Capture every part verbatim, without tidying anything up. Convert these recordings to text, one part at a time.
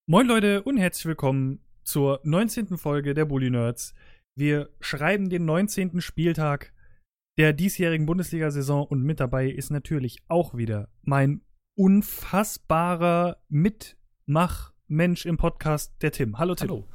Moin Leute und herzlich willkommen zur neunzehnten Folge der Bully Nerds. Wir schreiben den neunzehnten Spieltag der diesjährigen Bundesliga-Saison und mit dabei ist natürlich auch wieder mein unfassbarer Mitmachmensch im Podcast, der Tim. Hallo Tim. Hallo.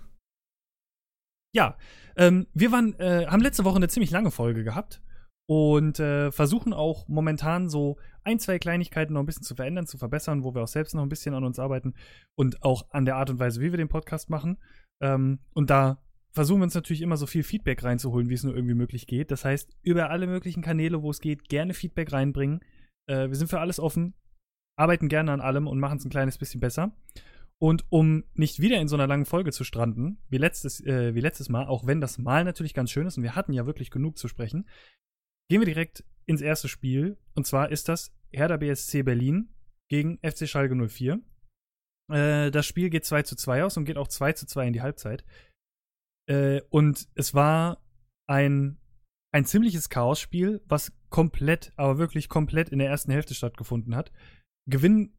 Ja, ähm, wir waren, äh, haben letzte Woche eine ziemlich lange Folge gehabt und äh, versuchen auch momentan so ein, zwei Kleinigkeiten noch ein bisschen zu verändern, zu verbessern, wo wir auch selbst noch ein bisschen an uns arbeiten und auch an der Art und Weise, wie wir den Podcast machen. Ähm, und da versuchen wir uns natürlich immer so viel Feedback reinzuholen, wie es nur irgendwie möglich geht. Das heißt, über alle möglichen Kanäle, wo es geht, gerne Feedback reinbringen. Äh, wir sind für alles offen, arbeiten gerne an allem und machen es ein kleines bisschen besser. Und um nicht wieder in so einer langen Folge zu stranden, wie letztes, äh, wie letztes Mal, auch wenn das Mal natürlich ganz schön ist und wir hatten ja wirklich genug zu sprechen, gehen wir direkt ins erste Spiel. Und zwar ist das Hertha B S C Berlin gegen F C Schalke null vier. Äh, das Spiel geht zwei zu zwei aus und geht auch zwei zu zwei in die Halbzeit. Äh, und es war ein, ein ziemliches Chaosspiel, was komplett, aber wirklich komplett in der ersten Hälfte stattgefunden hat. Gewinn,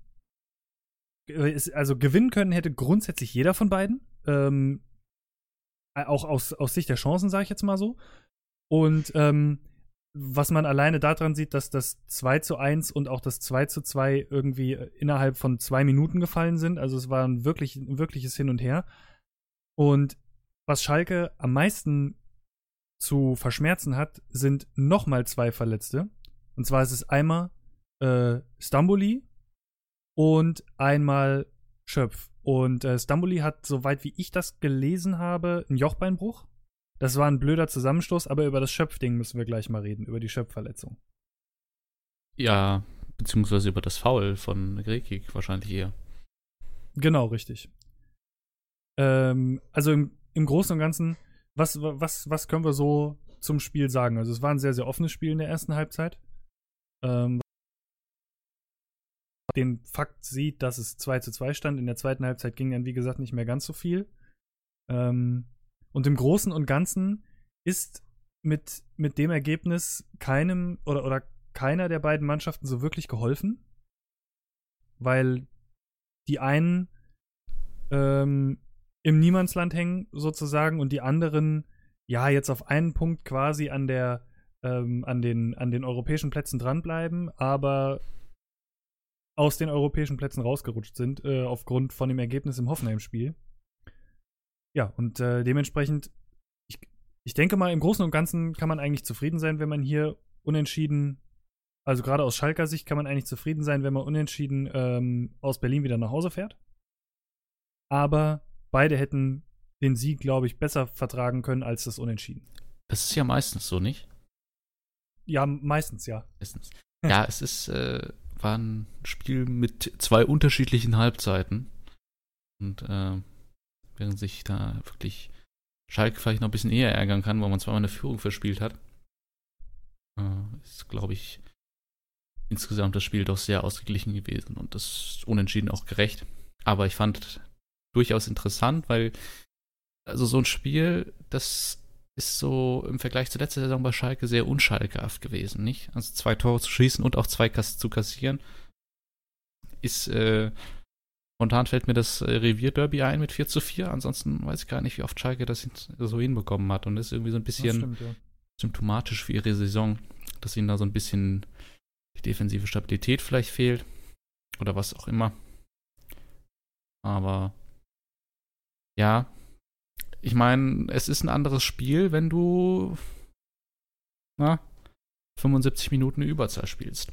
äh, also gewinnen können hätte grundsätzlich jeder von beiden. Ähm, auch aus, aus Sicht der Chancen, sage ich jetzt mal so. Und ähm, was man alleine daran sieht, dass das zwei zu eins und auch das zwei zu zwei irgendwie innerhalb von zwei Minuten gefallen sind. Also es war ein, wirklich, ein wirkliches Hin und Her. Und was Schalke am meisten zu verschmerzen hat, sind nochmal zwei Verletzte. Und zwar ist es einmal äh, Stamboli und einmal Schöpf. Und äh, Stamboli hat, soweit wie ich das gelesen habe, einen Jochbeinbruch. Das war ein blöder Zusammenstoß, aber über das Schöpfding müssen wir gleich mal reden, über die Schöpfverletzung. Ja, beziehungsweise über das Foul von Rekik wahrscheinlich eher. Genau, richtig. Ähm, also im, im Großen und Ganzen, was, was, was können wir so zum Spiel sagen? Also es war ein sehr, sehr offenes Spiel in der ersten Halbzeit. Ähm, den Fakt sieht, dass es zwei zu zwei stand. In der zweiten Halbzeit ging dann, wie gesagt, nicht mehr ganz so viel. Ähm, Und im Großen und Ganzen ist mit, mit dem Ergebnis keinem oder, oder keiner der beiden Mannschaften so wirklich geholfen, weil die einen ähm, im Niemandsland hängen sozusagen und die anderen ja jetzt auf einen Punkt quasi an der ähm, an den an den europäischen Plätzen dranbleiben, aber aus den europäischen Plätzen rausgerutscht sind äh, aufgrund von dem Ergebnis im Hoffenheim-Spiel. Ja, und äh, dementsprechend, ich, ich denke mal, im Großen und Ganzen kann man eigentlich zufrieden sein, wenn man hier unentschieden, also gerade aus Schalker Sicht kann man eigentlich zufrieden sein, wenn man unentschieden ähm, aus Berlin wieder nach Hause fährt. Aber beide hätten den Sieg, glaube ich, besser vertragen können als das Unentschieden. Das ist ja meistens so, nicht? Ja, meistens, ja. Meistens. Ja, es ist, äh, war ein Spiel mit zwei unterschiedlichen Halbzeiten. Und, äh, während sich da wirklich Schalke vielleicht noch ein bisschen eher ärgern kann, weil man zweimal eine Führung verspielt hat, äh, ist, glaube ich, insgesamt das Spiel doch sehr ausgeglichen gewesen und das Unentschieden auch gerecht. Aber ich fand durchaus interessant, weil also so ein Spiel, das ist so im Vergleich zur letzten Saison bei Schalke sehr unschalkehaft gewesen, nicht? Also zwei Tore zu schießen und auch zwei Kass zu kassieren ist, äh, spontan fällt mir das äh, Revierderby ein mit vier zu vier. Ansonsten weiß ich gar nicht, wie oft Schalke das so hinbekommen hat. Und das ist irgendwie so ein bisschen stimmt, ja. symptomatisch für ihre Saison, dass ihnen da so ein bisschen die defensive Stabilität vielleicht fehlt. Oder was auch immer. Aber ja, ich meine, es ist ein anderes Spiel, wenn du na, fünfundsiebzig Minuten Überzahl spielst.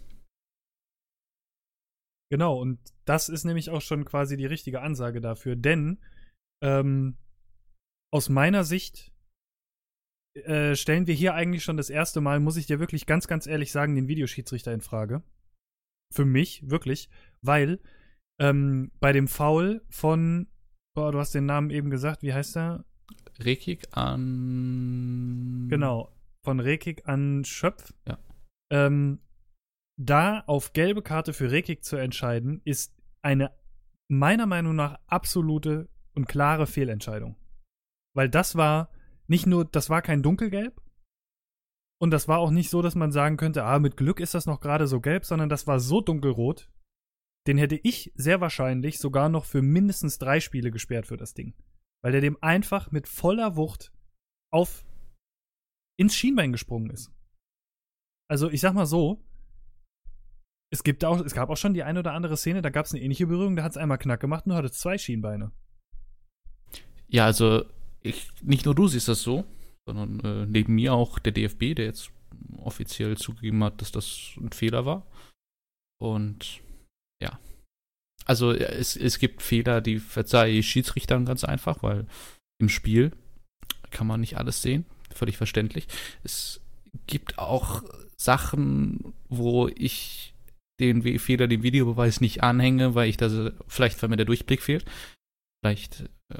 Genau, und das ist nämlich auch schon quasi die richtige Ansage dafür, denn ähm, aus meiner Sicht äh, stellen wir hier eigentlich schon das erste Mal, muss ich dir wirklich ganz, ganz ehrlich sagen, den Videoschiedsrichter in Frage. Für mich, wirklich, weil ähm, bei dem Foul von, boah, du hast den Namen eben gesagt, wie heißt er? Rekik an... Genau, von Rekik an Schöpf. Ja. Ähm, Da auf gelbe Karte für Rekik zu entscheiden, ist eine meiner Meinung nach absolute und klare Fehlentscheidung. Weil das war nicht nur, das war kein Dunkelgelb und das war auch nicht so, dass man sagen könnte, ah, mit Glück ist das noch gerade so gelb, sondern das war so dunkelrot, den hätte ich sehr wahrscheinlich sogar noch für mindestens drei Spiele gesperrt für das Ding. Weil der dem einfach mit voller Wucht auf ins Schienbein gesprungen ist. Also ich sag mal so, es, gibt auch, es gab auch schon die eine oder andere Szene, da gab es eine ähnliche Berührung, da hat es einmal Knack gemacht und du hattest zwei Schienbeine. Ja, also ich, nicht nur du siehst das so, sondern äh, neben mir auch der D F B, der jetzt offiziell zugegeben hat, dass das ein Fehler war. Und ja, also es, es gibt Fehler, die verzeihe ich Schiedsrichtern ganz einfach, weil im Spiel kann man nicht alles sehen, völlig verständlich. Es gibt auch Sachen, wo ich den Fehler, den Videobeweis nicht anhänge, weil ich das, vielleicht weil mir der Durchblick fehlt, vielleicht äh,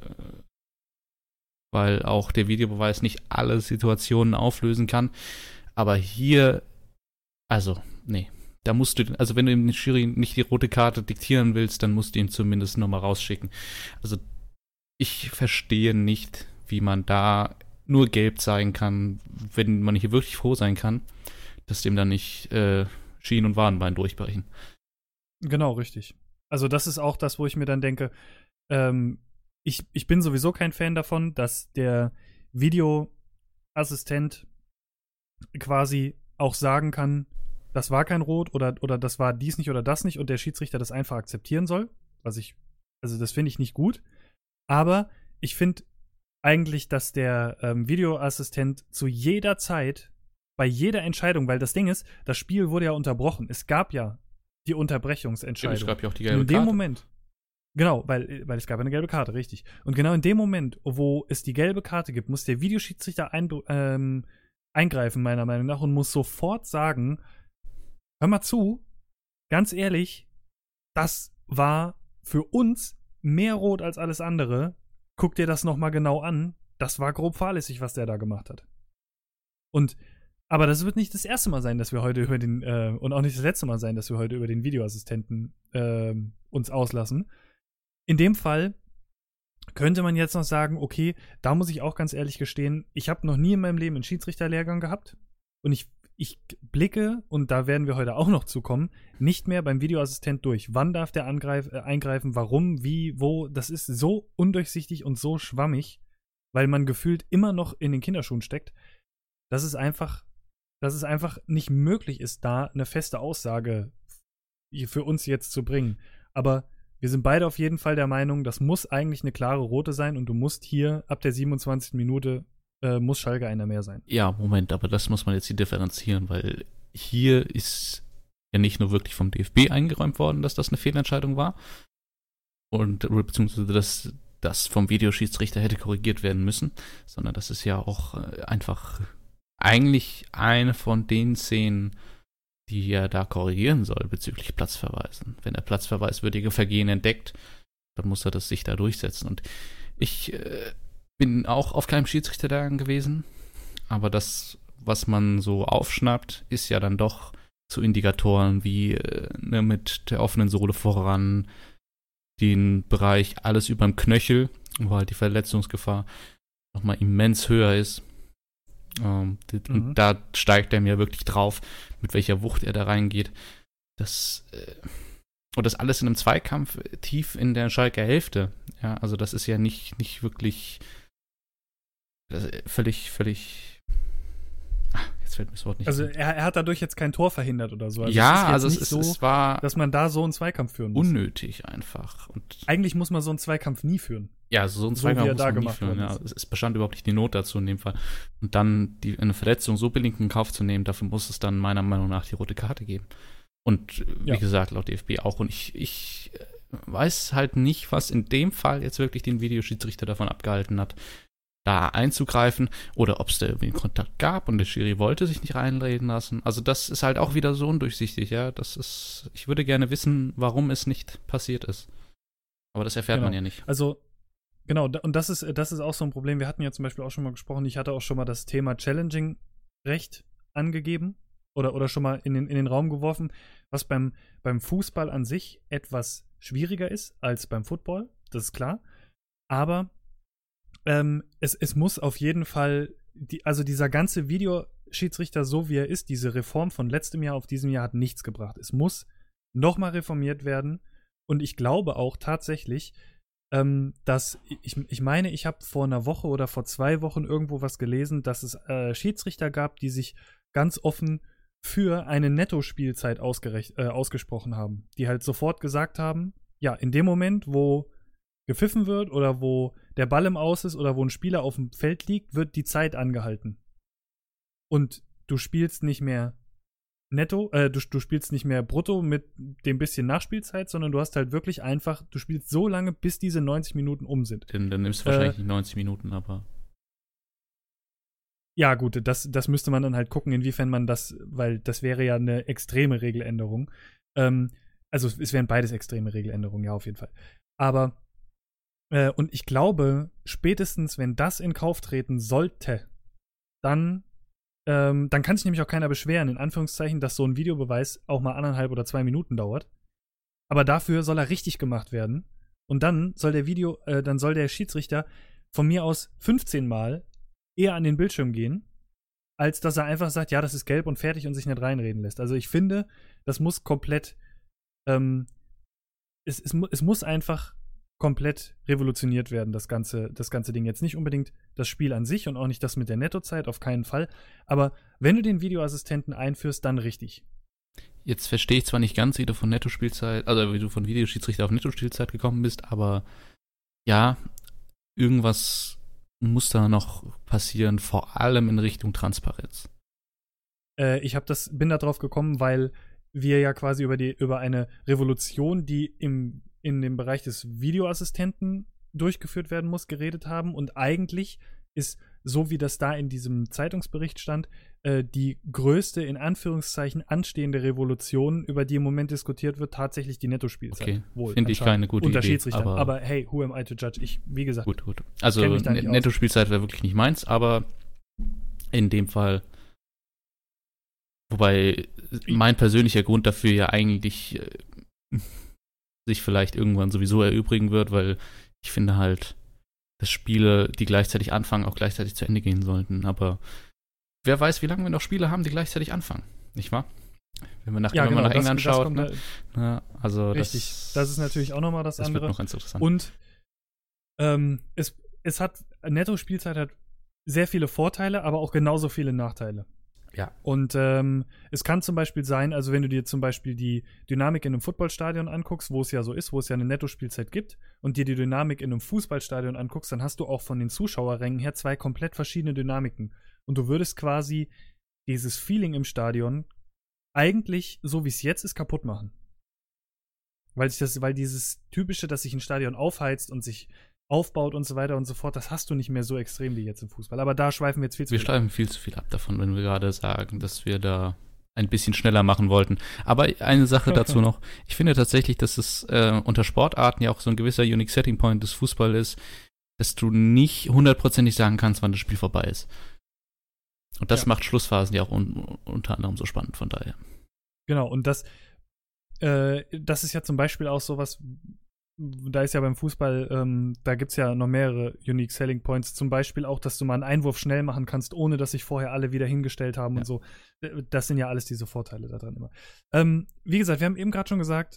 weil auch der Videobeweis nicht alle Situationen auflösen kann. Aber hier, also, nee, da musst du, also wenn du dem Schiri nicht die rote Karte diktieren willst, dann musst du ihn zumindest nochmal rausschicken. Also, ich verstehe nicht, wie man da nur gelb zeigen kann, wenn man hier wirklich froh sein kann, dass dem dann nicht äh, Schien- und Wadenbein durchbrechen. Genau, richtig. Also das ist auch das, wo ich mir dann denke, ähm, ich, ich bin sowieso kein Fan davon, dass der Videoassistent quasi auch sagen kann, das war kein Rot oder, oder das war dies nicht oder das nicht und der Schiedsrichter das einfach akzeptieren soll. Was ich, also das finde ich nicht gut. Aber ich finde eigentlich, dass der ähm, Videoassistent zu jeder Zeit, bei jeder Entscheidung, weil das Ding ist, das Spiel wurde ja unterbrochen. Es gab ja die Unterbrechungsentscheidung. Es gab ja auch die gelbe Und in dem Karte. Moment, genau, weil, weil es gab eine gelbe Karte, richtig. Und genau in dem Moment, wo es die gelbe Karte gibt, muss der Videoschiedsrichter ein, ähm, eingreifen, meiner Meinung nach, und muss sofort sagen, hör mal zu, ganz ehrlich, das war für uns mehr rot als alles andere. Guck dir das nochmal genau an. Das war grob fahrlässig, was der da gemacht hat. Und, aber das wird nicht das erste Mal sein, dass wir heute über den, äh, und auch nicht das letzte Mal sein, dass wir heute über den Videoassistenten äh, uns auslassen. In dem Fall könnte man jetzt noch sagen, okay, da muss ich auch ganz ehrlich gestehen, ich habe noch nie in meinem Leben einen Schiedsrichterlehrgang gehabt und ich, ich blicke, und da werden wir heute auch noch zukommen, nicht mehr beim Videoassistent durch. Wann darf der angreif, äh, eingreifen, warum, wie, wo, das ist so undurchsichtig und so schwammig, weil man gefühlt immer noch in den Kinderschuhen steckt, dass es einfach, dass es einfach nicht möglich ist, da eine feste Aussage für uns jetzt zu bringen. Aber wir sind beide auf jeden Fall der Meinung, das muss eigentlich eine klare Rote sein und du musst hier ab der siebenundzwanzigsten Minute äh, muss Schalke einer mehr sein. Ja, Moment, aber das muss man jetzt hier differenzieren, weil hier ist ja nicht nur wirklich vom D F B eingeräumt worden, dass das eine Fehlentscheidung war und beziehungsweise dass das vom Videoschiedsrichter hätte korrigiert werden müssen, sondern das ist ja auch einfach eigentlich eine von den Szenen, die er da korrigieren soll bezüglich Platzverweisen. Wenn er platzverweiswürdige Vergehen entdeckt, dann muss er das sich da durchsetzen. Und ich äh, bin auch auf keinem Schiedsrichterlehrgang gewesen, aber das, was man so aufschnappt, ist ja dann doch zu Indikatoren wie äh, ne, mit der offenen Sohle voran, den Bereich alles über dem Knöchel, wo halt die Verletzungsgefahr nochmal immens höher ist. Um, und mhm. da steigt er mir wirklich drauf, mit welcher Wucht er da reingeht. Das, äh, und das alles in einem Zweikampf tief in der Schalker Hälfte. Ja, also das ist ja nicht, nicht wirklich das, völlig, völlig. Ach, jetzt fällt mir das Wort nicht. Also er, er hat dadurch jetzt kein Tor verhindert oder so. Also ja, es ist also es, nicht ist, so, es war, dass man da so einen Zweikampf führen muss. Unnötig einfach. Und eigentlich muss man so einen Zweikampf nie führen. Ja, so ein So Zweikampf wie er muss da man nie gemacht führen. worden Ja. ist. Es bestand überhaupt nicht die Not dazu in dem Fall. Und dann die, eine Verletzung so billig in Kauf zu nehmen, dafür muss es dann meiner Meinung nach die rote Karte geben. Und wie Ja. gesagt, laut D F B auch. Und ich, ich weiß halt nicht, was in dem Fall jetzt wirklich den Videoschiedsrichter davon abgehalten hat, da einzugreifen oder ob es da irgendwie einen Kontakt gab und der Schiri wollte sich nicht reinreden lassen. Also das ist halt auch wieder so undurchsichtig, ja. Das ist, ich würde gerne wissen, warum es nicht passiert ist. Aber das erfährt Genau. man ja nicht. Also, genau, da- und das ist, das ist auch so ein Problem. Wir hatten ja zum Beispiel auch schon mal gesprochen, ich hatte auch schon mal das Thema Challenging-Recht angegeben oder, oder schon mal in den, in den Raum geworfen, was beim, beim Fußball an sich etwas schwieriger ist als beim Football, das ist klar. Aber ähm, es, es muss auf jeden Fall, die, also dieser ganze Videoschiedsrichter, so wie er ist, diese Reform von letztem Jahr auf diesem Jahr hat nichts gebracht. Es muss nochmal reformiert werden. Und ich glaube auch tatsächlich, ähm, dass ich, ich meine, ich habe vor einer Woche oder vor zwei Wochen irgendwo was gelesen, dass es äh, Schiedsrichter gab, die sich ganz offen für eine Nettospielzeit ausgerecht, äh, ausgesprochen haben. Die halt sofort gesagt haben, ja, in dem Moment, wo gepfiffen wird oder wo der Ball im Aus ist oder wo ein Spieler auf dem Feld liegt, wird die Zeit angehalten. Und du spielst nicht mehr netto, äh, du, du spielst nicht mehr brutto mit dem bisschen Nachspielzeit, sondern du hast halt wirklich einfach, du spielst so lange, bis diese neunzig Minuten um sind. Dann, dann nimmst du wahrscheinlich äh, nicht neunzig Minuten, aber ja, gut, das, das müsste man dann halt gucken, inwiefern man das, weil das wäre ja eine extreme Regeländerung. Ähm, also es wären beides extreme Regeländerungen, ja, auf jeden Fall. Aber, äh, und ich glaube, spätestens, wenn das in Kauf treten sollte, dann, ähm, dann kann sich nämlich auch keiner beschweren, in Anführungszeichen, dass so ein Videobeweis auch mal anderthalb oder zwei Minuten dauert. Aber dafür soll er richtig gemacht werden. Und dann soll der Video, äh, dann soll der Schiedsrichter von mir aus fünfzehn Mal eher an den Bildschirm gehen, als dass er einfach sagt, ja, das ist gelb und fertig und sich nicht reinreden lässt. Also ich finde, das muss komplett, ähm, es, es, es muss einfach komplett revolutioniert werden, das ganze, das ganze Ding. Jetzt nicht unbedingt das Spiel an sich und auch nicht das mit der Nettozeit, auf keinen Fall. Aber wenn du den Videoassistenten einführst, dann richtig. Jetzt verstehe ich zwar nicht ganz, wie du von Nettospielzeit, also wie du von Videoschiedsrichter auf Nettospielzeit gekommen bist, aber ja, irgendwas muss da noch passieren, vor allem in Richtung Transparenz. Äh, ich hab das, bin da drauf gekommen, weil wir ja quasi über, die, über eine Revolution, die im, in dem Bereich des Videoassistenten durchgeführt werden muss, geredet haben. Und eigentlich ist, so wie das da in diesem Zeitungsbericht stand, äh, die größte, in Anführungszeichen, anstehende Revolution, über die im Moment diskutiert wird, tatsächlich die Nettospielzeit. Okay, finde ich keine gute unter Idee. Schiedsrichtern. Aber, aber hey, who am I to judge? Ich, wie gesagt, gut, gut. Also Nettospielzeit wäre wirklich nicht meins, aber in dem Fall, wobei mein persönlicher Grund dafür ja eigentlich äh, sich vielleicht irgendwann sowieso erübrigen wird, weil ich finde halt, dass Spiele, die gleichzeitig anfangen, auch gleichzeitig zu Ende gehen sollten. Aber wer weiß, wie lange wir noch Spiele haben, die gleichzeitig anfangen. Nicht wahr? Wenn man nach, ja, wenn genau, man nach England das, schaut. Das ne? Na, also richtig. Das, das ist natürlich auch nochmal das, das andere. Das wird noch ganz interessant. Und ähm, es, es hat, Netto-Spielzeit hat sehr viele Vorteile, aber auch genauso viele Nachteile. Ja. Und ähm, es kann zum Beispiel sein, also wenn du dir zum Beispiel die Dynamik in einem Footballstadion anguckst, wo es ja so ist, wo es ja eine Nettospielzeit gibt, und dir die Dynamik in einem Fußballstadion anguckst, dann hast du auch von den Zuschauerrängen her zwei komplett verschiedene Dynamiken. Und du würdest quasi dieses Feeling im Stadion eigentlich, so wie es jetzt ist, kaputt machen. Weil sich das, weil dieses Typische, dass sich ein Stadion aufheizt und sich aufbaut und so weiter und so fort, das hast du nicht mehr so extrem wie jetzt im Fußball. Aber da schweifen wir jetzt viel zu wir viel. Wir schweifen viel zu viel ab davon, wenn wir gerade sagen, dass wir da ein bisschen schneller machen wollten. Aber eine Sache dazu noch. Ich finde tatsächlich, dass es äh, unter Sportarten ja auch so ein gewisser Unique Setting Point des Fußballs ist, dass du nicht hundertprozentig sagen kannst, wann das Spiel vorbei ist. Und das ja. macht Schlussphasen ja auch un- unter anderem so spannend, von daher. Genau, und das, äh, das ist ja zum Beispiel auch sowas, da ist ja beim Fußball, ähm, da gibt es ja noch mehrere Unique Selling Points. Zum Beispiel auch, dass du mal einen Einwurf schnell machen kannst, ohne dass sich vorher alle wieder hingestellt haben ja. und so. Das sind ja alles diese Vorteile da dran immer. Ähm, wie gesagt, wir haben eben gerade schon gesagt,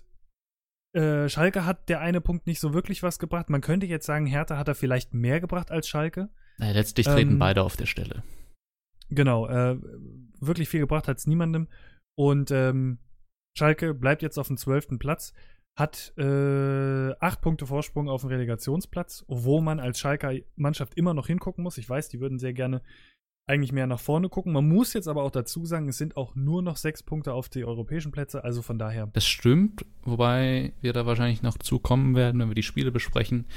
äh, Schalke hat der eine Punkt nicht so wirklich was gebracht. Man könnte jetzt sagen, Hertha hat er vielleicht mehr gebracht als Schalke. Naja, letztlich treten ähm, beide auf der Stelle. Genau, äh, wirklich viel gebracht hat es niemandem. Und ähm, Schalke bleibt jetzt auf dem zwölften Platz. Hat äh, acht Punkte Vorsprung auf dem Relegationsplatz, wo man als Schalker Mannschaft immer noch hingucken muss. Ich weiß, die würden sehr gerne eigentlich mehr nach vorne gucken. Man muss jetzt aber auch dazu sagen, es sind auch nur noch sechs Punkte auf die europäischen Plätze, also von daher. Das stimmt, wobei wir da wahrscheinlich noch zukommen werden, wenn wir die Spiele besprechen.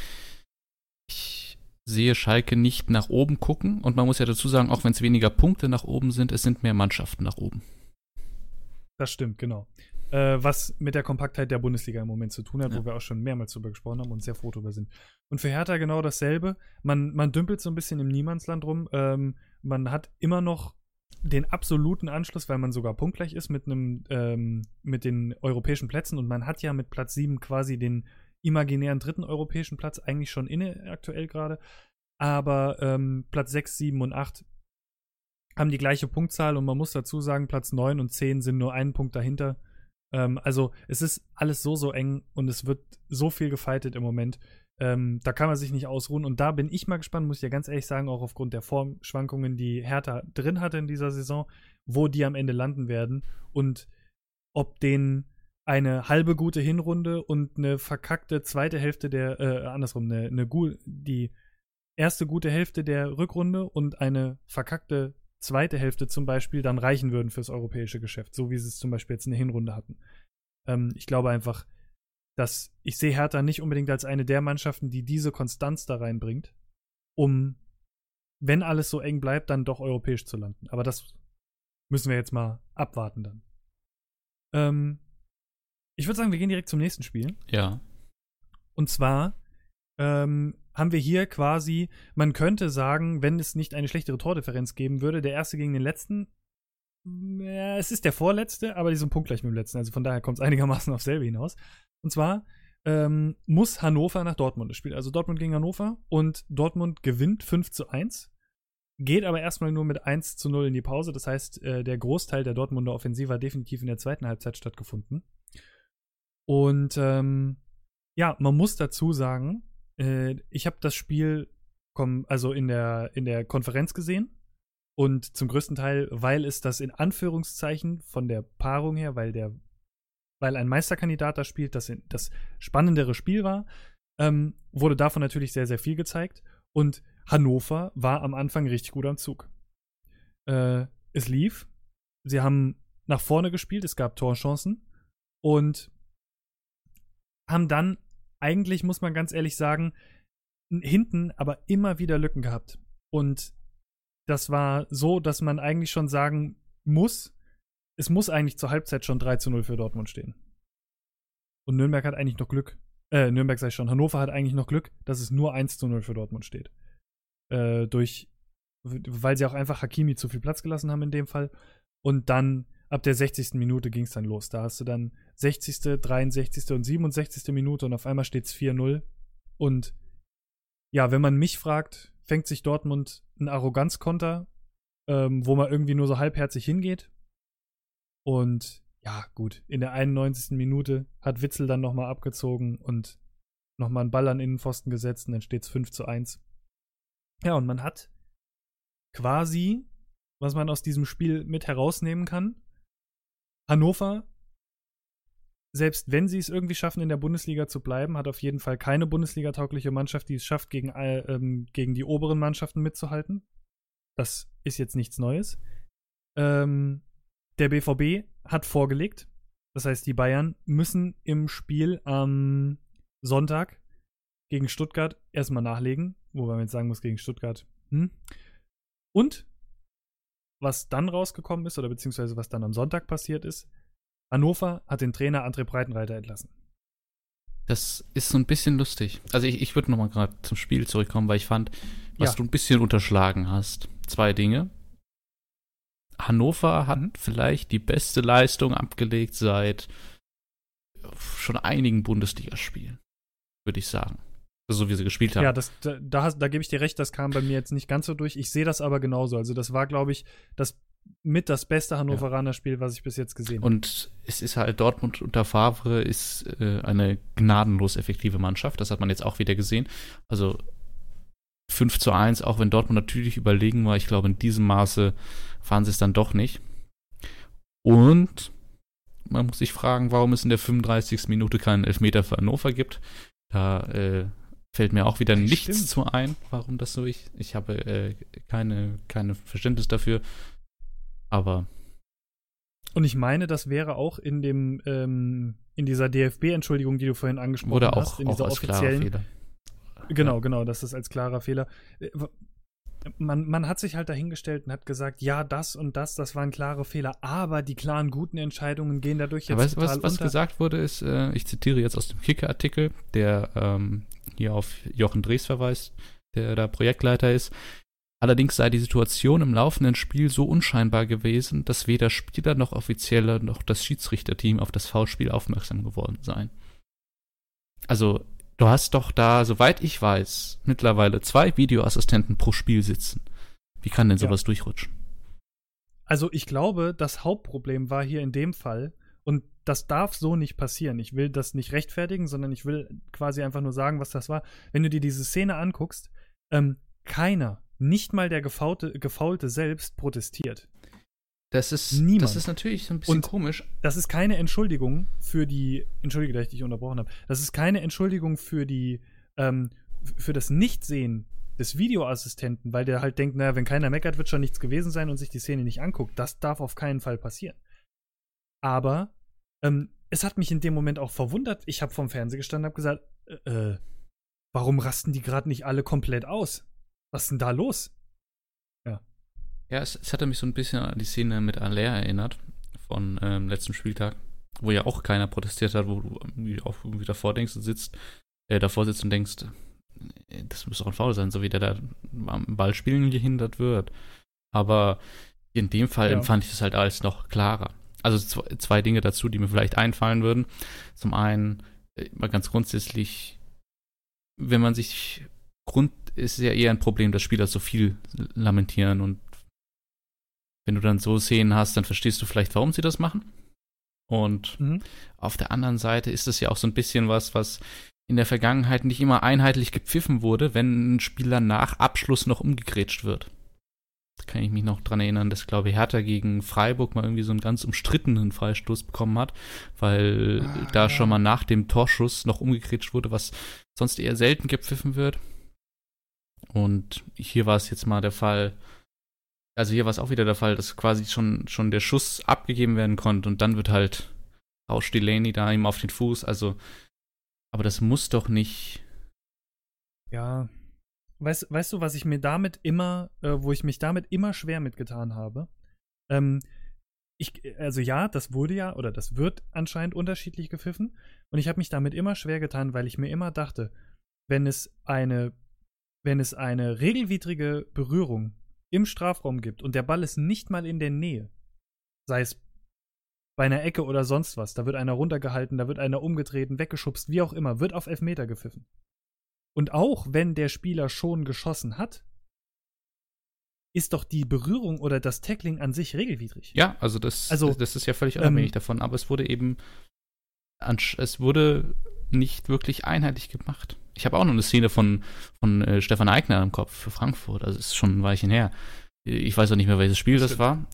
Ich sehe Schalke nicht nach oben gucken und man muss ja dazu sagen, auch wenn es weniger Punkte nach oben sind, es sind mehr Mannschaften nach oben. Das stimmt, genau. Äh, was mit der Kompaktheit der Bundesliga im Moment zu tun hat, ja. wo wir auch schon mehrmals drüber gesprochen haben und sehr froh drüber sind. Und für Hertha genau dasselbe. Man, man dümpelt so ein bisschen im Niemandsland rum. Ähm, man hat immer noch den absoluten Anschluss, weil man sogar punktgleich ist mit einem ähm, mit den europäischen Plätzen. Und man hat ja mit Platz sieben quasi den imaginären dritten europäischen Platz eigentlich schon inne aktuell gerade. Aber ähm, Platz sechs, sieben und acht haben die gleiche Punktzahl. Und man muss dazu sagen, Platz neun und zehn sind nur einen Punkt dahinter. Ähm, also es ist alles so, so eng und es wird so viel gefightet im Moment. Ähm, da kann man sich nicht ausruhen. Und da bin ich mal gespannt, muss ich ja ganz ehrlich sagen, auch aufgrund der Formschwankungen, die Hertha drin hatte in dieser Saison, wo die am Ende landen werden und ob denen eine halbe gute Hinrunde und eine verkackte zweite Hälfte der, äh, andersrum, eine, eine gu- die erste gute Hälfte der Rückrunde und eine verkackte zweite Hälfte zum Beispiel dann reichen würden fürs europäische Geschäft, so wie sie es zum Beispiel jetzt in der Hinrunde hatten. Ähm, ich glaube einfach, dass ich sehe Hertha nicht unbedingt als eine der Mannschaften, die diese Konstanz da reinbringt, um, wenn alles so eng bleibt, dann doch europäisch zu landen. Aber das müssen wir jetzt mal abwarten dann. Ähm, ich würde sagen, wir gehen direkt zum nächsten Spiel. Ja. Und zwar ähm, haben wir hier quasi, man könnte sagen, wenn es nicht eine schlechtere Tordifferenz geben würde, der erste gegen den letzten, ja, es ist der vorletzte, aber die sind punktgleich mit dem letzten, also von daher kommt es einigermaßen auf selbe hinaus. Und zwar ähm, muss Hannover nach Dortmund das Spiel, also Dortmund gegen Hannover, und Dortmund gewinnt fünf zu eins, geht aber erstmal nur mit eins zu null in die Pause, das heißt, äh, der Großteil der Dortmunder Offensive hat definitiv in der zweiten Halbzeit stattgefunden. Und ähm, ja, man muss dazu sagen, äh, ich habe das Spiel kom- also in der, in der Konferenz gesehen und zum größten Teil, weil es das in Anführungszeichen von der Paarung her, weil der weil ein Meisterkandidat da spielt, das das spannendere Spiel war, ähm, wurde davon natürlich sehr, sehr viel gezeigt. Und Hannover war am Anfang richtig gut am Zug. Äh, es lief. Sie haben nach vorne gespielt, es gab Torchancen und haben dann, eigentlich muss man ganz ehrlich sagen, hinten aber immer wieder Lücken gehabt. Und das war so, dass man eigentlich schon sagen muss, es muss eigentlich zur Halbzeit schon drei zu null für Dortmund stehen. Und Nürnberg hat eigentlich noch Glück, äh, Nürnberg sag ich schon, Hannover hat eigentlich noch Glück, dass es nur eins zu null für Dortmund steht. Äh, durch, weil sie auch einfach Hakimi zu viel Platz gelassen haben in dem Fall. Und dann, ab der sechzigsten Minute ging es dann los. Da hast du dann sechzigste, dreiundsechzigste und siebenundsechzigste Minute und auf einmal steht es vier null. Und ja, wenn man mich fragt, fängt sich Dortmund ein Arroganzkonter, ähm, wo man irgendwie nur so halbherzig hingeht. Und ja, gut, in der einundneunzigsten Minute hat Witzel dann nochmal abgezogen und nochmal einen Ball an Innenpfosten gesetzt und dann steht es fünf zu eins. Ja, und man hat quasi, was man aus diesem Spiel mit herausnehmen kann, Hannover, selbst wenn sie es irgendwie schaffen, in der Bundesliga zu bleiben, hat auf jeden Fall keine Bundesliga-taugliche Mannschaft, die es schafft, gegen, ähm, gegen die oberen Mannschaften mitzuhalten. Das ist jetzt nichts Neues. Ähm, Der B V B hat vorgelegt. Das heißt, die Bayern müssen im Spiel am Sonntag gegen Stuttgart erstmal nachlegen. Wobei man jetzt sagen muss, gegen Stuttgart. Hm. Und was dann rausgekommen ist, oder beziehungsweise was dann am Sonntag passiert ist, Hannover hat den Trainer André Breitenreiter entlassen. Das ist so ein bisschen lustig. Also ich, ich würde nochmal gerade zum Spiel zurückkommen, weil ich fand, was Ja. du ein bisschen unterschlagen hast. Zwei Dinge. Hannover hat Mhm. vielleicht die beste Leistung abgelegt seit schon einigen Bundesligaspielen, würde ich sagen. Also so wie sie gespielt haben. Ja, das, da, da, hast- da gebe ich dir recht, das kam bei mir jetzt nicht ganz so durch. Ich sehe das aber genauso. Also das war, glaube ich, das mit das beste Hannoveraner Spiel, was ich bis jetzt gesehen habe. Und es ist halt, Dortmund unter Favre ist äh, eine gnadenlos effektive Mannschaft. Das hat man jetzt auch wieder gesehen. Also fünf zu eins, auch wenn Dortmund natürlich überlegen war. Ich glaube, in diesem Maße fahren sie es dann doch nicht. Und man muss sich fragen, warum es in der fünfunddreißigsten Minute keinen Elfmeter für Hannover gibt. Da äh, fällt mir auch wieder Das nichts stimmt. zu ein, warum das so ist. Ich habe äh, keine, keine Verständnis dafür. Aber Und ich meine, das wäre auch in dem ähm, in dieser D F B-Entschuldigung, die du vorhin angesprochen wurde hast, auch, in auch dieser als klarer offiziellen. Fehler. Genau, Ja. genau, das ist als klarer Fehler. Äh, w- Man, man hat sich halt dahingestellt und hat gesagt, ja, das und das, das waren klare Fehler, aber die klaren guten Entscheidungen gehen dadurch Ja, jetzt weißt du, total was, was unter. gesagt wurde, ist, äh, ich zitiere jetzt aus dem Kicker-Artikel, der ähm, hier auf Jochen Drees verweist, der da Projektleiter ist. Allerdings sei die Situation im laufenden Spiel so unscheinbar gewesen, dass weder Spieler noch Offizielle noch das Schiedsrichterteam auf das Foulspiel aufmerksam geworden seien. Also, du hast doch da, soweit ich weiß, mittlerweile zwei Videoassistenten pro Spiel sitzen. Wie kann denn sowas Ja. durchrutschen? Also ich glaube, das Hauptproblem war hier in dem Fall, und das darf so nicht passieren. Ich will das nicht rechtfertigen, sondern ich will quasi einfach nur sagen, was das war. Wenn du dir diese Szene anguckst, ähm, keiner, nicht mal der Gefaulte, Gefaulte selbst protestiert. Das ist, Niemand. das ist natürlich so ein bisschen Und komisch. Das ist keine Entschuldigung für die, entschuldige, dass ich dich unterbrochen habe, das ist keine Entschuldigung für die, ähm, für das Nichtsehen des Videoassistenten, weil der halt denkt, naja, wenn keiner meckert, wird schon nichts gewesen sein und sich die Szene nicht anguckt. Das darf auf keinen Fall passieren. Aber ähm, es hat mich in dem Moment auch verwundert. Ich habe vorm Fernseher gestanden und habe gesagt, äh, äh, warum rasten die gerade nicht alle komplett aus? Was ist denn da los? Ja. Ja, es, es hatte mich so ein bisschen an die Szene mit Allaire erinnert, von ähm, letzten Spieltag, wo ja auch keiner protestiert hat, wo du irgendwie auch irgendwie davor denkst und sitzt, äh, davor sitzt und denkst, äh, das muss doch ein Foul sein, so wie der da am Ball spielen gehindert wird. Aber in dem Fall Ja. empfand ich das halt alles noch klarer. Also zwei, zwei Dinge dazu, die mir vielleicht einfallen würden. Zum einen, äh, mal ganz grundsätzlich, wenn man sich Grund ist ja eher ein Problem, dass Spieler so viel lamentieren und wenn du dann so Szenen hast, dann verstehst du vielleicht, warum sie das machen. Und Mhm. auf der anderen Seite ist es ja auch so ein bisschen was, was in der Vergangenheit nicht immer einheitlich gepfiffen wurde, wenn ein Spieler nach Abschluss noch umgegrätscht wird. Da kann ich mich noch dran erinnern, dass, glaube ich, Hertha gegen Freiburg mal irgendwie so einen ganz umstrittenen Freistoß bekommen hat, weil Ah, da ja. schon mal nach dem Torschuss noch umgegrätscht wurde, was sonst eher selten gepfiffen wird. Und hier war es jetzt mal der Fall, also hier war es auch wieder der Fall, dass quasi schon, schon der Schuss abgegeben werden konnte und dann wird halt rauscht Delaney da ihm auf den Fuß, also aber das muss doch nicht. Ja. Weißt, weißt du, was ich mir damit immer, äh, wo ich mich damit immer schwer mitgetan habe? Ähm, ich, also ja, das wurde ja, oder das wird anscheinend unterschiedlich gepfiffen. Und ich habe mich damit immer schwer getan, weil ich mir immer dachte, wenn es eine, wenn es eine regelwidrige Berührung im Strafraum gibt und der Ball ist nicht mal in der Nähe, sei es bei einer Ecke oder sonst was, da wird einer runtergehalten, da wird einer umgetreten, weggeschubst, wie auch immer, wird auf Elfmeter gepfiffen. Und auch wenn der Spieler schon geschossen hat, ist doch die Berührung oder das Tackling an sich regelwidrig. Ja, also das, Also, das ist ja völlig unabhängig ähm, davon, aber es wurde eben, es wurde nicht wirklich einheitlich gemacht. Ich habe auch noch eine Szene von, von äh, Stefan Aigner im Kopf für Frankfurt, also es ist schon ein Weilchen her. Ich weiß auch nicht mehr, welches Spiel das war.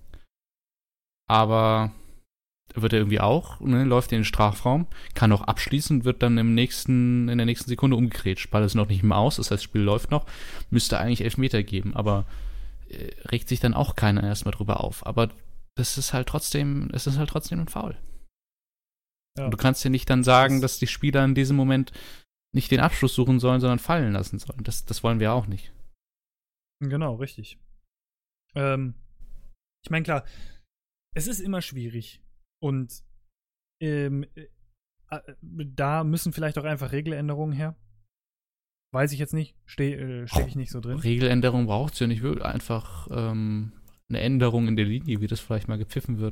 Aber wird er irgendwie auch, ne, läuft in den Strafraum, kann auch abschließen, wird dann im nächsten, in der nächsten Sekunde umgegrätscht. Ball ist noch nicht mehr aus, das heißt, das Spiel läuft noch, müsste eigentlich Elfmeter geben, aber äh, regt sich dann auch keiner erstmal drüber auf. Aber das ist halt trotzdem, es ist halt trotzdem ein Foul. Ja. Und du kannst ja nicht dann sagen, Das- dass die Spieler in diesem Moment nicht den Abschluss suchen sollen, sondern fallen lassen sollen. Das, das wollen wir auch nicht. Genau, richtig. Ähm, ich meine, klar, es ist immer schwierig. Und ähm, äh, äh, da müssen vielleicht auch einfach Regeländerungen her. Weiß ich jetzt nicht, stehe äh, stecke ich nicht so drin. Regeländerung braucht es ja nicht, wirklich einfach ähm, eine Änderung in der Linie, wie das vielleicht mal gepfiffen wird.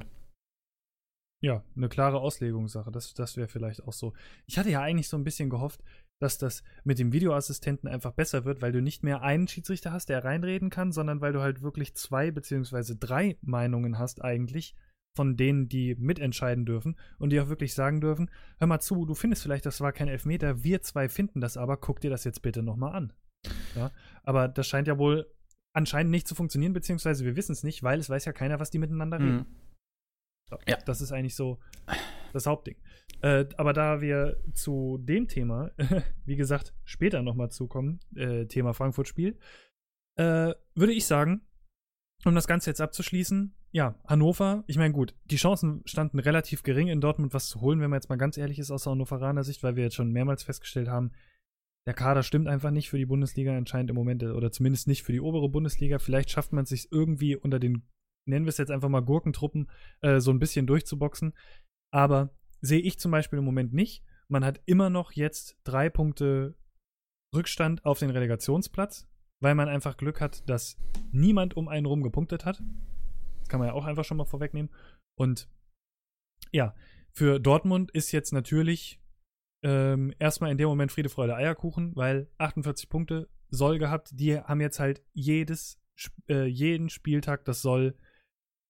Ja, eine klare Auslegungssache, das, das wäre vielleicht auch so. Ich hatte ja eigentlich so ein bisschen gehofft, dass das mit dem Videoassistenten einfach besser wird, weil du nicht mehr einen Schiedsrichter hast, der reinreden kann, sondern weil du halt wirklich zwei beziehungsweise drei Meinungen hast eigentlich von denen, die mitentscheiden dürfen und die auch wirklich sagen dürfen, hör mal zu, du findest vielleicht, das war kein Elfmeter, wir zwei finden das aber, guck dir das jetzt bitte nochmal an. Ja, aber das scheint ja wohl anscheinend nicht zu funktionieren, beziehungsweise wir wissen es nicht, weil es weiß ja keiner, was die miteinander reden. Mhm. So, Ja. Das ist eigentlich so das Hauptding. Äh, aber da wir zu dem Thema, wie gesagt, später nochmal zukommen, äh, Thema Frankfurt-Spiel, äh, würde ich sagen, um das Ganze jetzt abzuschließen, ja, Hannover, ich meine, gut, die Chancen standen relativ gering, in Dortmund was zu holen, wenn man jetzt mal ganz ehrlich ist, aus Hannoveraner Sicht, weil wir jetzt schon mehrmals festgestellt haben, der Kader stimmt einfach nicht für die Bundesliga anscheinend im Moment, oder zumindest nicht für die obere Bundesliga. Vielleicht schafft man es sich irgendwie unter den, nennen wir es jetzt einfach mal Gurkentruppen, äh, so ein bisschen durchzuboxen. Aber sehe ich zum Beispiel im Moment nicht. Man hat immer noch jetzt drei Punkte Rückstand auf den Relegationsplatz, weil man einfach Glück hat, dass niemand um einen rum gepunktet hat. Das kann man ja auch einfach schon mal vorwegnehmen. Und ja, für Dortmund ist jetzt natürlich ähm, erstmal in dem Moment Friede, Freude, Eierkuchen, weil achtundvierzig Punkte Soll gehabt, die haben jetzt halt jedes, äh, jeden Spieltag das Soll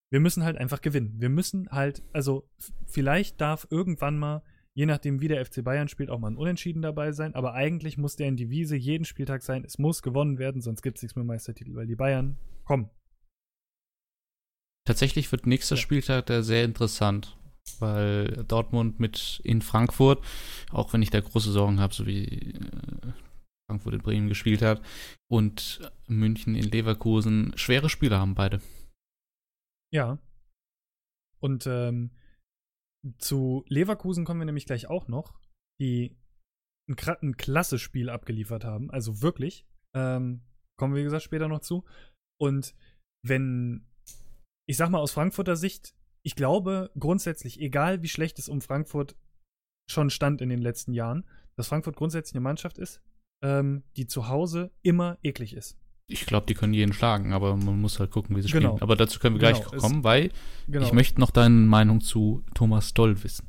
wir müssen halt einfach gewinnen. Wir müssen halt, also f- vielleicht darf irgendwann mal, je nachdem wie der F C Bayern spielt, auch mal ein Unentschieden dabei sein, aber eigentlich muss deren Devise jeden Spieltag sein, es muss gewonnen werden, sonst gibt es nichts mehr Meistertitel, weil die Bayern kommen. Tatsächlich wird nächster Ja. Spieltag da sehr interessant, weil Dortmund mit in Frankfurt, auch wenn ich da große Sorgen habe, so wie äh, Frankfurt in Bremen gespielt hat, und München in Leverkusen, schwere Spiele haben beide. Ja. Und ähm, zu Leverkusen kommen wir nämlich gleich auch noch, die ein, kra- ein klasse Spiel abgeliefert haben. Also wirklich. Ähm, kommen wir, wie gesagt, später noch zu. Und wenn, ich sag mal aus Frankfurter Sicht, ich glaube grundsätzlich, egal wie schlecht es um Frankfurt schon stand in den letzten Jahren, dass Frankfurt grundsätzlich eine Mannschaft ist, ähm, die zu Hause immer eklig ist. Ich glaube, die können jeden schlagen, aber man muss halt gucken, wie sie Genau. spielen. Aber dazu können wir gleich Genau, es- kommen, weil Genau. ich möchte noch deine Meinung zu Thomas Doll wissen.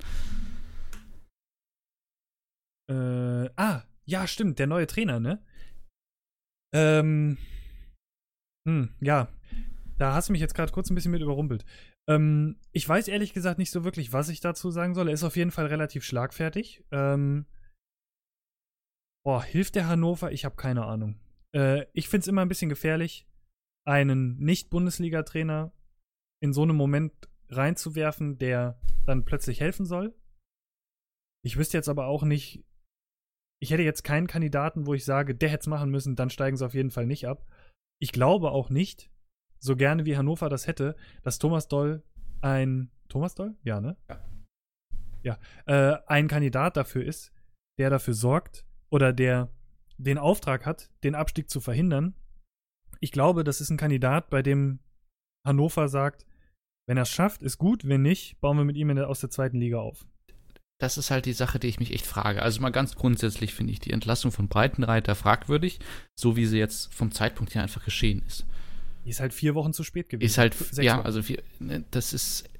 Äh, ah, ja, stimmt, der neue Trainer, ne? Ähm, hm, ja, da hast du mich jetzt gerade kurz ein bisschen mit überrumpelt. Ähm, ich weiß ehrlich gesagt nicht so wirklich, was ich dazu sagen soll. Er ist auf jeden Fall relativ schlagfertig. Ähm, boah, hilft der Hannover? Ich habe keine Ahnung. Äh, ich finde es immer ein bisschen gefährlich, einen Nicht-Bundesliga-Trainer in so einem Moment reinzuwerfen, der dann plötzlich helfen soll. Ich wüsste jetzt aber auch nicht, ich hätte jetzt keinen Kandidaten, wo ich sage, der hätte es machen müssen, dann steigen sie auf jeden Fall nicht ab. Ich glaube auch nicht, so gerne wie Hannover das hätte, dass Thomas Doll ein Thomas Doll? Ja, ne? Ja. Ja. Äh, ein Kandidat dafür ist, der dafür sorgt oder der den Auftrag hat, den Abstieg zu verhindern. Ich glaube, das ist ein Kandidat, bei dem Hannover sagt, wenn er es schafft, ist gut, wenn nicht, bauen wir mit ihm in der, aus der zweiten Liga auf. Das ist halt die Sache, die ich mich echt frage. Also mal ganz grundsätzlich finde ich die Entlassung von Breitenreiter fragwürdig, so wie sie jetzt vom Zeitpunkt her einfach geschehen ist. Die ist halt vier Wochen zu spät gewesen. Ist halt, Sechs ja, Wochen. also wir, ne, das ist,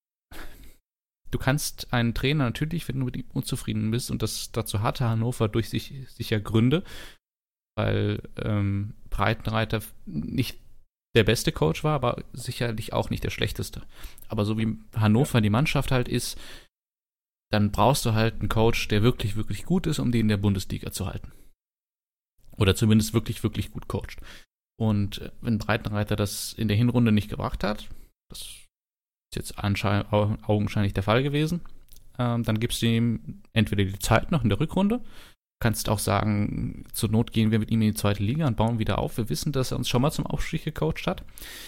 du kannst einen Trainer natürlich, wenn du mit ihm unzufrieden bist, und das dazu hatte Hannover durch sich sicher Gründe, weil ähm, Breitenreiter nicht der beste Coach war, aber sicherlich auch nicht der schlechteste. Aber so wie Hannover ja. die Mannschaft halt ist, dann brauchst du halt einen Coach, der wirklich, wirklich gut ist, um den in der Bundesliga zu halten. Oder zumindest wirklich, wirklich gut coacht. Und wenn Breitenreiter das in der Hinrunde nicht gebracht hat, das ist jetzt augenscheinlich der Fall gewesen, ähm, dann gibst du ihm entweder die Zeit noch in der Rückrunde, kannst auch sagen, zur Not gehen wir mit ihm in die zweite Liga und bauen wieder auf. Wir wissen, dass er uns schon mal zum Aufstieg gecoacht hat.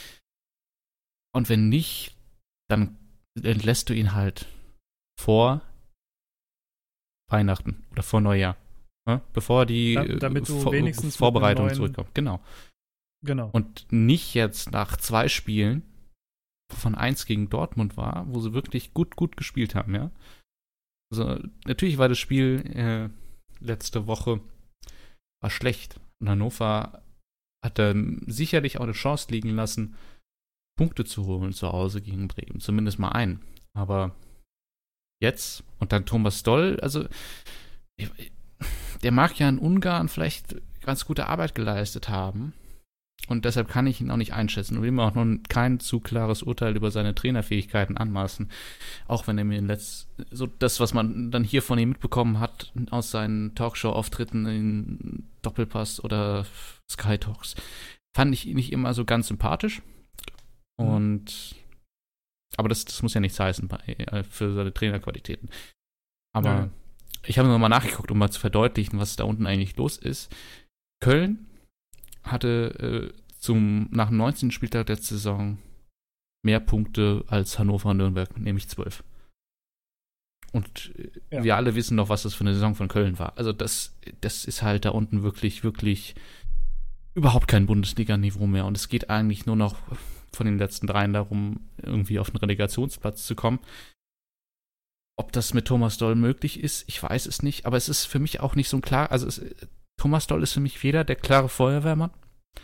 Und wenn nicht, dann entlässt du ihn halt vor Weihnachten oder vor Neujahr. Ja? Bevor die Da, damit du Vor- wenigstens Vorbereitung mit einem neuen- zurückkommt. Genau. Genau. Und nicht jetzt nach zwei Spielen, wovon eins gegen Dortmund war, wo sie wirklich gut, gut gespielt haben, ja. Also natürlich war das Spiel äh, letzte Woche war schlecht. Und Hannover hat dann sicherlich auch eine Chance liegen lassen, Punkte zu holen zu Hause gegen Bremen. Zumindest mal einen. Aber jetzt und dann Thomas Doll, also der mag ja in Ungarn vielleicht ganz gute Arbeit geleistet haben. Und deshalb kann ich ihn auch nicht einschätzen und will mir auch noch kein zu klares Urteil über seine Trainerfähigkeiten anmaßen. Auch wenn er mir in letzt, so das, was man dann hier von ihm mitbekommen hat, aus seinen Talkshow-Auftritten in Doppelpass oder Sky Talks, fand ich ihn nicht immer so ganz sympathisch. Und aber das, das muss ja nichts heißen bei, für seine Trainerqualitäten. Aber ja. Ich habe nochmal nachgeguckt, um mal zu verdeutlichen, was da unten eigentlich los ist. Köln hatte äh, zum, nach dem neunzehnten Spieltag der Saison mehr Punkte als Hannover und Nürnberg, nämlich zwölf. Und äh, ja. wir alle wissen noch, was das für eine Saison von Köln war. Also das, das ist halt da unten wirklich, wirklich überhaupt kein Bundesliga-Niveau mehr. Und es geht eigentlich nur noch von den letzten dreien darum, irgendwie auf den Relegationsplatz zu kommen. Ob das mit Thomas Doll möglich ist, ich weiß es nicht. Aber es ist für mich auch nicht so ein klar, also es, Thomas Doll ist für mich weder der klare Feuerwehrmann,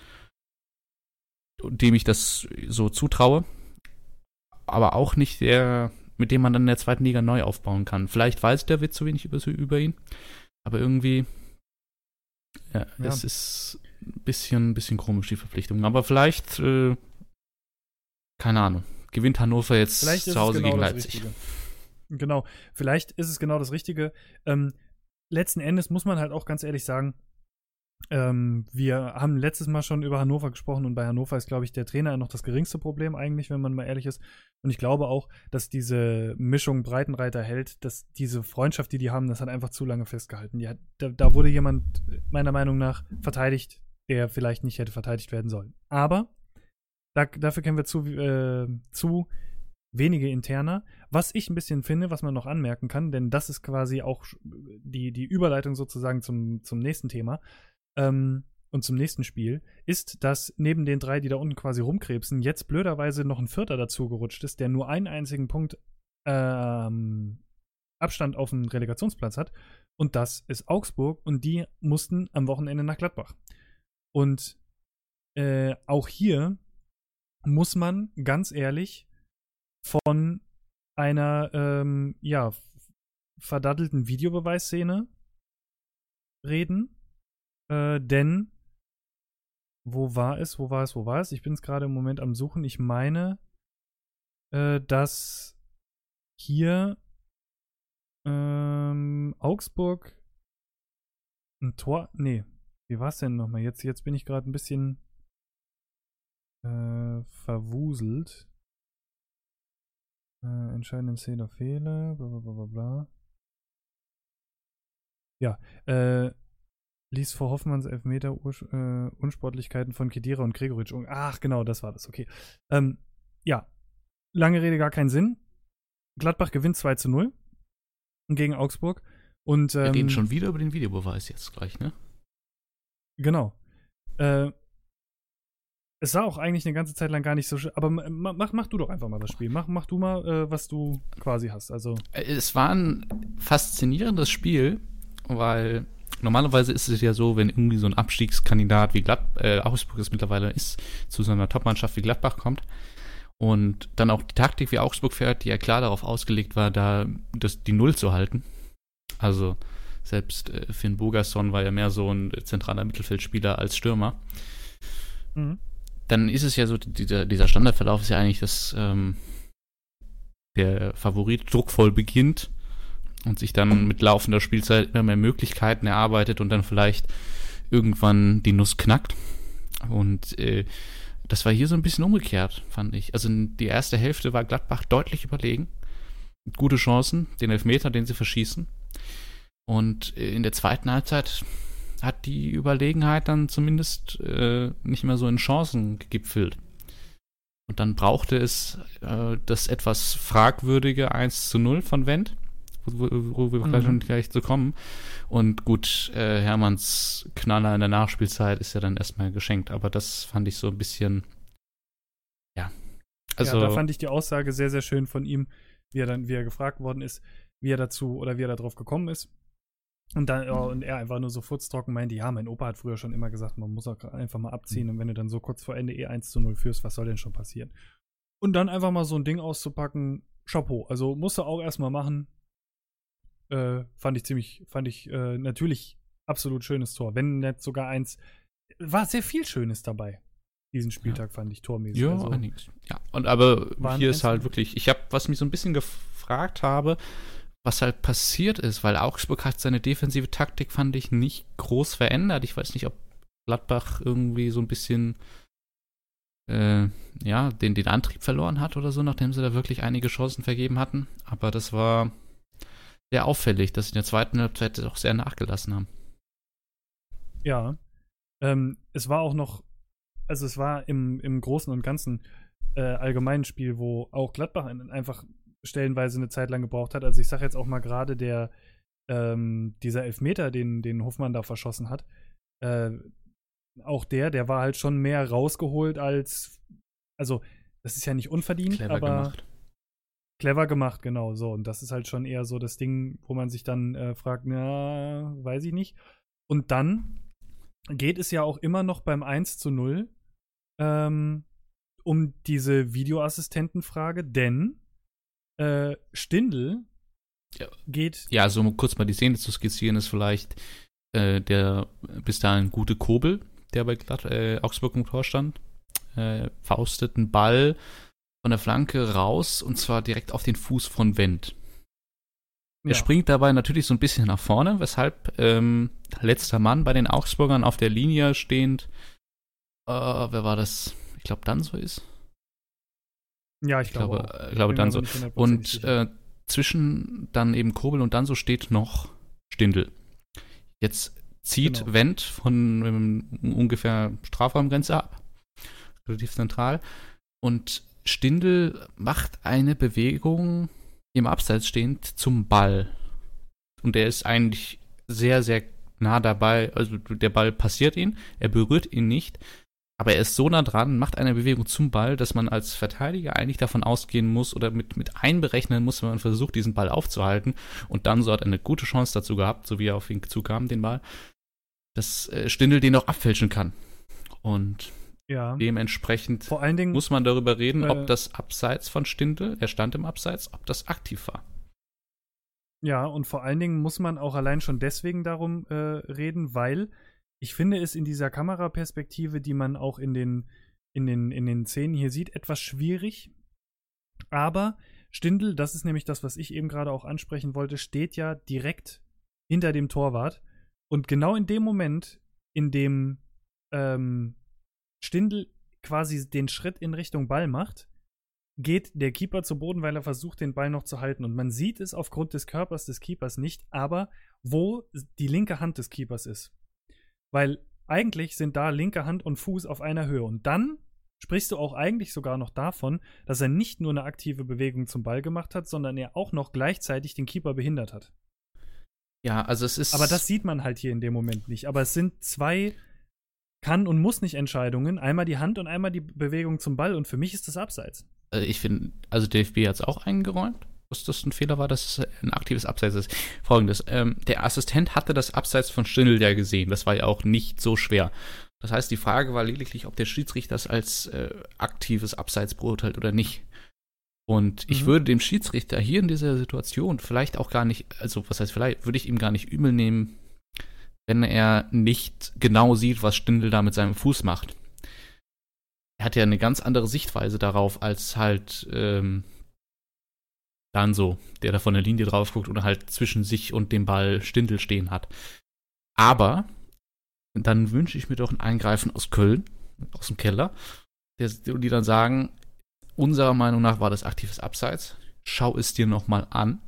dem ich das so zutraue, aber auch nicht der, mit dem man dann in der zweiten Liga neu aufbauen kann. Vielleicht weiß der Witz zu wenig über, über ihn, aber irgendwie, ja, ja. es ist ein bisschen, ein bisschen komisch, die Verpflichtung. Aber vielleicht, äh, keine Ahnung, gewinnt Hannover jetzt Vielleicht zu Hause genau gegen das Leipzig. Richtige. Genau, vielleicht ist es genau das Richtige. Ähm, letzten Endes muss man halt auch ganz ehrlich sagen, ähm, wir haben letztes Mal schon über Hannover gesprochen und bei Hannover ist, glaube ich, der Trainer noch das geringste Problem eigentlich, wenn man mal ehrlich ist. Und ich glaube auch, dass diese Mischung Breitenreiter hält, dass diese Freundschaft, die die haben, das hat einfach zu lange festgehalten. Die hat, da, da wurde jemand meiner Meinung nach verteidigt, der vielleicht nicht hätte verteidigt werden sollen. Aber da, dafür kennen wir zu, äh, zu wenige Interner. Was ich ein bisschen finde, was man noch anmerken kann, denn das ist quasi auch die, die Überleitung sozusagen zum, zum nächsten Thema ähm, und zum nächsten Spiel, ist, dass neben den drei, die da unten quasi rumkrebsen, jetzt blöderweise noch ein Vierter dazu gerutscht ist, der nur einen einzigen Punkt ähm, Abstand auf den Relegationsplatz hat. Und das ist Augsburg. Und die mussten am Wochenende nach Gladbach. Und äh, auch hier muss man ganz ehrlich von einer ähm, ja, verdattelten Videobeweisszene reden. Äh, denn wo war es, wo war es, wo war es? Ich bin es gerade im Moment am Suchen. Ich meine, äh, dass hier ähm, Augsburg ein Tor, nee, wie war es denn nochmal? Jetzt, jetzt bin ich gerade ein bisschen äh, verwuselt. Äh, entscheidenden Szene Fehler, bla bla bla bla. Ja, äh, ließ vor Hoffmanns Elfmeter Urs- äh, Unsportlichkeiten von Khedira und Gregoritsch. Ach, genau, das war das, okay. Ähm, ja, lange Rede, gar keinen Sinn. Gladbach gewinnt zwei zu null gegen Augsburg. Und, ähm, Wir reden schon wieder über den Videobeweis jetzt gleich, ne? Genau. Äh, es sah auch eigentlich eine ganze Zeit lang gar nicht so schön, aber mach, mach, mach du doch einfach mal das Spiel. Mach, mach du mal, äh, was du quasi hast. Also Es war ein faszinierendes Spiel, weil normalerweise ist es ja so, wenn irgendwie so ein Abstiegskandidat wie Glad äh, Augsburg es mittlerweile ist, zu so einer Topmannschaft wie Gladbach kommt und dann auch die Taktik wie Augsburg fährt, die ja klar darauf ausgelegt war, da das, die Null zu halten. Also selbst äh, Finn Bogason war ja mehr so ein zentraler Mittelfeldspieler als Stürmer. mhm. Dann ist es ja so, dieser, dieser Standardverlauf ist ja eigentlich, dass ähm, der Favorit druckvoll beginnt und sich dann mit laufender Spielzeit immer mehr Möglichkeiten erarbeitet und dann vielleicht irgendwann die Nuss knackt. Und äh, das war hier so ein bisschen umgekehrt, fand ich. Also die erste Hälfte war Gladbach deutlich überlegen. Gute Chancen, den Elfmeter, den sie verschießen. Und äh, in der zweiten Halbzeit hat die Überlegenheit dann zumindest äh, nicht mehr so in Chancen gegipfelt. Und dann brauchte es äh, das etwas fragwürdige eins zu null von Wendt, wo, wo wir mhm. schon gleich zu kommen. Und gut, äh, Hermanns Knaller in der Nachspielzeit ist ja dann erstmal geschenkt, aber das fand ich so ein bisschen, ja. Also, ja, da fand ich die Aussage sehr, sehr schön von ihm, wie er dann, wie er gefragt worden ist, wie er dazu oder wie er darauf gekommen ist. Und dann, oh, und er einfach nur so furztrocken meinte, ja, mein Opa hat früher schon immer gesagt, man muss auch einfach mal abziehen mhm. und wenn du dann so kurz vor Ende eh eins zu null führst, was soll denn schon passieren? Und dann einfach mal so ein Ding auszupacken, Chapeau. Also musste auch erstmal machen. Äh, fand ich ziemlich, fand ich äh, natürlich absolut schönes Tor. Wenn nicht sogar eins, war sehr viel Schönes dabei. Diesen Spieltag ja. fand ich tormäßig. Ja, also, einiges. Ja, und aber hier ist halt wirklich, ich habe, was mich so ein bisschen gefragt habe, was halt passiert ist, weil Augsburg hat seine defensive Taktik, fand ich, nicht groß verändert. Ich weiß nicht, ob Gladbach irgendwie so ein bisschen äh, ja, den, den Antrieb verloren hat oder so, nachdem sie da wirklich einige Chancen vergeben hatten. Aber das war sehr auffällig, dass sie in der zweiten Halbzeit auch sehr nachgelassen haben. Ja. Ähm, es war auch noch, also es war im, im Großen und Ganzen äh, allgemeinen Spiel, wo auch Gladbach einfach stellenweise eine Zeit lang gebraucht hat. Also ich sage jetzt auch mal gerade der ähm, dieser Elfmeter, den, den Hofmann da verschossen hat, äh, auch der, der war halt schon mehr rausgeholt als, also das ist ja nicht unverdient, clever aber gemacht. Clever gemacht, genau, so. Und das ist halt schon eher so das Ding, wo man sich dann äh, fragt, na, weiß ich nicht. Und dann geht es ja auch immer noch beim eins zu null ähm, um diese Videoassistentenfrage, denn Äh, Stindl ja. geht. Ja, also um kurz mal die Szene zu skizzieren, ist vielleicht äh, der bis dahin gute Kobel, der bei Glad äh, Augsburg im Tor stand, äh, faustet einen Ball von der Flanke raus und zwar direkt auf den Fuß von Wendt. Er Ja. springt dabei natürlich so ein bisschen nach vorne, weshalb ähm, letzter Mann bei den Augsburgern auf der Linie stehend, äh, wer war das? Ich glaube, Danso ist. Ja, ich, Ich glaube, glaube, auch. äh, ich glaube Bin mir aber Danso. nicht hundertprozentig Und sicher. äh, zwischen dann eben Kobel und Danso steht noch Stindl. Jetzt zieht Genau. Wendt von ähm, ungefähr Strafraumgrenze ab. Relativ zentral. Und Stindl macht eine Bewegung im Abseits stehend zum Ball. Und der ist eigentlich sehr, sehr nah dabei. Also der Ball passiert ihn, er berührt ihn nicht. Aber er ist so nah dran, macht eine Bewegung zum Ball, dass man als Verteidiger eigentlich davon ausgehen muss oder mit, mit einberechnen muss, wenn man versucht, diesen Ball aufzuhalten. Und dann so hat er eine gute Chance dazu gehabt, so wie er auf ihn zukam, den Ball, dass äh, Stindl den auch abfälschen kann. Und Ja. dementsprechend Vor allen Dingen muss man darüber reden, äh, ob das Abseits von Stindl, er stand im Abseits, ob das aktiv war. Ja, und vor allen Dingen muss man auch allein schon deswegen darum äh, reden, weil ich finde es in dieser Kameraperspektive, die man auch in den, in den, in den Szenen hier sieht, etwas schwierig. Aber Stindl, das ist nämlich das, was ich eben gerade auch ansprechen wollte, steht ja direkt hinter dem Torwart. Und genau in dem Moment, in dem ähm, Stindl quasi den Schritt in Richtung Ball macht, geht der Keeper zu Boden, weil er versucht, den Ball noch zu halten. Und man sieht es aufgrund des Körpers des Keepers nicht, aber wo die linke Hand des Keepers ist. Weil eigentlich sind da linke Hand und Fuß auf einer Höhe. Und dann sprichst du auch eigentlich sogar noch davon, dass er nicht nur eine aktive Bewegung zum Ball gemacht hat, sondern er auch noch gleichzeitig den Keeper behindert hat. Ja, also es ist. Aber das sieht man halt hier in dem Moment nicht. Aber es sind zwei Kann- und Muss-nicht-Entscheidungen. Einmal die Hand und einmal die Bewegung zum Ball. Und für mich ist das Abseits. Äh, ich finde, also D F B hat es auch eingeräumt, dass das ein Fehler war, dass es ein aktives Abseits ist. Folgendes, ähm, der Assistent hatte das Abseits von Stindl ja gesehen. Das war ja auch nicht so schwer. Das heißt, die Frage war lediglich, ob der Schiedsrichter das als äh, aktives Abseits beurteilt oder nicht. Und ich Mhm. würde dem Schiedsrichter hier in dieser Situation vielleicht auch gar nicht, also was heißt vielleicht, würde ich ihm gar nicht übel nehmen, wenn er nicht genau sieht, was Stindl da mit seinem Fuß macht. Er hat ja eine ganz andere Sichtweise darauf, als halt ähm, dann so, der da von der Linie drauf guckt und halt zwischen sich und dem Ball Stindl stehen hat. Aber dann wünsche ich mir doch ein Eingreifen aus Köln, aus dem Keller, der, die dann sagen, unserer Meinung nach war das aktives Abseits, schau es dir nochmal an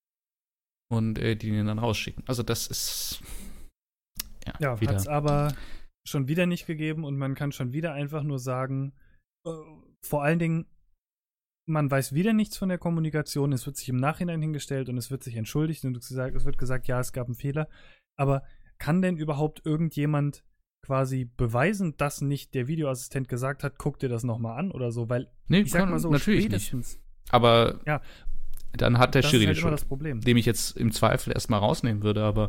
und äh, die ihn dann rausschicken. Also das ist ja, Ja, hat wieder. es aber schon wieder nicht gegeben und man kann schon wieder einfach nur sagen, äh, vor allen Dingen, man weiß wieder nichts von der Kommunikation, es wird sich im Nachhinein hingestellt und es wird sich entschuldigt und es wird gesagt, ja, es gab einen Fehler, aber kann denn überhaupt irgendjemand quasi beweisen, dass nicht der Videoassistent gesagt hat, guck dir das nochmal an oder so, weil Nee, ich sag kann, mal so, natürlich spätestens, nicht. Aber ja, dann hat der das Schiri ist halt die immer Schuld, das Problem. dem ich jetzt im Zweifel erstmal rausnehmen würde, aber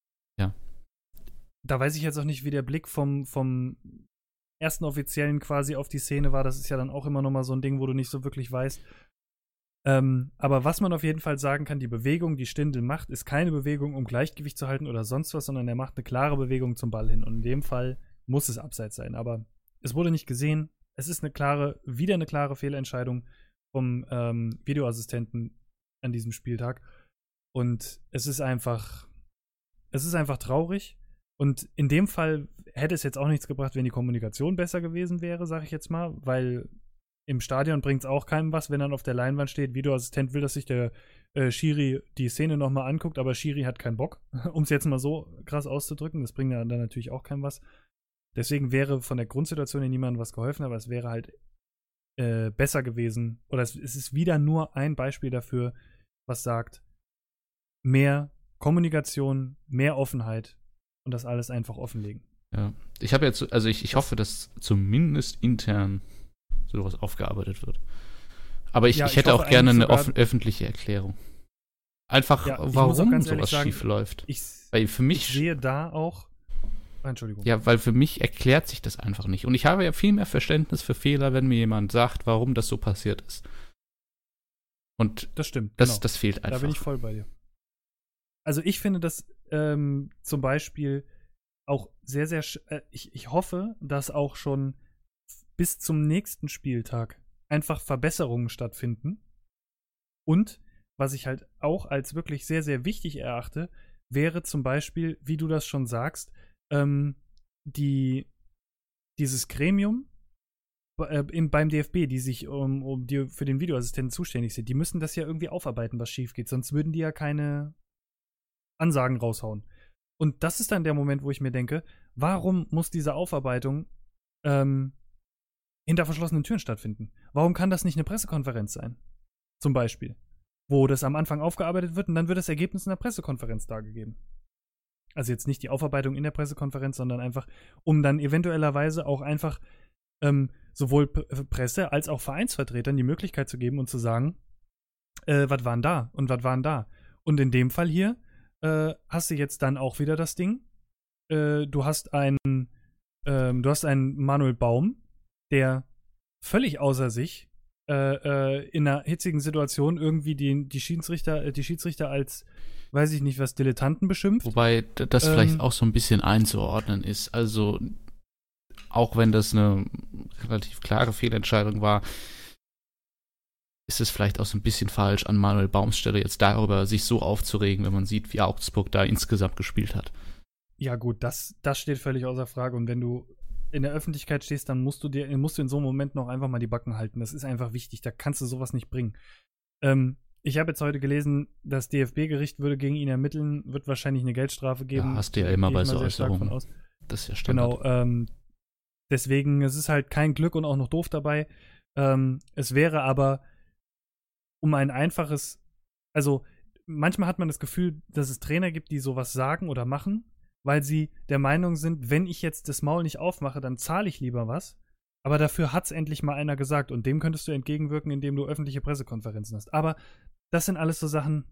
Da weiß ich jetzt auch nicht, wie der Blick vom, vom ersten Offiziellen quasi auf die Szene war. Das ist ja dann auch immer noch mal so ein Ding, wo du nicht so wirklich weißt. Ähm, aber was man auf jeden Fall sagen kann, die Bewegung, die Stindl macht, ist keine Bewegung, um Gleichgewicht zu halten oder sonst was, sondern er macht eine klare Bewegung zum Ball hin. Und in dem Fall muss es abseits sein. Aber es wurde nicht gesehen. Es ist eine klare, wieder eine klare Fehlentscheidung vom ähm, Videoassistenten an diesem Spieltag. Und es ist einfach, es ist einfach traurig. Und in dem Fall hätte es jetzt auch nichts gebracht, wenn die Kommunikation besser gewesen wäre, sag ich jetzt mal, weil im Stadion bringt es auch keinem was, wenn dann auf der Leinwand steht, Videoassistent will, dass sich der äh, Schiri die Szene nochmal anguckt, aber Schiri hat keinen Bock, um es jetzt mal so krass auszudrücken. Das bringt dann natürlich auch keinem was. Deswegen wäre von der Grundsituation hier niemandem was geholfen, aber es wäre halt äh, besser gewesen. Oder es, es ist wieder nur ein Beispiel dafür, was sagt, mehr Kommunikation, mehr Offenheit und das alles einfach offenlegen. ja. Ich habe jetzt, also ich, ich hoffe, dass zumindest intern sowas aufgearbeitet wird. Aber ich, Ja, ich ich hätte hoffe auch gerne eine eigentlich offen, öffentliche Erklärung. Einfach, Ja, ich muss auch warum ganz ehrlich sowas sagen, schief läuft. Ich, Weil für ich mich, sehe da auch. Ah, Entschuldigung. ja, weil für mich erklärt sich das einfach nicht. Und ich habe ja viel mehr Verständnis für Fehler, wenn mir jemand sagt, warum das so passiert ist. Und Das stimmt. das, genau. das fehlt einfach. Da bin ich voll bei dir. Also ich finde das ähm, zum Beispiel auch sehr, sehr, sch- äh, ich, ich hoffe, dass auch schon bis zum nächsten Spieltag einfach Verbesserungen stattfinden. Und was ich halt auch als wirklich sehr, sehr wichtig erachte, wäre zum Beispiel, wie du das schon sagst, ähm, die, dieses Gremium äh, im, beim D F B, die sich um, um die für den Videoassistenten zuständig sind, die müssen das ja irgendwie aufarbeiten, was schief geht, sonst würden die ja keine Ansagen raushauen. Und das ist dann der Moment, wo ich mir denke, warum muss diese Aufarbeitung ähm, hinter verschlossenen Türen stattfinden? Warum kann das nicht eine Pressekonferenz sein? Zum Beispiel. Wo das am Anfang aufgearbeitet wird und dann wird das Ergebnis in der Pressekonferenz dargegeben. Also jetzt nicht die Aufarbeitung in der Pressekonferenz, sondern einfach, um dann eventuellerweise auch einfach ähm, sowohl P- Presse als auch Vereinsvertretern die Möglichkeit zu geben und zu sagen, äh, was waren da und was waren da. Und in dem Fall hier äh, hast du jetzt dann auch wieder das Ding, äh, du hast einen, ähm, du hast einen Manuel Baum, der völlig außer sich äh, äh, in einer hitzigen Situation irgendwie die, die Schiedsrichter, die Schiedsrichter als, weiß ich nicht was, Dilettanten beschimpft. Wobei d- das Ähm, vielleicht auch so ein bisschen einzuordnen ist. Also, auch wenn das eine relativ klare Fehlentscheidung war, ist es vielleicht auch so ein bisschen falsch, an Manuel Baums Stelle jetzt darüber sich so aufzuregen, wenn man sieht, wie Augsburg da insgesamt gespielt hat. Ja, gut, das, das steht völlig außer Frage. Und wenn du in der Öffentlichkeit stehst, dann musst du dir, musst du in so einem Moment noch einfach mal die Backen halten. Das ist einfach wichtig. Da kannst du sowas nicht bringen. Ähm, ich habe jetzt heute gelesen, das D F B-Gericht würde gegen ihn ermitteln, wird wahrscheinlich eine Geldstrafe geben. Ja, hast du ja immer bei so Äußerungen. Das ist ja Standard. Genau, ähm, deswegen, es ist halt kein Glück und auch noch doof dabei. Ähm, es wäre aber um ein einfaches, also manchmal hat man das Gefühl, dass es Trainer gibt, die sowas sagen oder machen, weil sie der Meinung sind, wenn ich jetzt das Maul nicht aufmache, dann zahle ich lieber was. Aber dafür hat's endlich mal einer gesagt und dem könntest du entgegenwirken, indem du öffentliche Pressekonferenzen hast. Aber das sind alles so Sachen,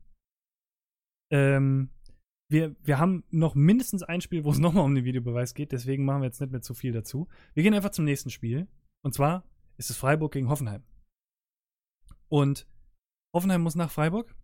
ähm, wir, wir haben noch mindestens ein Spiel, wo es nochmal um den Videobeweis geht, deswegen machen wir jetzt nicht mehr zu viel dazu. Wir gehen einfach zum nächsten Spiel. Und zwar ist es Freiburg gegen Hoffenheim. Und Hoffenheim muss nach Freiburg.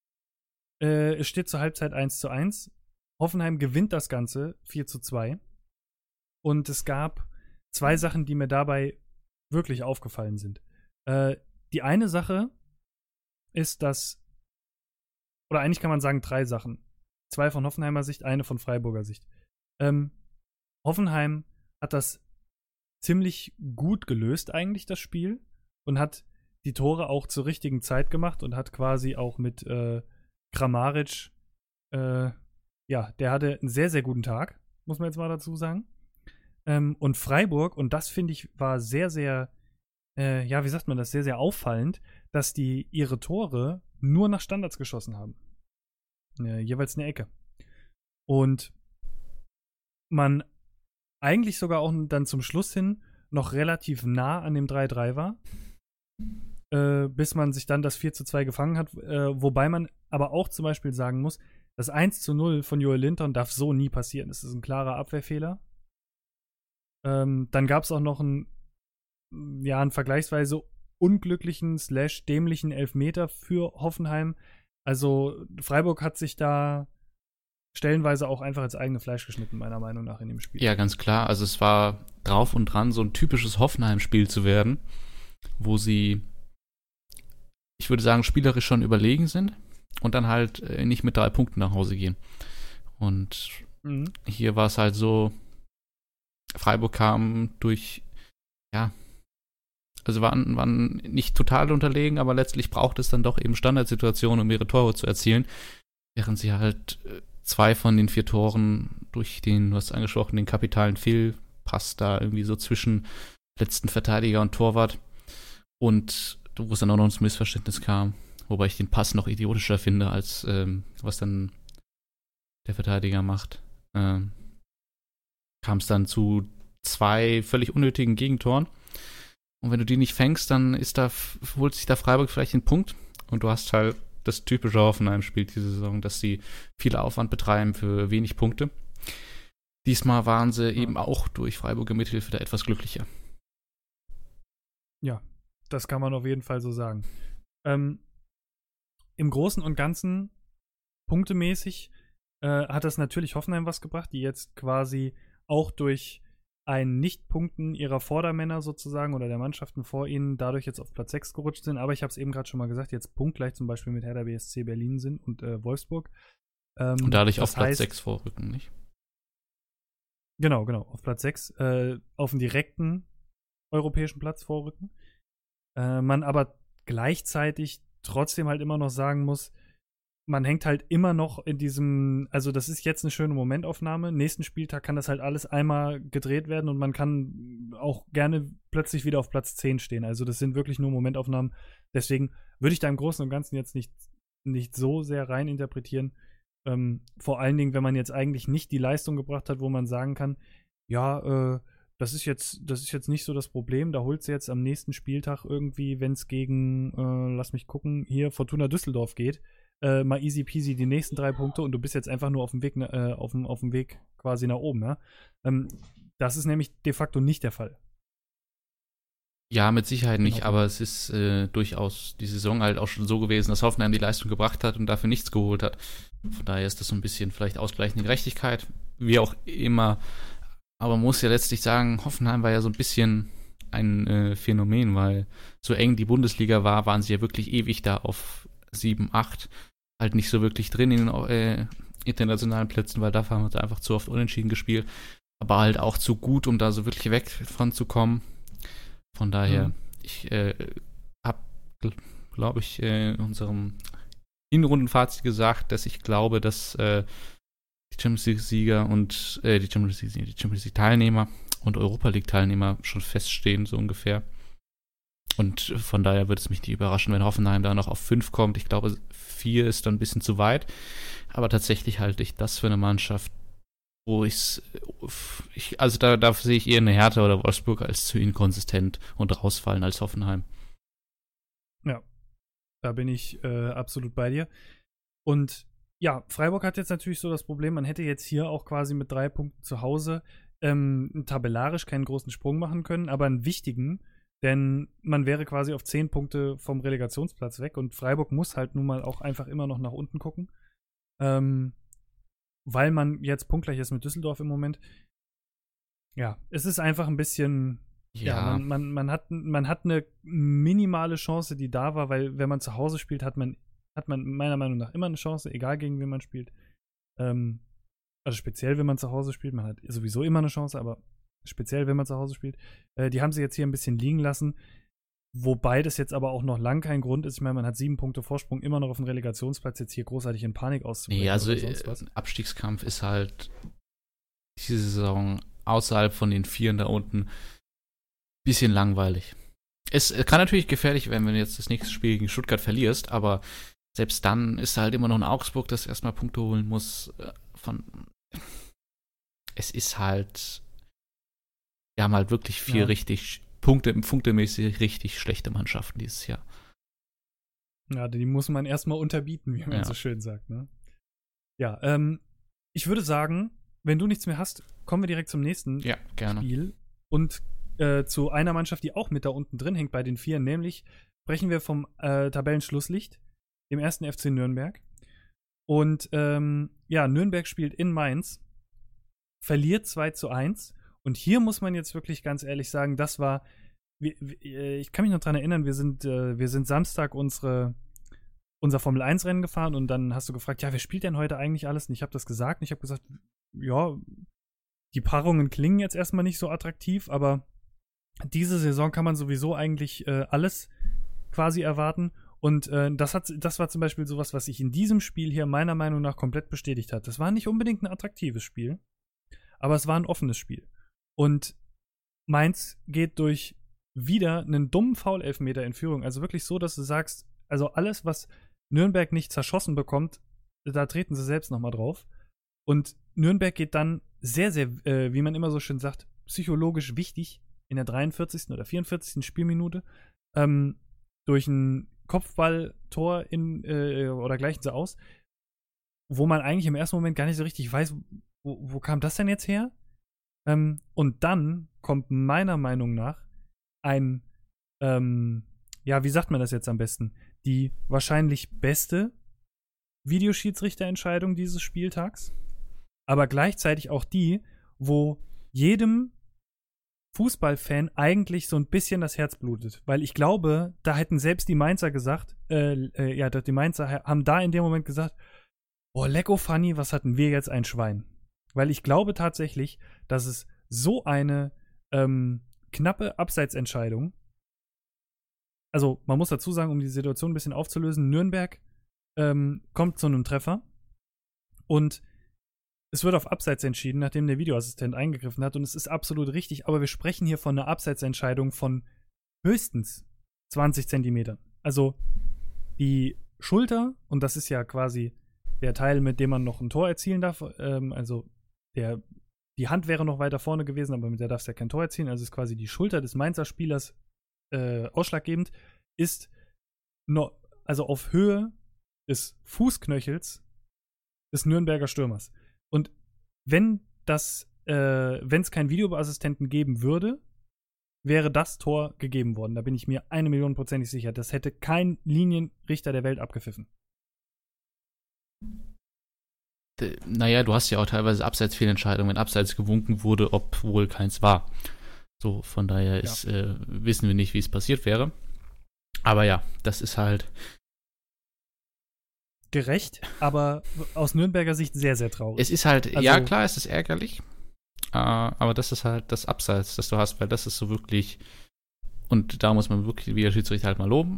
Äh, es steht zur Halbzeit eins zu eins. Hoffenheim gewinnt das Ganze vier zu zwei. Und es gab zwei Sachen, die mir dabei wirklich aufgefallen sind. Äh, die eine Sache ist, dass, oder eigentlich kann man sagen drei Sachen. Zwei von Hoffenheimer Sicht, eine von Freiburger Sicht. Ähm, Hoffenheim hat das ziemlich gut gelöst eigentlich, das Spiel. Und hat die Tore auch zur richtigen Zeit gemacht und hat quasi auch mit äh, Kramaric, äh, ja, der hatte einen sehr, sehr guten Tag, muss man jetzt mal dazu sagen. Ähm, und Freiburg, und das finde ich war sehr, sehr, äh, ja, wie sagt man das, sehr, sehr auffallend, dass die ihre Tore nur nach Standards geschossen haben. Äh, jeweils eine Ecke. Und man eigentlich sogar auch dann zum Schluss hin noch relativ nah an dem drei drei war. Äh, bis man sich dann das vier zu zwei gefangen hat, äh, wobei man aber auch zum Beispiel sagen muss, das eins zu null von Joel Linton darf so nie passieren. Das ist ein klarer Abwehrfehler. Ähm, dann gab es auch noch einen, ja, einen vergleichsweise unglücklichen slash dämlichen Elfmeter für Hoffenheim. Also Freiburg hat sich da stellenweise auch einfach ins eigene Fleisch geschnitten, meiner Meinung nach, in dem Spiel. Ja, ganz klar. Also es war drauf und dran, so ein typisches Hoffenheim-Spiel zu werden, wo sie, ich würde sagen, spielerisch schon überlegen sind und dann halt äh, nicht mit drei Punkten nach Hause gehen. Und mhm. hier war es halt so, Freiburg kam durch, ja, also waren, waren nicht total unterlegen, aber letztlich braucht es dann doch eben Standardsituationen, um ihre Tore zu erzielen, während sie halt äh, zwei von den vier Toren durch den, du hast angesprochen, den kapitalen Fehlpass da irgendwie so zwischen letzten Verteidiger und Torwart und wo es dann auch noch ins Missverständnis kam, wobei ich den Pass noch idiotischer finde, als ähm, was dann der Verteidiger macht. Ähm, kam es dann zu zwei völlig unnötigen Gegentoren. Und wenn du die nicht fängst, dann ist da, holt sich da Freiburg vielleicht den Punkt. Und du hast halt das typische Hoffenheim-Spiel diese Saison, dass sie viel Aufwand betreiben für wenig Punkte. Diesmal waren sie eben auch durch Freiburger Mithilfe da etwas glücklicher. Ja, das kann man auf jeden Fall so sagen. Ähm, im Großen und Ganzen, punktemäßig, äh, hat das natürlich Hoffenheim was gebracht, die jetzt quasi auch durch ein Nichtpunkten ihrer Vordermänner sozusagen oder der Mannschaften vor ihnen dadurch jetzt auf Platz sechs gerutscht sind. Aber ich habe es eben gerade schon mal gesagt, jetzt punktgleich zum Beispiel mit Hertha B S C Berlin sind und äh, Wolfsburg. Ähm, und dadurch auf Platz heißt, sechs vorrücken, nicht? Genau, genau, auf Platz sechs, äh, auf den direkten europäischen Platz vorrücken. Äh, man aber gleichzeitig trotzdem halt immer noch sagen muss, man hängt halt immer noch in diesem, also das ist jetzt eine schöne Momentaufnahme. Nächsten Spieltag kann das halt alles einmal gedreht werden und man kann auch gerne plötzlich wieder auf Platz zehn stehen. Also das sind wirklich nur Momentaufnahmen. Deswegen würde ich da im Großen und Ganzen jetzt nicht, nicht so sehr rein interpretieren. Ähm, vor allen Dingen, wenn man jetzt eigentlich nicht die Leistung gebracht hat, wo man sagen kann, ja, äh, das ist jetzt, das ist jetzt nicht so das Problem. Da holt sie jetzt am nächsten Spieltag irgendwie, wenn es gegen, äh, lass mich gucken, hier Fortuna Düsseldorf geht, äh, mal easy peasy die nächsten drei Punkte und du bist jetzt einfach nur auf dem Weg, äh, auf dem, auf dem Weg quasi nach oben. Ja? Ähm, das ist nämlich de facto nicht der Fall. Ja, mit Sicherheit nicht, Genau. aber es ist äh, durchaus die Saison halt auch schon so gewesen, dass Hoffenheim die Leistung gebracht hat und dafür nichts geholt hat. Von daher ist das so ein bisschen vielleicht ausgleichende Gerechtigkeit, wie auch immer. Aber man muss ja letztlich sagen, Hoffenheim war ja so ein bisschen ein äh, Phänomen, weil so eng die Bundesliga war, waren sie ja wirklich ewig da auf sieben, acht, halt nicht so wirklich drin in den äh, internationalen Plätzen, weil dafür haben wir einfach zu oft unentschieden gespielt, aber halt auch zu gut, um da so wirklich weg von zu kommen. Von daher, mhm. ich äh, habe, glaube ich, äh, in unserem Hinrundenfazit gesagt, dass ich glaube, dass äh, die Champions League-Sieger und äh, die Champions League, die Champions League-Teilnehmer und Europa League-Teilnehmer schon feststehen, so ungefähr. Und von daher würde es mich nicht überraschen, wenn Hoffenheim da noch auf fünf kommt. Ich glaube, vier ist dann ein bisschen zu weit. Aber tatsächlich halte ich das für eine Mannschaft, wo ich's, ich, also da, da sehe ich eher eine Hertha oder Wolfsburg als zu inkonsistent und rausfallen als Hoffenheim. Ja, da bin ich äh, absolut bei dir. Und ja, Freiburg hat jetzt natürlich so das Problem, man hätte jetzt hier auch quasi mit drei Punkten zu Hause ähm, tabellarisch keinen großen Sprung machen können, aber einen wichtigen, denn man wäre quasi auf zehn Punkte vom Relegationsplatz weg und Freiburg muss halt nun mal auch einfach immer noch nach unten gucken. Ähm, weil man jetzt punktgleich ist mit Düsseldorf im Moment. Ja, es ist einfach ein bisschen, ja, ja man, man, man, hat, man hat eine minimale Chance, die da war, weil wenn man zu Hause spielt, hat man, hat man meiner Meinung nach immer eine Chance, egal gegen wen man spielt. Ähm, also speziell, wenn man zu Hause spielt, man hat sowieso immer eine Chance, aber speziell, wenn man zu Hause spielt. Äh, die haben sie jetzt hier ein bisschen liegen lassen. Wobei das jetzt aber auch noch lang kein Grund ist. Ich meine, man hat sieben Punkte Vorsprung immer noch auf dem Relegationsplatz, jetzt hier großartig in Panik auszubrechen. Nee, also Abstiegskampf ist halt diese Saison außerhalb von den Vieren da unten ein bisschen langweilig. Es kann natürlich gefährlich werden, wenn du jetzt das nächste Spiel gegen Stuttgart verlierst, aber selbst dann ist halt immer noch ein Augsburg, das erstmal Punkte holen muss. Von es ist halt, wir haben halt wirklich vier ja. richtig Punkte, punktemäßig richtig schlechte Mannschaften dieses Jahr. Ja, die muss man erstmal unterbieten, wie man ja. so schön sagt, ne? Ja, ähm, ich würde sagen, wenn du nichts mehr hast, kommen wir direkt zum nächsten ja, gerne. Spiel und äh, zu einer Mannschaft, die auch mit da unten drin hängt bei den Vieren, nämlich sprechen wir vom äh, Tabellenschlusslicht, dem ersten F C Nürnberg. Und ähm, ja, Nürnberg spielt in Mainz, verliert zwei zu eins. Und hier muss man jetzt wirklich ganz ehrlich sagen, das war, ich kann mich noch dran erinnern, wir sind, wir sind Samstag unsere, unser Formel eins Rennen gefahren und dann hast du gefragt, ja, wer spielt denn heute eigentlich alles? Und ich habe das gesagt und ich habe gesagt, ja, die Paarungen klingen jetzt erstmal nicht so attraktiv, aber diese Saison kann man sowieso eigentlich äh, alles quasi erwarten. Und äh, das, hat, das war zum Beispiel sowas, was sich in diesem Spiel hier meiner Meinung nach komplett bestätigt hat. Das war nicht unbedingt ein attraktives Spiel, aber es war ein offenes Spiel. Und Mainz geht durch wieder einen dummen Foul-Elfmeter in Führung. Also wirklich so, dass du sagst, also alles, was Nürnberg nicht zerschossen bekommt, da treten sie selbst nochmal drauf. Und Nürnberg geht dann sehr, sehr, äh, wie man immer so schön sagt, psychologisch wichtig in der dreiundvierzigsten oder vierundvierzigsten Spielminute ähm, durch ein Kopfballtor in, äh, oder gleichen sie aus, wo man eigentlich im ersten Moment gar nicht so richtig weiß, wo, wo kam das denn jetzt her? Ähm, und dann kommt meiner Meinung nach ein, ähm, ja, wie sagt man das jetzt am besten? Die wahrscheinlich beste Videoschiedsrichterentscheidung dieses Spieltags, aber gleichzeitig auch die, wo jedem Fußballfan eigentlich so ein bisschen das Herz blutet. Weil ich glaube, da hätten selbst die Mainzer gesagt, äh, äh, ja, die Mainzer haben da in dem Moment gesagt, boah, lecko funny, was hatten wir jetzt ein Schwein? Weil ich glaube tatsächlich, dass es so eine ähm, knappe Abseitsentscheidung, also man muss dazu sagen, um die Situation ein bisschen aufzulösen, Nürnberg ähm, kommt zu einem Treffer und es wird auf Abseits entschieden, nachdem der Videoassistent eingegriffen hat und es ist absolut richtig, aber wir sprechen hier von einer Abseitsentscheidung von höchstens zwanzig Zentimetern. Also die Schulter, und das ist ja quasi der Teil, mit dem man noch ein Tor erzielen darf, ähm, also der, die Hand wäre noch weiter vorne gewesen, aber mit der darfst du ja kein Tor erzielen, also ist quasi die Schulter des Mainzer Spielers äh, ausschlaggebend, ist no, also auf Höhe des Fußknöchels des Nürnberger Stürmers. Und wenn das, äh, wenn es keinen Videoassistenten geben würde, wäre das Tor gegeben worden. Da bin ich mir eine Million prozentig sicher. Das hätte kein Linienrichter der Welt abgepfiffen. Naja, du hast ja auch teilweise Abseitsfehlentscheidungen, wenn Abseits gewunken wurde, obwohl keins war. So, von daher Ja. ist, äh, wissen wir nicht, wie es passiert wäre. Aber ja, das ist halt gerecht, aber aus Nürnberger Sicht sehr, sehr traurig. Es ist halt, Also, ja klar, es ist ärgerlich, äh, aber das ist halt das Abseits, das du hast, weil das ist so wirklich, und da muss man wirklich wie der Schiedsrichter halt mal loben.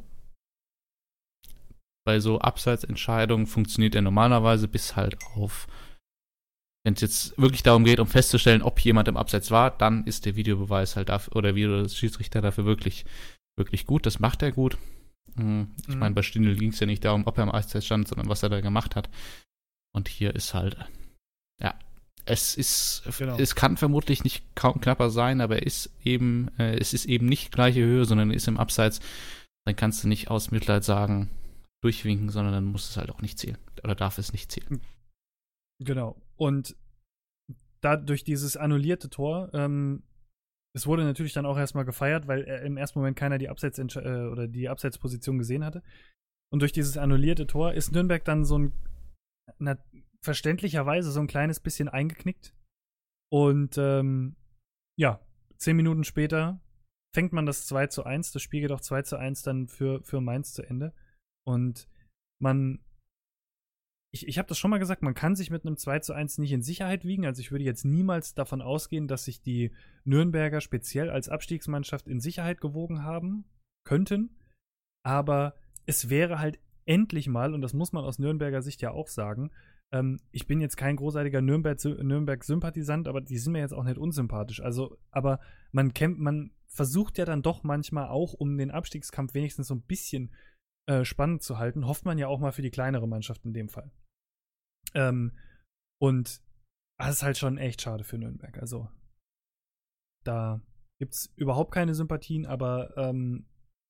Bei so Abseitsentscheidungen funktioniert er normalerweise bis halt auf, wenn es jetzt wirklich darum geht, um festzustellen, ob jemand im Abseits war, dann ist der Videobeweis halt dafür, oder der Schiedsrichter dafür wirklich, wirklich gut, das macht er gut. Ich mhm. meine, bei Stindl ging es ja nicht darum, ob er im Eiszeit stand, sondern was er da gemacht hat. Und hier ist halt, ja, es ist, genau. Es kann vermutlich nicht kaum knapper sein, aber er ist eben, äh, es ist eben nicht gleiche Höhe, sondern ist im Abseits. Dann kannst du nicht aus Mitleid sagen, durchwinken, sondern dann muss es halt auch nicht zählen. Oder darf es nicht zählen. Genau. Und da durch dieses annullierte Tor, ähm, es wurde natürlich dann auch erstmal gefeiert, weil im ersten Moment keiner die Abseits- äh, oder die Abseitsposition gesehen hatte. Und durch dieses annullierte Tor ist Nürnberg dann so ein, na, verständlicherweise so ein kleines bisschen eingeknickt. Und ähm, ja, zehn Minuten später fängt man das zwei zu eins. Das Spiel geht auch zwei zu eins dann für, für Mainz zu Ende. Und man Ich, ich habe das schon mal gesagt, man kann sich mit einem zwei zu eins nicht in Sicherheit wiegen. Also ich würde jetzt niemals davon ausgehen, dass sich die Nürnberger speziell als Abstiegsmannschaft in Sicherheit gewogen haben könnten. Aber es wäre halt endlich mal, und das muss man aus Nürnberger Sicht ja auch sagen, ähm, ich bin jetzt kein großartiger Nürnberg-Sympathisant, aber die sind mir jetzt auch nicht unsympathisch. Also, aber man kämpft, man versucht ja dann doch manchmal auch, um den Abstiegskampf wenigstens so ein bisschen äh, spannend zu halten, hofft man ja auch mal für die kleinere Mannschaft in dem Fall. Ähm, und das ist halt schon echt schade für Nürnberg. Also, da gibt es überhaupt keine Sympathien, aber ähm,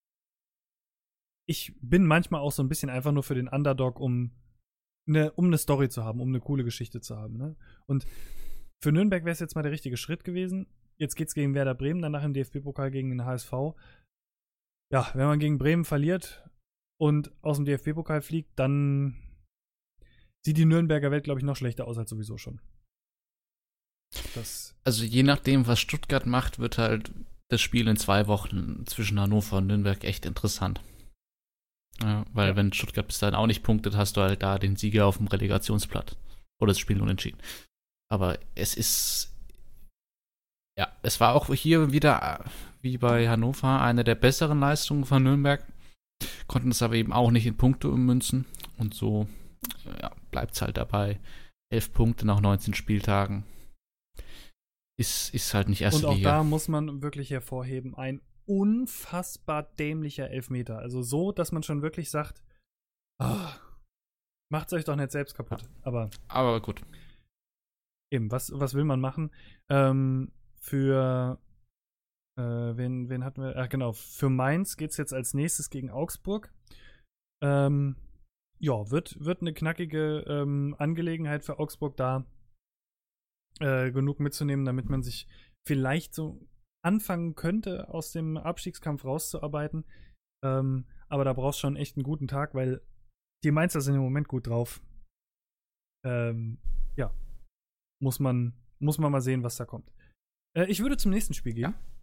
ich bin manchmal auch so ein bisschen einfach nur für den Underdog, um eine um eine Story zu haben, um eine coole Geschichte zu haben. Ne? Und für Nürnberg wäre es jetzt mal der richtige Schritt gewesen. Jetzt geht's gegen Werder Bremen, danach im D F B-Pokal gegen den H S V. Ja, wenn man gegen Bremen verliert und aus dem D F B-Pokal fliegt, dann sieht die Nürnberger Welt, glaube ich, noch schlechter aus als sowieso schon. Das also je nachdem, was Stuttgart macht, wird halt das Spiel in zwei Wochen zwischen Hannover und Nürnberg echt interessant. Ja, weil ja. wenn Stuttgart bis dahin auch nicht punktet, hast du halt da den Sieger auf dem Relegationsplatz. Oder das Spiel unentschieden. Aber es ist ja, es war auch hier wieder, wie bei Hannover, eine der besseren Leistungen von Nürnberg. Konnten es aber eben auch nicht in Punkte ummünzen. Und so ja, bleibt es halt dabei. Elf Punkte nach neunzehn Spieltagen. Ist, ist halt nicht erste Und auch Liga. da muss man wirklich hervorheben, ein unfassbar dämlicher Elfmeter. Also so, dass man schon wirklich sagt, oh, macht's euch doch nicht selbst kaputt. Ja. Aber, aber gut. Eben, was, was will man machen? Ähm, für äh, wen, wen hatten wir? Ach genau, für Mainz geht's jetzt als nächstes gegen Augsburg. Ähm, ja, wird, wird eine knackige ähm, Angelegenheit für Augsburg da äh, genug mitzunehmen, damit man sich vielleicht so anfangen könnte, aus dem Abstiegskampf rauszuarbeiten. Ähm, aber da brauchst du schon echt einen guten Tag, weil die Mainzer sind im Moment gut drauf. Ähm, ja. Muss man, muss man mal sehen, was da kommt. Äh, ich würde zum nächsten Spiel gehen.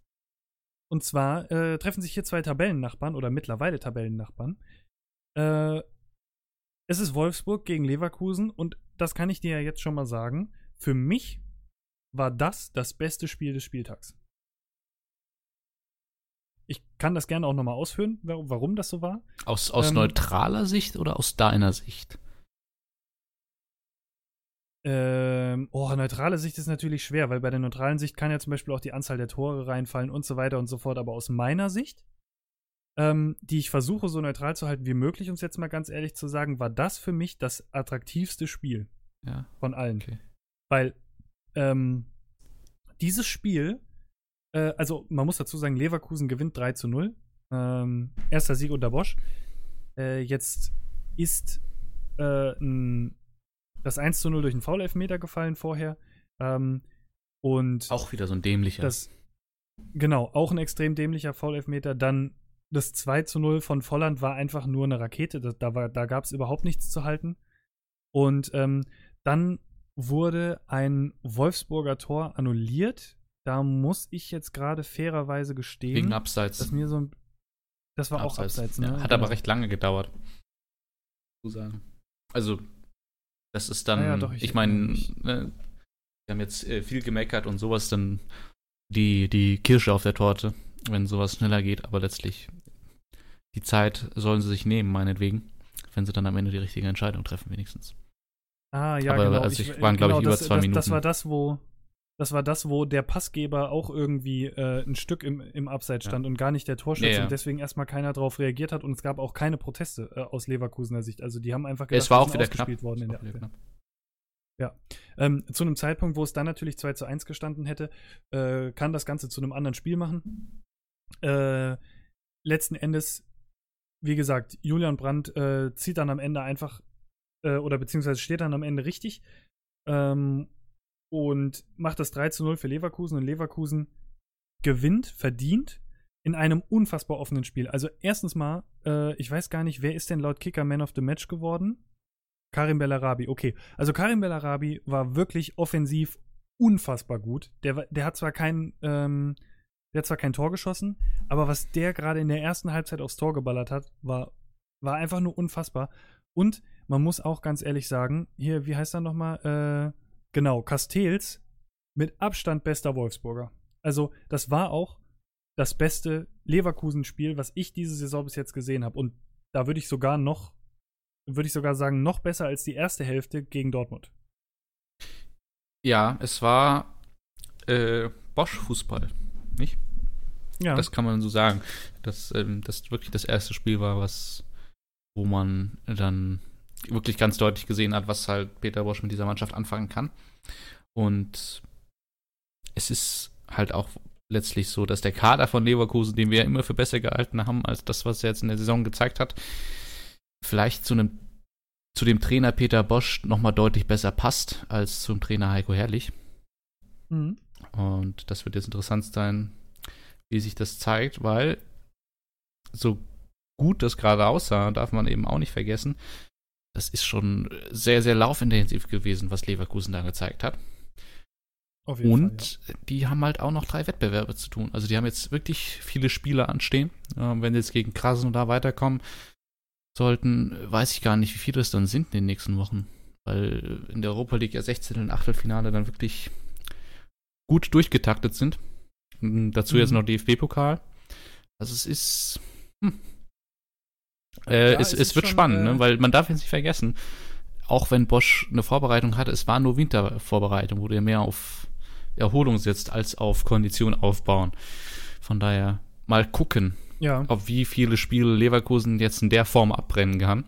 Und zwar äh, treffen sich hier zwei Tabellennachbarn oder mittlerweile Tabellennachbarn. Äh, es ist Wolfsburg gegen Leverkusen und das kann ich dir ja jetzt schon mal sagen. Für mich war das das beste Spiel des Spieltags. Ich kann das gerne auch nochmal ausführen, warum das so war. Aus, aus ähm, neutraler Sicht oder aus deiner Sicht? Ähm, oh, neutrale Sicht ist natürlich schwer, weil bei der neutralen Sicht kann ja zum Beispiel auch die Anzahl der Tore reinfallen und so weiter und so fort. Aber aus meiner Sicht, ähm, die ich versuche so neutral zu halten wie möglich, um es jetzt mal ganz ehrlich zu sagen, war das für mich das attraktivste Spiel ja. von allen. Okay. Weil ähm, dieses Spiel, äh, also man muss dazu sagen, Leverkusen gewinnt drei zu null. Ähm, erster Sieg unter Bosch. Äh, jetzt ist äh, ein das eins zu null durch einen Foul-Elfmeter gefallen vorher. Ähm, und auch wieder so ein dämlicher. Das, genau, auch ein extrem dämlicher Foul-Elfmeter. Dann das zwei zu null von Volland war einfach nur eine Rakete. Das, da war, da gab es überhaupt nichts zu halten. Und ähm, dann wurde ein Wolfsburger Tor annulliert. Da muss ich jetzt gerade fairerweise gestehen. Wegen Abseits. Dass mir so ein, das war Abseits. auch Abseits, ne? Ja, hat genau. aber recht lange gedauert. Zu sagen. Also das ist dann, ja, ja, doch, ich, ich, ich meine, ne, wir haben jetzt äh, viel gemeckert und sowas, dann die, die Kirsche auf der Torte, wenn sowas schneller geht, aber letztlich die Zeit sollen sie sich nehmen, meinetwegen, wenn sie dann am Ende die richtige Entscheidung treffen, wenigstens. Ah, ja, aber genau. also ich, ich waren, glaube genau, ich, über das, zwei das, Minuten. Das war das, wo das war das, wo der Passgeber auch irgendwie äh, ein Stück im, im Abseits stand ja. und gar nicht der Torschütze ja, ja. und deswegen erstmal keiner drauf reagiert hat und es gab auch keine Proteste äh, aus Leverkusener Sicht. Also die haben einfach gedacht, es war auch wieder ausgespielt knapp. worden in der knapp. Ja. Ähm, zu einem Zeitpunkt, wo es dann natürlich zwei zu eins gestanden hätte, äh, kann das Ganze zu einem anderen Spiel machen. Äh, letzten Endes, wie gesagt, Julian Brandt äh, zieht dann am Ende einfach äh, oder beziehungsweise steht dann am Ende richtig ähm, und macht das drei zu null für Leverkusen und Leverkusen gewinnt, verdient in einem unfassbar offenen Spiel. Also erstens mal, äh, ich weiß gar nicht, wer ist denn laut Kicker Man of the Match geworden? Karim Bellarabi, okay. Also Karim Bellarabi war wirklich offensiv unfassbar gut. Der, der hat zwar kein, ähm, der hat zwar kein Tor geschossen, aber was der gerade in der ersten Halbzeit aufs Tor geballert hat, war, war einfach nur unfassbar. Und man muss auch ganz ehrlich sagen, hier, wie heißt er nochmal? Äh, genau, Castells mit Abstand bester Wolfsburger. Also das war auch das beste Leverkusen-Spiel, was ich diese Saison bis jetzt gesehen habe. Und da würde ich sogar noch würde ich sogar sagen, noch besser als die erste Hälfte gegen Dortmund. Ja, es war äh, Bosch-Fußball, nicht? Ja. Das kann man so sagen. Dass ähm, das wirklich das erste Spiel war, was wo man dann wirklich ganz deutlich gesehen hat, was halt Peter Bosch mit dieser Mannschaft anfangen kann. Und es ist halt auch letztlich so, dass der Kader von Leverkusen, den wir ja immer für besser gehalten haben, als das, was er jetzt in der Saison gezeigt hat, vielleicht zu einem zu dem Trainer Peter Bosch nochmal deutlich besser passt als zum Trainer Heiko Herrlich. Mhm. Und das wird jetzt interessant sein, wie sich das zeigt, weil so gut das gerade aussah, darf man eben auch nicht vergessen, das ist schon sehr, sehr laufintensiv gewesen, was Leverkusen da gezeigt hat. Auf jeden Und Fall, ja. Die haben halt auch noch drei Wettbewerbe zu tun. Also die haben jetzt wirklich viele Spiele anstehen. Wenn sie jetzt gegen Krasnodar weiterkommen sollten, weiß ich gar nicht, wie viele es dann sind in den nächsten Wochen. Weil in der Europa League ja sechzehn und Achtelfinale dann wirklich gut durchgetaktet sind. Und dazu mhm. jetzt noch D F B-Pokal. Also es ist hm. äh, ja, es, es, es wird schon, spannend, äh, ne? Weil man darf jetzt nicht vergessen, auch wenn Bosch eine Vorbereitung hatte, es war nur Wintervorbereitung, wo der mehr auf Erholung setzt, als auf Kondition aufbauen. Von daher mal gucken, ja. ob wie viele Spiele Leverkusen jetzt in der Form abbrennen kann,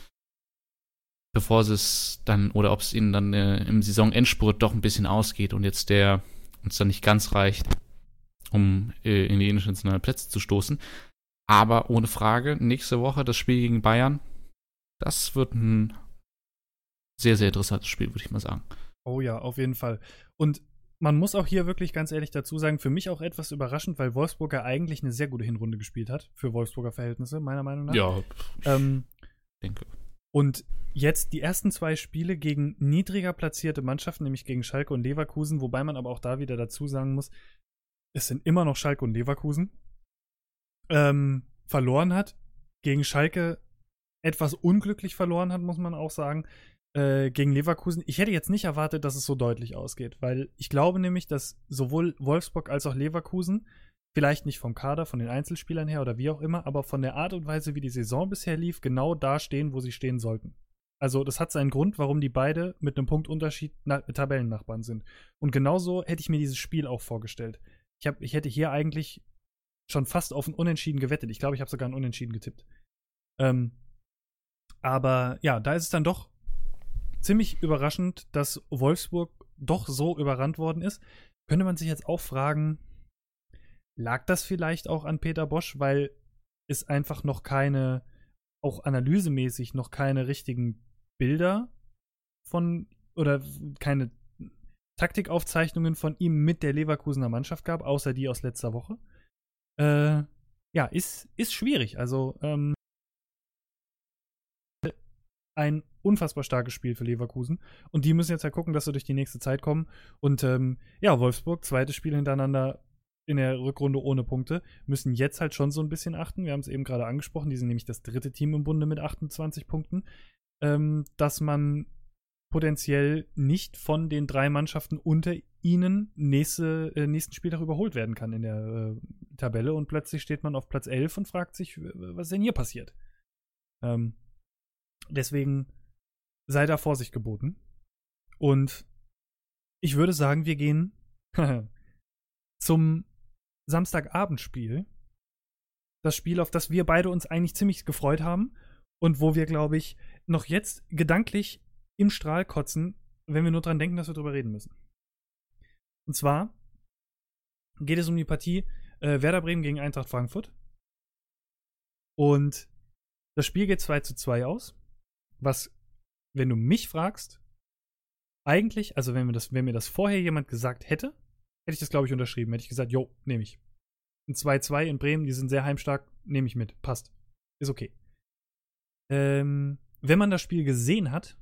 bevor es dann, oder ob es ihnen dann äh, im Saisonendspurt doch ein bisschen ausgeht und jetzt der uns dann nicht ganz reicht, um äh, in die internationalen Plätze zu stoßen. Aber ohne Frage, nächste Woche das Spiel gegen Bayern, das wird ein sehr, sehr interessantes Spiel, würde ich mal sagen. Oh ja, auf jeden Fall. Und man muss auch hier wirklich ganz ehrlich dazu sagen, für mich auch etwas überraschend, weil Wolfsburg ja eigentlich eine sehr gute Hinrunde gespielt hat, für Wolfsburger Verhältnisse, meiner Meinung nach. Ja, ähm, ich denke. Und jetzt die ersten zwei Spiele gegen niedriger platzierte Mannschaften, nämlich gegen Schalke und Leverkusen, wobei man aber auch da wieder dazu sagen muss, es sind immer noch Schalke und Leverkusen. ähm, verloren hat, gegen Schalke etwas unglücklich verloren hat, muss man auch sagen, äh, gegen Leverkusen. Ich hätte jetzt nicht erwartet, dass es so deutlich ausgeht, weil ich glaube nämlich, dass sowohl Wolfsburg als auch Leverkusen, vielleicht nicht vom Kader, von den Einzelspielern her oder wie auch immer, aber von der Art und Weise, wie die Saison bisher lief, genau da stehen, wo sie stehen sollten. Also das hat seinen Grund, warum die beide mit einem Punktunterschied na- Tabellennachbarn sind. Und genauso hätte ich mir dieses Spiel auch vorgestellt. Ich, hab, ich hätte hier eigentlich schon fast auf ein Unentschieden gewettet. Ich glaube, ich habe sogar ein Unentschieden getippt. Ähm, aber ja, da ist es dann doch ziemlich überraschend, dass Wolfsburg doch so überrannt worden ist. Könnte man sich jetzt auch fragen, lag das vielleicht auch an Peter Bosz, weil es einfach noch keine, auch analysemäßig noch keine richtigen Bilder von oder keine Taktikaufzeichnungen von ihm mit der Leverkusener Mannschaft gab, außer die aus letzter Woche. Äh, ja, ist, ist schwierig. Also, ähm, ein unfassbar starkes Spiel für Leverkusen. Und die müssen jetzt halt gucken, dass sie durch die nächste Zeit kommen. Und ähm, ja, Wolfsburg, zweites Spiel hintereinander in der Rückrunde ohne Punkte, müssen jetzt halt schon so ein bisschen achten. Wir haben es eben gerade angesprochen, die sind nämlich das dritte Team im Bunde mit achtundzwanzig Punkten, ähm, dass man potenziell nicht von den drei Mannschaften unter ihnen nächste, äh, nächsten Spieltag überholt werden kann in der äh, Tabelle. Und plötzlich steht man auf Platz elf und fragt sich, was denn hier passiert. Ähm, deswegen sei da Vorsicht geboten. Und ich würde sagen, wir gehen zum Samstagabendspiel. Das Spiel, auf das wir beide uns eigentlich ziemlich gefreut haben und wo wir, glaube ich, noch jetzt gedanklich im Strahl kotzen, wenn wir nur dran denken, dass wir drüber reden müssen. Und zwar geht es um die Partie äh, Werder Bremen gegen Eintracht Frankfurt. Und das Spiel geht zwei zu zwei aus. Was, wenn du mich fragst, eigentlich, also wenn mir das, wenn mir das vorher jemand gesagt hätte, hätte ich das, glaube ich, unterschrieben. Hätte ich gesagt, jo, nehme ich. Ein zwei zwei in Bremen, die sind sehr heimstark, nehme ich mit. Passt. Ist okay. Ähm, wenn man das Spiel gesehen hat,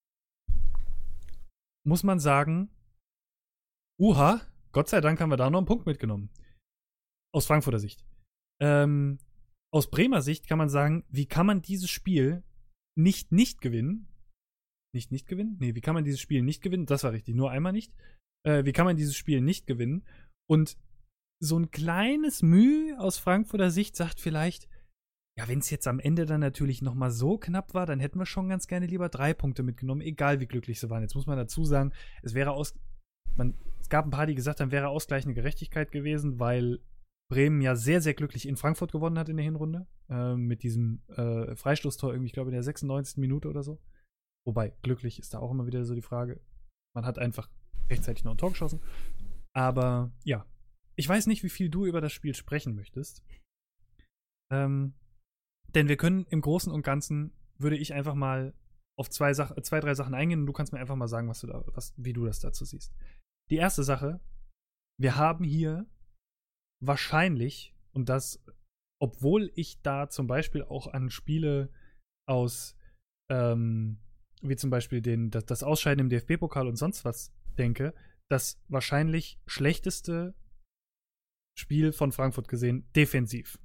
muss man sagen, uha, Gott sei Dank haben wir da noch einen Punkt mitgenommen. Aus Frankfurter Sicht. Ähm, aus Bremer Sicht kann man sagen, wie kann man dieses Spiel nicht nicht gewinnen? Nicht nicht gewinnen? Nee, wie kann man dieses Spiel nicht gewinnen? Das war richtig, nur einmal nicht. Äh, wie kann man dieses Spiel nicht gewinnen? Und so ein kleines Mühe aus Frankfurter Sicht sagt vielleicht, ja, wenn es jetzt am Ende dann natürlich noch mal so knapp war, dann hätten wir schon ganz gerne lieber drei Punkte mitgenommen, egal wie glücklich sie waren. Jetzt muss man dazu sagen, es wäre aus, man, es gab ein paar, die gesagt haben, wäre ausgleichende Gerechtigkeit gewesen, weil Bremen ja sehr, sehr glücklich in Frankfurt gewonnen hat in der Hinrunde, äh, mit diesem äh, Freistoßtor irgendwie, ich glaube, in der sechsundneunzigsten Minute oder so. Wobei, glücklich ist da auch immer wieder so die Frage. Man hat einfach rechtzeitig noch ein Tor geschossen. Aber ja, ich weiß nicht, wie viel du über das Spiel sprechen möchtest. Ähm, denn wir können im Großen und Ganzen, würde ich einfach mal auf zwei, Sach- zwei drei Sachen eingehen und du kannst mir einfach mal sagen, was du da, was, wie du das dazu siehst. Die erste Sache, wir haben hier wahrscheinlich, und das, obwohl ich da zum Beispiel auch an Spiele aus, ähm, wie zum Beispiel den, das, das Ausscheiden im D F B-Pokal und sonst was denke, das wahrscheinlich schlechteste Spiel von Frankfurt gesehen, defensiv.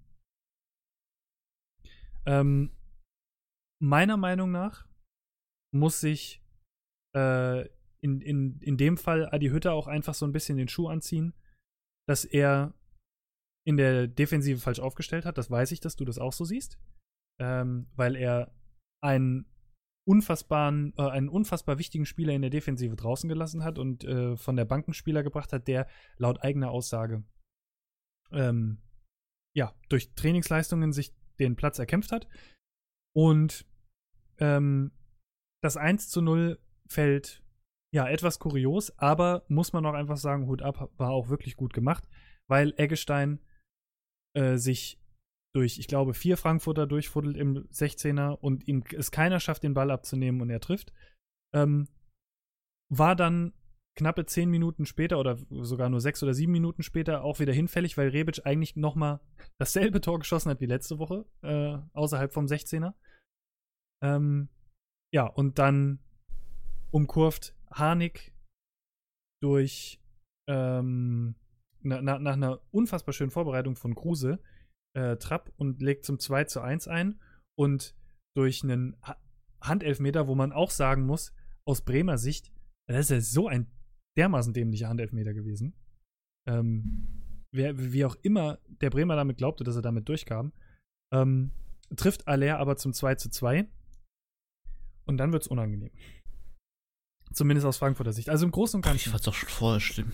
Ähm, meiner Meinung nach muss sich äh, in, in, in dem Fall Adi Hütter auch einfach so ein bisschen den Schuh anziehen, dass er in der Defensive falsch aufgestellt hat. Das weiß ich, dass du das auch so siehst. Ähm, weil er einen unfassbaren, äh, einen unfassbar wichtigen Spieler in der Defensive draußen gelassen hat und äh, von der Bank einen Spieler gebracht hat, der laut eigener Aussage ähm, ja, durch Trainingsleistungen sich den Platz erkämpft hat. Und ähm, das eins zu null fällt ja etwas kurios, aber muss man auch einfach sagen, Hut ab, war auch wirklich gut gemacht, weil Eggestein äh, sich durch, ich glaube, vier Frankfurter durchfuddelt im sechzehner und ihm es keiner schafft, den Ball abzunehmen und er trifft. Ähm, war dann knappe zehn Minuten später oder sogar nur sechs oder sieben Minuten später auch wieder hinfällig, weil Rebic eigentlich nochmal dasselbe Tor geschossen hat wie letzte Woche, äh, außerhalb vom sechzehner. Ähm, ja, und dann umkurvt Harnik durch ähm, na, na, nach einer unfassbar schönen Vorbereitung von Kruse äh, Trapp und legt zum zwei zu eins ein. Und durch einen ha- Handelfmeter, wo man auch sagen muss, aus Bremer Sicht, das ist ja so ein dermaßen dämlicher Handelfmeter gewesen. Ähm, wer, wie auch immer der Bremer damit glaubte, dass er damit durchkam, ähm, trifft Aller aber zum zwei zu zwei. Und dann wird es unangenehm. Zumindest aus Frankfurter Sicht. Also im Großen und Ganzen. Ich fand's auch schon vorher schlimm.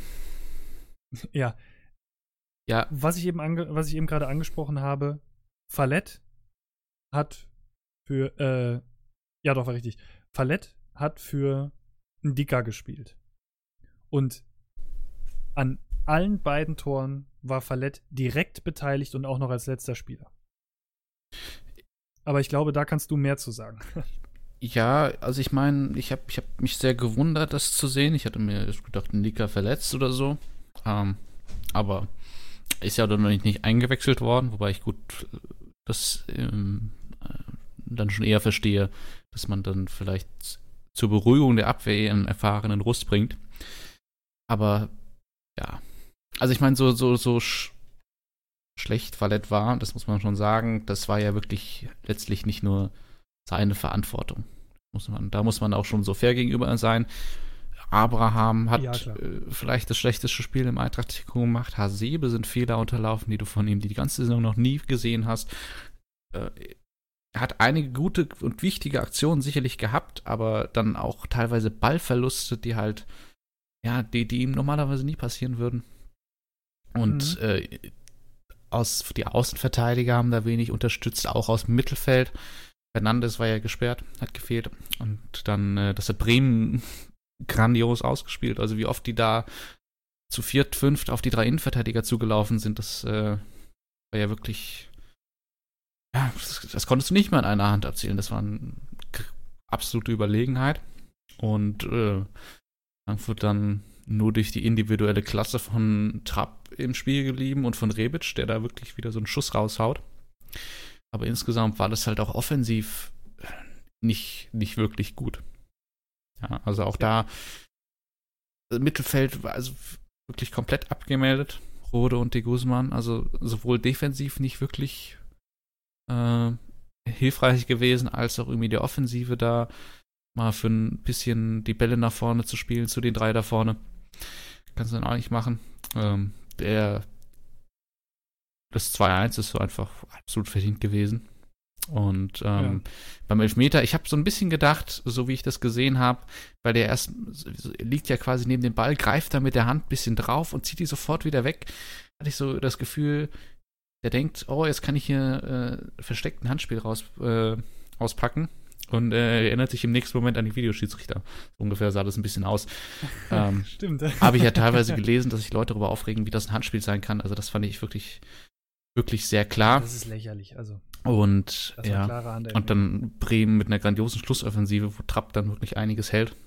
Ja. Ja. Was ich eben, ange- was ich eben gerade angesprochen habe, Fallett hat für, äh, ja doch, war richtig. Fallett hat für Ndika gespielt. Und an allen beiden Toren war Fallett direkt beteiligt und auch noch als letzter Spieler. Aber ich glaube, da kannst du mehr zu sagen. Ja, also ich meine, ich habe ich hab mich sehr gewundert, das zu sehen. Ich hatte mir gedacht, Ndika verletzt oder so. Ähm, aber ist ja dann noch nicht, nicht eingewechselt worden, wobei ich gut das ähm, dann schon eher verstehe, dass man dann vielleicht zur Beruhigung der Abwehr einen erfahrenen Russ bringt. Aber ja, also ich meine, so, so, so sch- schlecht Fallett war, das muss man schon sagen, das war ja wirklich letztlich nicht nur seine Verantwortung. Muss man, da muss man auch schon so fair gegenüber sein. Abraham hat Ja, äh, vielleicht das schlechteste Spiel im Eintracht-Trikot gemacht. Hasebe sind Fehler unterlaufen, die du von ihm die ganze Saison noch nie gesehen hast. Äh, er hat einige gute und wichtige Aktionen sicherlich gehabt, aber dann auch teilweise Ballverluste, die halt, ja, die, die ihm normalerweise nie passieren würden. Und mhm. äh, aus, die Außenverteidiger haben da wenig unterstützt, auch aus dem Mittelfeld. Fernandes war ja gesperrt, hat gefehlt. Und dann, äh, das hat Bremen grandios ausgespielt. Also wie oft die da zu viert, fünft auf die drei Innenverteidiger zugelaufen sind, das äh, war ja wirklich, ja, das, das konntest du nicht mal in einer Hand abzählen. Das war eine absolute Überlegenheit. Und äh, Frankfurt dann nur durch die individuelle Klasse von Trapp im Spiel geblieben und von Rebic, der da wirklich wieder so einen Schuss raushaut. Aber insgesamt war das halt auch offensiv nicht, nicht wirklich gut. Ja, also auch ja. da das Mittelfeld war also wirklich komplett abgemeldet. Rode und de Guzman, also sowohl defensiv nicht wirklich äh, hilfreich gewesen, als auch irgendwie der Offensive da mal für ein bisschen die Bälle nach vorne zu spielen, zu den drei da vorne. Kannst du dann auch nicht machen. Ähm, der das zwei eins ist so einfach absolut verdient gewesen. Und ähm, ja. beim Elfmeter, ich habe so ein bisschen gedacht, so wie ich das gesehen habe, weil der erst liegt ja quasi neben dem Ball, greift da mit der Hand ein bisschen drauf und zieht die sofort wieder weg. Hatte ich so das Gefühl, der denkt, oh, jetzt kann ich hier äh, versteckt ein Handspiel raus, äh, auspacken und äh, erinnert sich im nächsten Moment an die Videoschiedsrichter. So ungefähr sah das ein bisschen aus. ähm, Stimmt. Habe ich ja teilweise gelesen, dass sich Leute darüber aufregen, wie das ein Handspiel sein kann. Also das fand ich wirklich, wirklich sehr klar. Das ist lächerlich, also. Und das ja, klare Hand und dann Bremen mit einer grandiosen Schlussoffensive, wo Trapp dann wirklich einiges hält.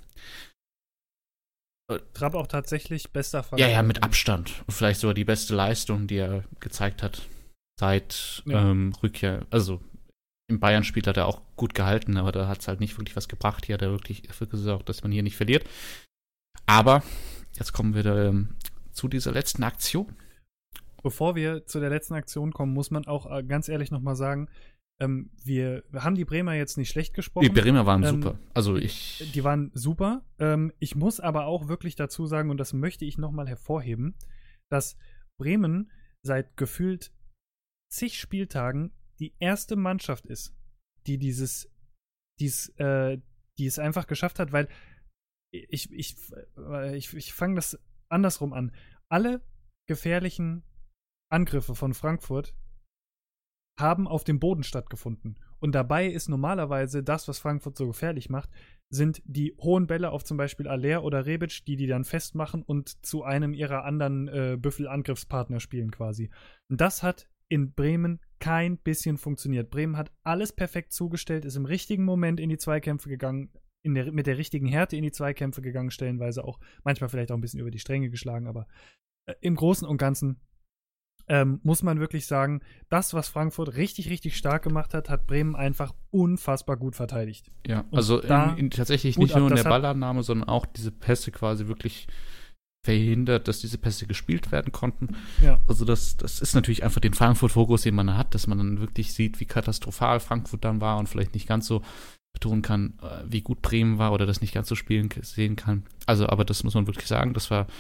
Trapp auch tatsächlich bester Fall. Ja, ja, mit Abstand. Vielleicht sogar die beste Leistung, die er gezeigt hat seit ja. ähm, Rückkehr. Also im Bayern-Spiel hat er auch gut gehalten, aber da hat es halt nicht wirklich was gebracht. Hier hat er wirklich dafür gesorgt, dass man hier nicht verliert. Aber jetzt kommen wir da, ähm, zu dieser letzten Aktion. Bevor wir zu der letzten Aktion kommen, muss man auch äh, ganz ehrlich nochmal sagen, ähm, wir, wir haben die Bremer jetzt nicht schlecht gesprochen. Die Bremer waren ähm, super. Also ich. Die waren super. Ähm, ich muss aber auch wirklich dazu sagen, und das möchte ich nochmal hervorheben, dass Bremen seit gefühlt zig Spieltagen die erste Mannschaft ist, die dieses, dies, äh, die es einfach geschafft hat, weil ich, ich, ich, ich fange das andersrum an. Alle gefährlichen Angriffe von Frankfurt haben auf dem Boden stattgefunden. Und dabei ist normalerweise das, was Frankfurt so gefährlich macht, sind die hohen Bälle auf zum Beispiel Aller oder Rebic, die die dann festmachen und zu einem ihrer anderen äh, Büffel-Angriffspartner spielen quasi. Und das hat in Bremen kein bisschen funktioniert. Bremen hat alles perfekt zugestellt, ist im richtigen Moment in die Zweikämpfe gegangen, in der, mit der richtigen Härte in die Zweikämpfe gegangen, stellenweise auch, manchmal vielleicht auch ein bisschen über die Stränge geschlagen, aber äh, im Großen und Ganzen Ähm, muss man wirklich sagen, das, was Frankfurt richtig, richtig stark gemacht hat, hat Bremen einfach unfassbar gut verteidigt. Ja, und also in, in, tatsächlich nicht ab, nur in der hat, Ballannahme, sondern auch diese Pässe quasi wirklich verhindert, dass diese Pässe gespielt werden konnten. Ja. Also das, das ist natürlich einfach den Frankfurt-Fokus, den man hat, dass man dann wirklich sieht, wie katastrophal Frankfurt dann war und vielleicht nicht ganz so betonen kann, wie gut Bremen war oder das nicht ganz so spielen sehen kann. Also, aber das muss man wirklich sagen, das war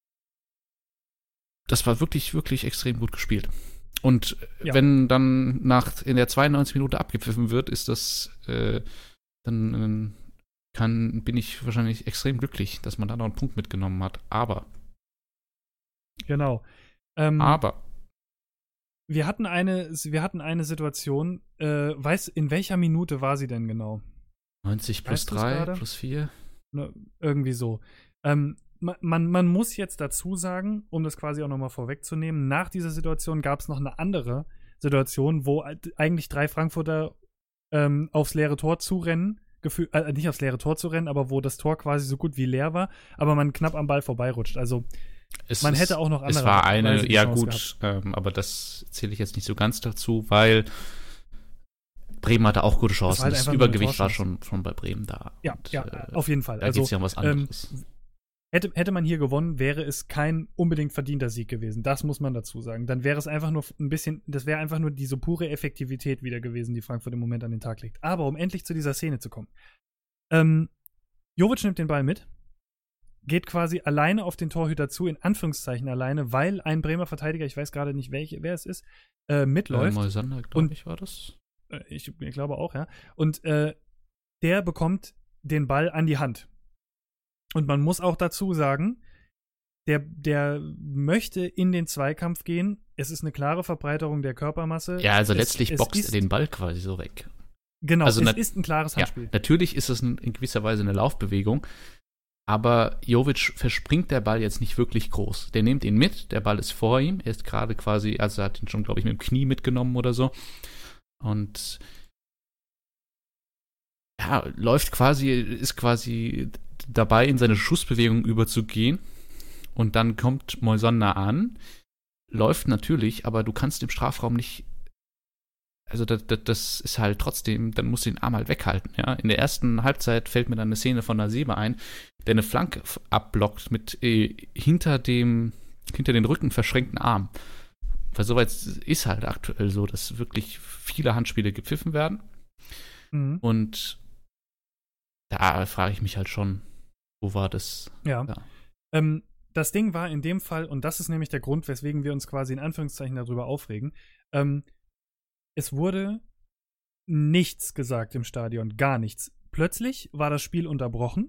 das war wirklich, wirklich extrem gut gespielt. Und ja. wenn dann nach in der zweiundneunzigsten Minute abgepfiffen wird, ist das äh, dann kann, bin ich wahrscheinlich extrem glücklich, dass man da noch einen Punkt mitgenommen hat. Aber Genau. Ähm, aber wir hatten eine, wir hatten eine Situation, äh, weiß, in welcher Minute war sie denn genau? neunzig plus drei, plus vier? Ne, irgendwie so. Ähm, man, man muss jetzt dazu sagen, um das quasi auch nochmal vorwegzunehmen, nach dieser Situation gab es noch eine andere Situation, wo eigentlich drei Frankfurter ähm, aufs leere Tor zurennen, gefühl, äh, nicht aufs leere Tor zu rennen, aber wo das Tor quasi so gut wie leer war, aber man knapp am Ball vorbeirutscht. Also es man ist, hätte auch noch andere. Es war eine, Weise ja Chance gut, ähm, aber das zähle ich jetzt nicht so ganz dazu, weil Bremen hatte auch gute Chancen. Halt das Übergewicht war schon, schon bei Bremen da. Ja, und, ja äh, auf jeden Fall. Da also, geht es ja um was anderes. Ähm, hätte, hätte man hier gewonnen, wäre es kein unbedingt verdienter Sieg gewesen. Das muss man dazu sagen. Dann wäre es einfach nur ein bisschen, das wäre einfach nur diese pure Effektivität wieder gewesen, die Frankfurt im Moment an den Tag legt. Aber um endlich zu dieser Szene zu kommen. Ähm, Jovic nimmt den Ball mit, geht quasi alleine auf den Torhüter zu, in Anführungszeichen alleine, weil ein Bremer Verteidiger, ich weiß gerade nicht, welche, wer es ist, äh, mitläuft. Äh, Moisander, glaube ich, war das. Äh, ich, ich glaube auch, ja. Und äh, der bekommt den Ball an die Hand. Und man muss auch dazu sagen, der, der möchte in den Zweikampf gehen. Es ist eine klare Verbreiterung der Körpermasse. Ja, also es, letztlich es boxt ist, er den Ball quasi so weg. Genau, also es nat- ist ein klares Handspiel. Ja, natürlich ist es in gewisser Weise eine Laufbewegung, aber Jovic verspringt der Ball jetzt nicht wirklich groß. Der nimmt ihn mit, der Ball ist vor ihm, er ist gerade quasi, also er hat ihn schon, glaube ich, mit dem Knie mitgenommen oder so. Und ja, läuft quasi, ist quasi dabei, in seine Schussbewegung überzugehen. Und dann kommt Moisander an, läuft natürlich, aber du kannst im Strafraum nicht, also das, das, das ist halt trotzdem, dann musst du den Arm halt weghalten, ja. In der ersten Halbzeit fällt mir dann eine Szene von Nasebe ein, der eine Flanke abblockt mit äh, hinter dem, hinter den Rücken verschränkten Arm. Weil soweit ist halt aktuell so, dass wirklich viele Handspiele gepfiffen werden. Mhm. Und da frage ich mich halt schon, wo war das? Ja. ja. Ähm, das Ding war in dem Fall, und das ist nämlich der Grund, weswegen wir uns quasi in Anführungszeichen darüber aufregen, ähm, es wurde nichts gesagt im Stadion, gar nichts. Plötzlich war das Spiel unterbrochen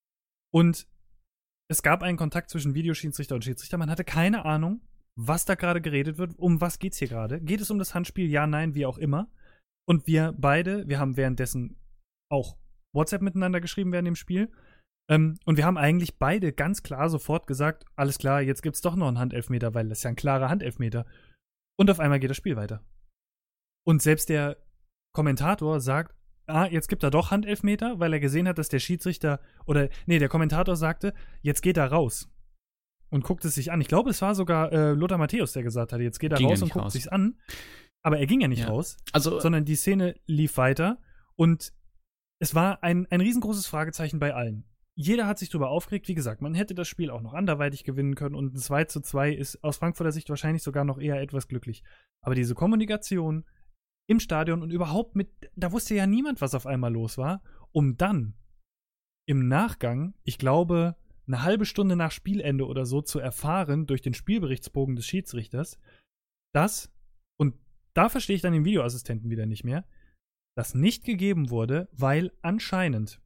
und es gab einen Kontakt zwischen Videoschiedsrichter und Schiedsrichter. Man hatte keine Ahnung, was da gerade geredet wird. Um was geht's hier gerade? Geht es um das Handspiel? Ja, nein, wie auch immer. Und wir beide, wir haben währenddessen auch WhatsApp miteinander geschrieben während dem Spiel. Ähm, und wir haben eigentlich beide ganz klar sofort gesagt, alles klar, jetzt gibt's doch noch einen Handelfmeter, weil das ist ja ein klarer Handelfmeter. Und auf einmal geht das Spiel weiter. Und selbst der Kommentator sagt, ah, jetzt gibt er doch Handelfmeter, weil er gesehen hat, dass der Schiedsrichter, oder, nee, der Kommentator sagte, jetzt geht er raus. Und guckt es sich an. Ich glaube, es war sogar äh, Lothar Matthäus, der gesagt hat, jetzt geht er ging raus er und guckt raus. sich's an. Aber er ging ja nicht ja. raus, also, sondern die Szene lief weiter und es war ein, ein riesengroßes Fragezeichen bei allen. Jeder hat sich darüber aufgeregt. Wie gesagt, man hätte das Spiel auch noch anderweitig gewinnen können und ein zwei zu zwei ist aus Frankfurter Sicht wahrscheinlich sogar noch eher etwas glücklich. Aber diese Kommunikation im Stadion und überhaupt mit, da wusste ja niemand, was auf einmal los war, um dann im Nachgang, ich glaube, eine halbe Stunde nach Spielende oder so zu erfahren, durch den Spielberichtsbogen des Schiedsrichters, dass, und da verstehe ich dann den Videoassistenten wieder nicht mehr, das nicht gegeben wurde, weil anscheinend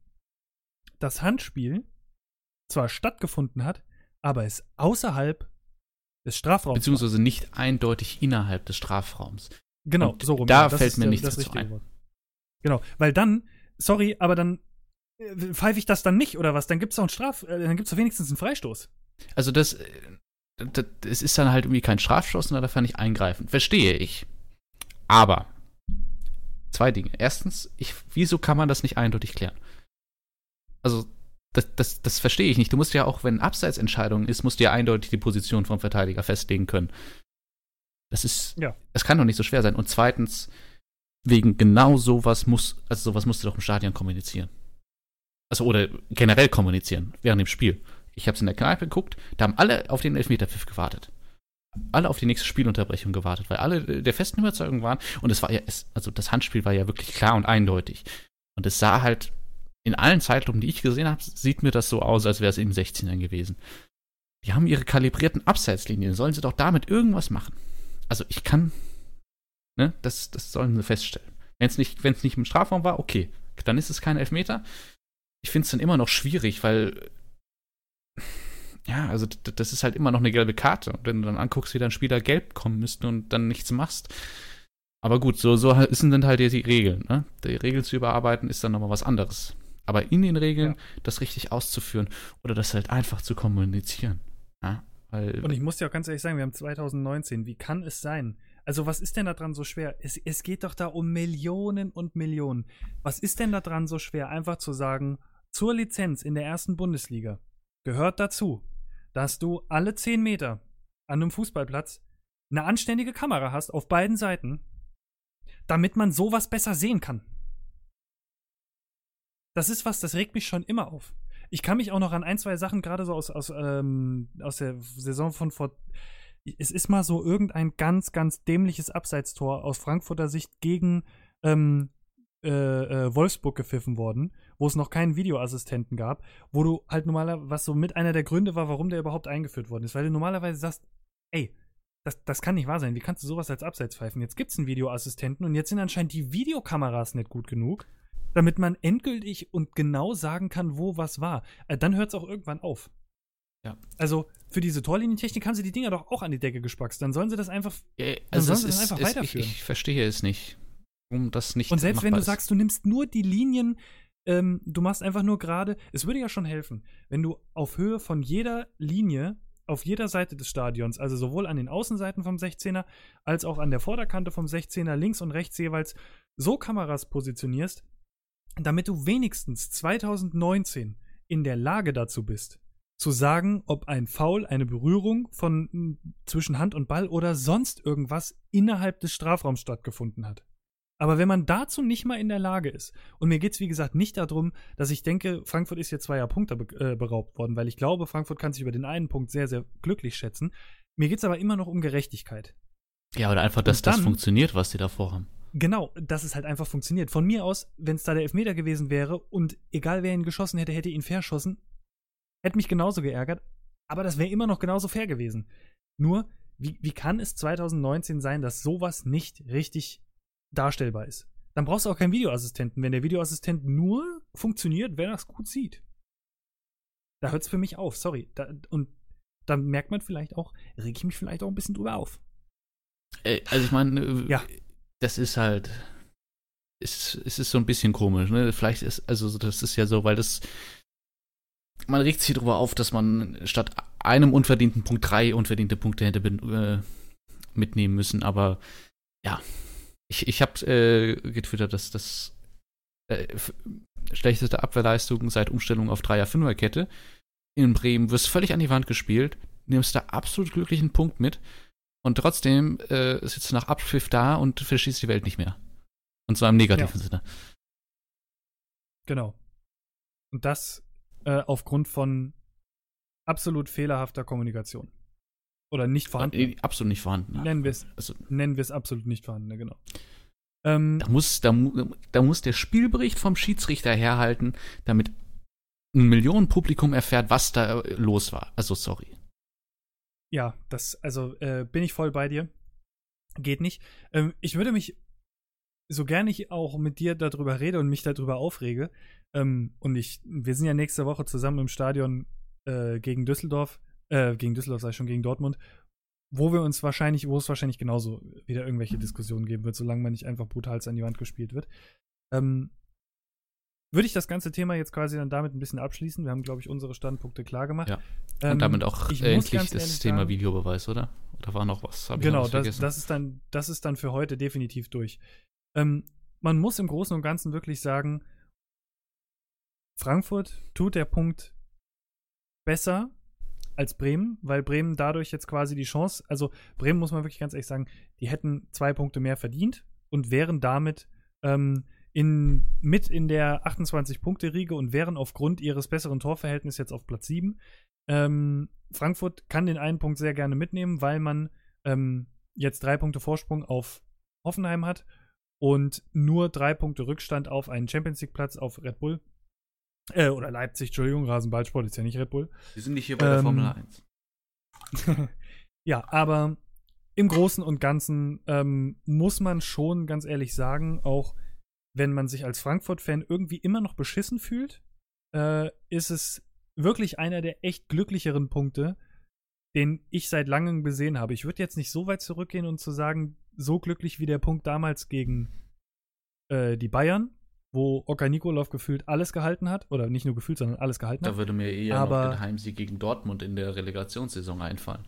das Handspiel zwar stattgefunden hat, aber es außerhalb des Strafraums beziehungsweise war. Nicht eindeutig innerhalb des Strafraums. Genau, und so rum. Da ja, fällt mir der, nichts das dazu ein. Wort. Genau, weil dann, sorry, aber dann äh, pfeife ich das dann nicht, oder was? Dann gibt es doch einen Straf, äh, dann gibt es doch wenigstens einen Freistoß. Also das, das, das ist dann halt irgendwie kein Strafstoß, sondern da kann ich eingreifen. Verstehe ich. Aber zwei Dinge. Erstens, ich, wieso kann man das nicht eindeutig klären? Also, das, das, das verstehe ich nicht. Du musst ja auch, wenn Abseitsentscheidung ist, musst du ja eindeutig die Position vom Verteidiger festlegen können. Das ist, ja. Das kann doch nicht so schwer sein. Und zweitens, wegen genau sowas muss, also sowas musst du doch im Stadion kommunizieren. Also, oder generell kommunizieren, während dem Spiel. Ich habe es in der Kneipe geguckt, da haben alle auf den Elfmeterpfiff gewartet. Alle auf die nächste Spielunterbrechung gewartet, weil alle der festen Überzeugung waren. Und es war ja, es, also das Handspiel war ja wirklich klar und eindeutig. Und es sah halt in allen Zeitlupen, die ich gesehen habe, sieht mir das so aus, als wäre es im sechzehnern gewesen. Die haben ihre kalibrierten Abseitslinien, sollen sie doch damit irgendwas machen. Also ich kann, ne, das, das sollen sie feststellen. Wenn es nicht, wenn es nicht im Strafraum war, okay, dann ist es kein Elfmeter. Ich finde es dann immer noch schwierig, weil ja, also d- das ist halt immer noch eine gelbe Karte. Und wenn du dann anguckst, wie dein Spieler gelb kommen müsste und dann nichts machst. Aber gut, so, so sind dann halt die Regeln. Ne? Die Regeln zu überarbeiten ist dann nochmal was anderes. Aber in den Regeln ja. das richtig auszuführen oder das halt einfach zu kommunizieren. Ja? Weil, und ich muss dir auch ganz ehrlich sagen, wir haben zwanzig neunzehn. Wie kann es sein? Also was ist denn da dran so schwer? Es, es geht doch da um Millionen und Millionen. Was ist denn da dran so schwer, einfach zu sagen, zur Lizenz in der ersten Bundesliga gehört dazu, dass du alle zehn Meter an einem Fußballplatz eine anständige Kamera hast auf beiden Seiten, damit man sowas besser sehen kann. Das ist was, das regt mich schon immer auf. Ich kann mich auch noch an ein, zwei Sachen gerade so aus, aus, ähm, aus der Saison von vor. Es ist mal so irgendein ganz, ganz dämliches Abseitstor aus Frankfurter Sicht gegen ähm, äh, äh, Wolfsburg gepfiffen worden, wo es noch keinen Videoassistenten gab, wo du halt normalerweise, was so mit einer der Gründe war, warum der überhaupt eingeführt worden ist, weil du normalerweise sagst, ey, das, das kann nicht wahr sein, wie kannst du sowas als Abseits pfeifen? Jetzt gibt's einen Videoassistenten und jetzt sind anscheinend die Videokameras nicht gut genug, damit man endgültig und genau sagen kann, wo was war. Äh, dann hört's auch irgendwann auf. Ja. Also für diese Torlinientechnik haben sie die Dinger doch auch an die Decke gespackst. Dann sollen sie das einfach, äh, dann also sollen es sie das ist, einfach es, weiterführen. Ich, ich verstehe es nicht, warum das nicht und selbst wenn du ist. sagst, du nimmst nur die Linien, ähm, du machst einfach nur gerade, es würde ja schon helfen, wenn du auf Höhe von jeder Linie auf jeder Seite des Stadions, also sowohl an den Außenseiten vom sechzehner als auch an der Vorderkante vom sechzehner, links und rechts jeweils, so Kameras positionierst, damit du wenigstens zwanzig neunzehn in der Lage dazu bist, zu sagen, ob ein Foul, eine Berührung von m, zwischen Hand und Ball oder sonst irgendwas innerhalb des Strafraums stattgefunden hat. Aber wenn man dazu nicht mal in der Lage ist, und mir geht es wie gesagt nicht darum, dass ich denke, Frankfurt ist jetzt zweier Punkte be- äh, beraubt worden, weil ich glaube, Frankfurt kann sich über den einen Punkt sehr, sehr glücklich schätzen. Mir geht es aber immer noch um Gerechtigkeit. Ja, oder einfach, dass dann, das funktioniert, was die da vorhaben. Genau, dass es halt einfach funktioniert. Von mir aus, wenn es da der Elfmeter gewesen wäre und egal wer ihn geschossen hätte, hätte ihn verschossen, hätte mich genauso geärgert, aber das wäre immer noch genauso fair gewesen. Nur, wie, wie kann es zwanzig neunzehn sein, dass sowas nicht richtig darstellbar ist? Dann brauchst du auch keinen Videoassistenten, wenn der Videoassistent nur funktioniert, wenn er es gut sieht. Da hört es für mich auf, sorry. Da, und dann merkt man vielleicht auch, reg ich mich vielleicht auch ein bisschen drüber auf. Äh, also ich meine, äh, ja. das ist halt, es, es ist so ein bisschen komisch, ne? Vielleicht ist, also das ist ja so, weil das, man regt sich darüber auf, dass man statt einem unverdienten Punkt drei unverdiente Punkte hätte äh, mitnehmen müssen, aber ja, ich, ich habe äh, getwittert, dass das äh, f- schlechteste Abwehrleistung seit Umstellung auf Dreier-Fünfer-Kette in Bremen, wirst völlig an die Wand gespielt, nimmst da absolut glücklichen Punkt mit und trotzdem äh, sitzt du nach Abpfiff da und verschießt die Welt nicht mehr. Und zwar im negativen Ja. Sinne. Genau. Und das äh, aufgrund von absolut fehlerhafter Kommunikation. Oder nicht vorhanden. Absolut nicht vorhanden. Nennen wir es also, nennen wir es absolut nicht vorhanden, genau. Ähm, da, muss, da, da muss der Spielbericht vom Schiedsrichter herhalten, damit ein Millionenpublikum erfährt, was da los war. Also, sorry. Ja, das, also äh, bin ich voll bei dir. Geht nicht. Ähm, ich würde mich, so gerne ich auch mit dir darüber rede und mich darüber aufrege, ähm, und ich, wir sind ja nächste Woche zusammen im Stadion äh, gegen Düsseldorf, äh, gegen Düsseldorf sei schon, gegen Dortmund, wo wir uns wahrscheinlich, wo es wahrscheinlich genauso wieder irgendwelche Diskussionen geben wird, solange man nicht einfach brutal an die Wand gespielt wird. Ähm, würde ich das ganze Thema jetzt quasi dann damit ein bisschen abschließen. Wir haben, glaube ich, unsere Standpunkte klar gemacht. Ja. Und Ähm, damit auch ich äh, muss endlich ganz das ehrlich Thema sagen, Videobeweis, oder? Oder war noch was? Hab ich genau, noch was das, vergessen? das, ist dann, das ist dann für heute definitiv durch. Ähm, man muss im Großen und Ganzen wirklich sagen, Frankfurt tut der Punkt besser als Bremen, weil Bremen dadurch jetzt quasi die Chance, also Bremen muss man wirklich ganz ehrlich sagen, die hätten zwei Punkte mehr verdient und wären damit ähm, in, mit in der achtundzwanzig-Punkte-Riege und wären aufgrund ihres besseren Torverhältnisses jetzt auf Platz sieben. Ähm, Frankfurt kann den einen Punkt sehr gerne mitnehmen, weil man ähm, jetzt drei Punkte Vorsprung auf Hoffenheim hat und nur drei Punkte Rückstand auf einen Champions-League-Platz auf Red Bull. Äh, oder Leipzig, Entschuldigung, Rasenballsport ist ja nicht Red Bull. Wir sind nicht hier bei der Ähm, Formel eins. Ja, aber im Großen und Ganzen ähm, muss man schon ganz ehrlich sagen, auch wenn man sich als Frankfurt-Fan irgendwie immer noch beschissen fühlt, äh, ist es wirklich einer der echt glücklicheren Punkte, den ich seit langem gesehen habe. Ich würde jetzt nicht so weit zurückgehen und zu sagen, so glücklich wie der Punkt damals gegen äh, die Bayern, wo Okan Nikolov gefühlt alles gehalten hat, oder nicht nur gefühlt, sondern alles gehalten hat. Da würde mir eher aber noch der Heimsieg gegen Dortmund in der Relegationssaison einfallen.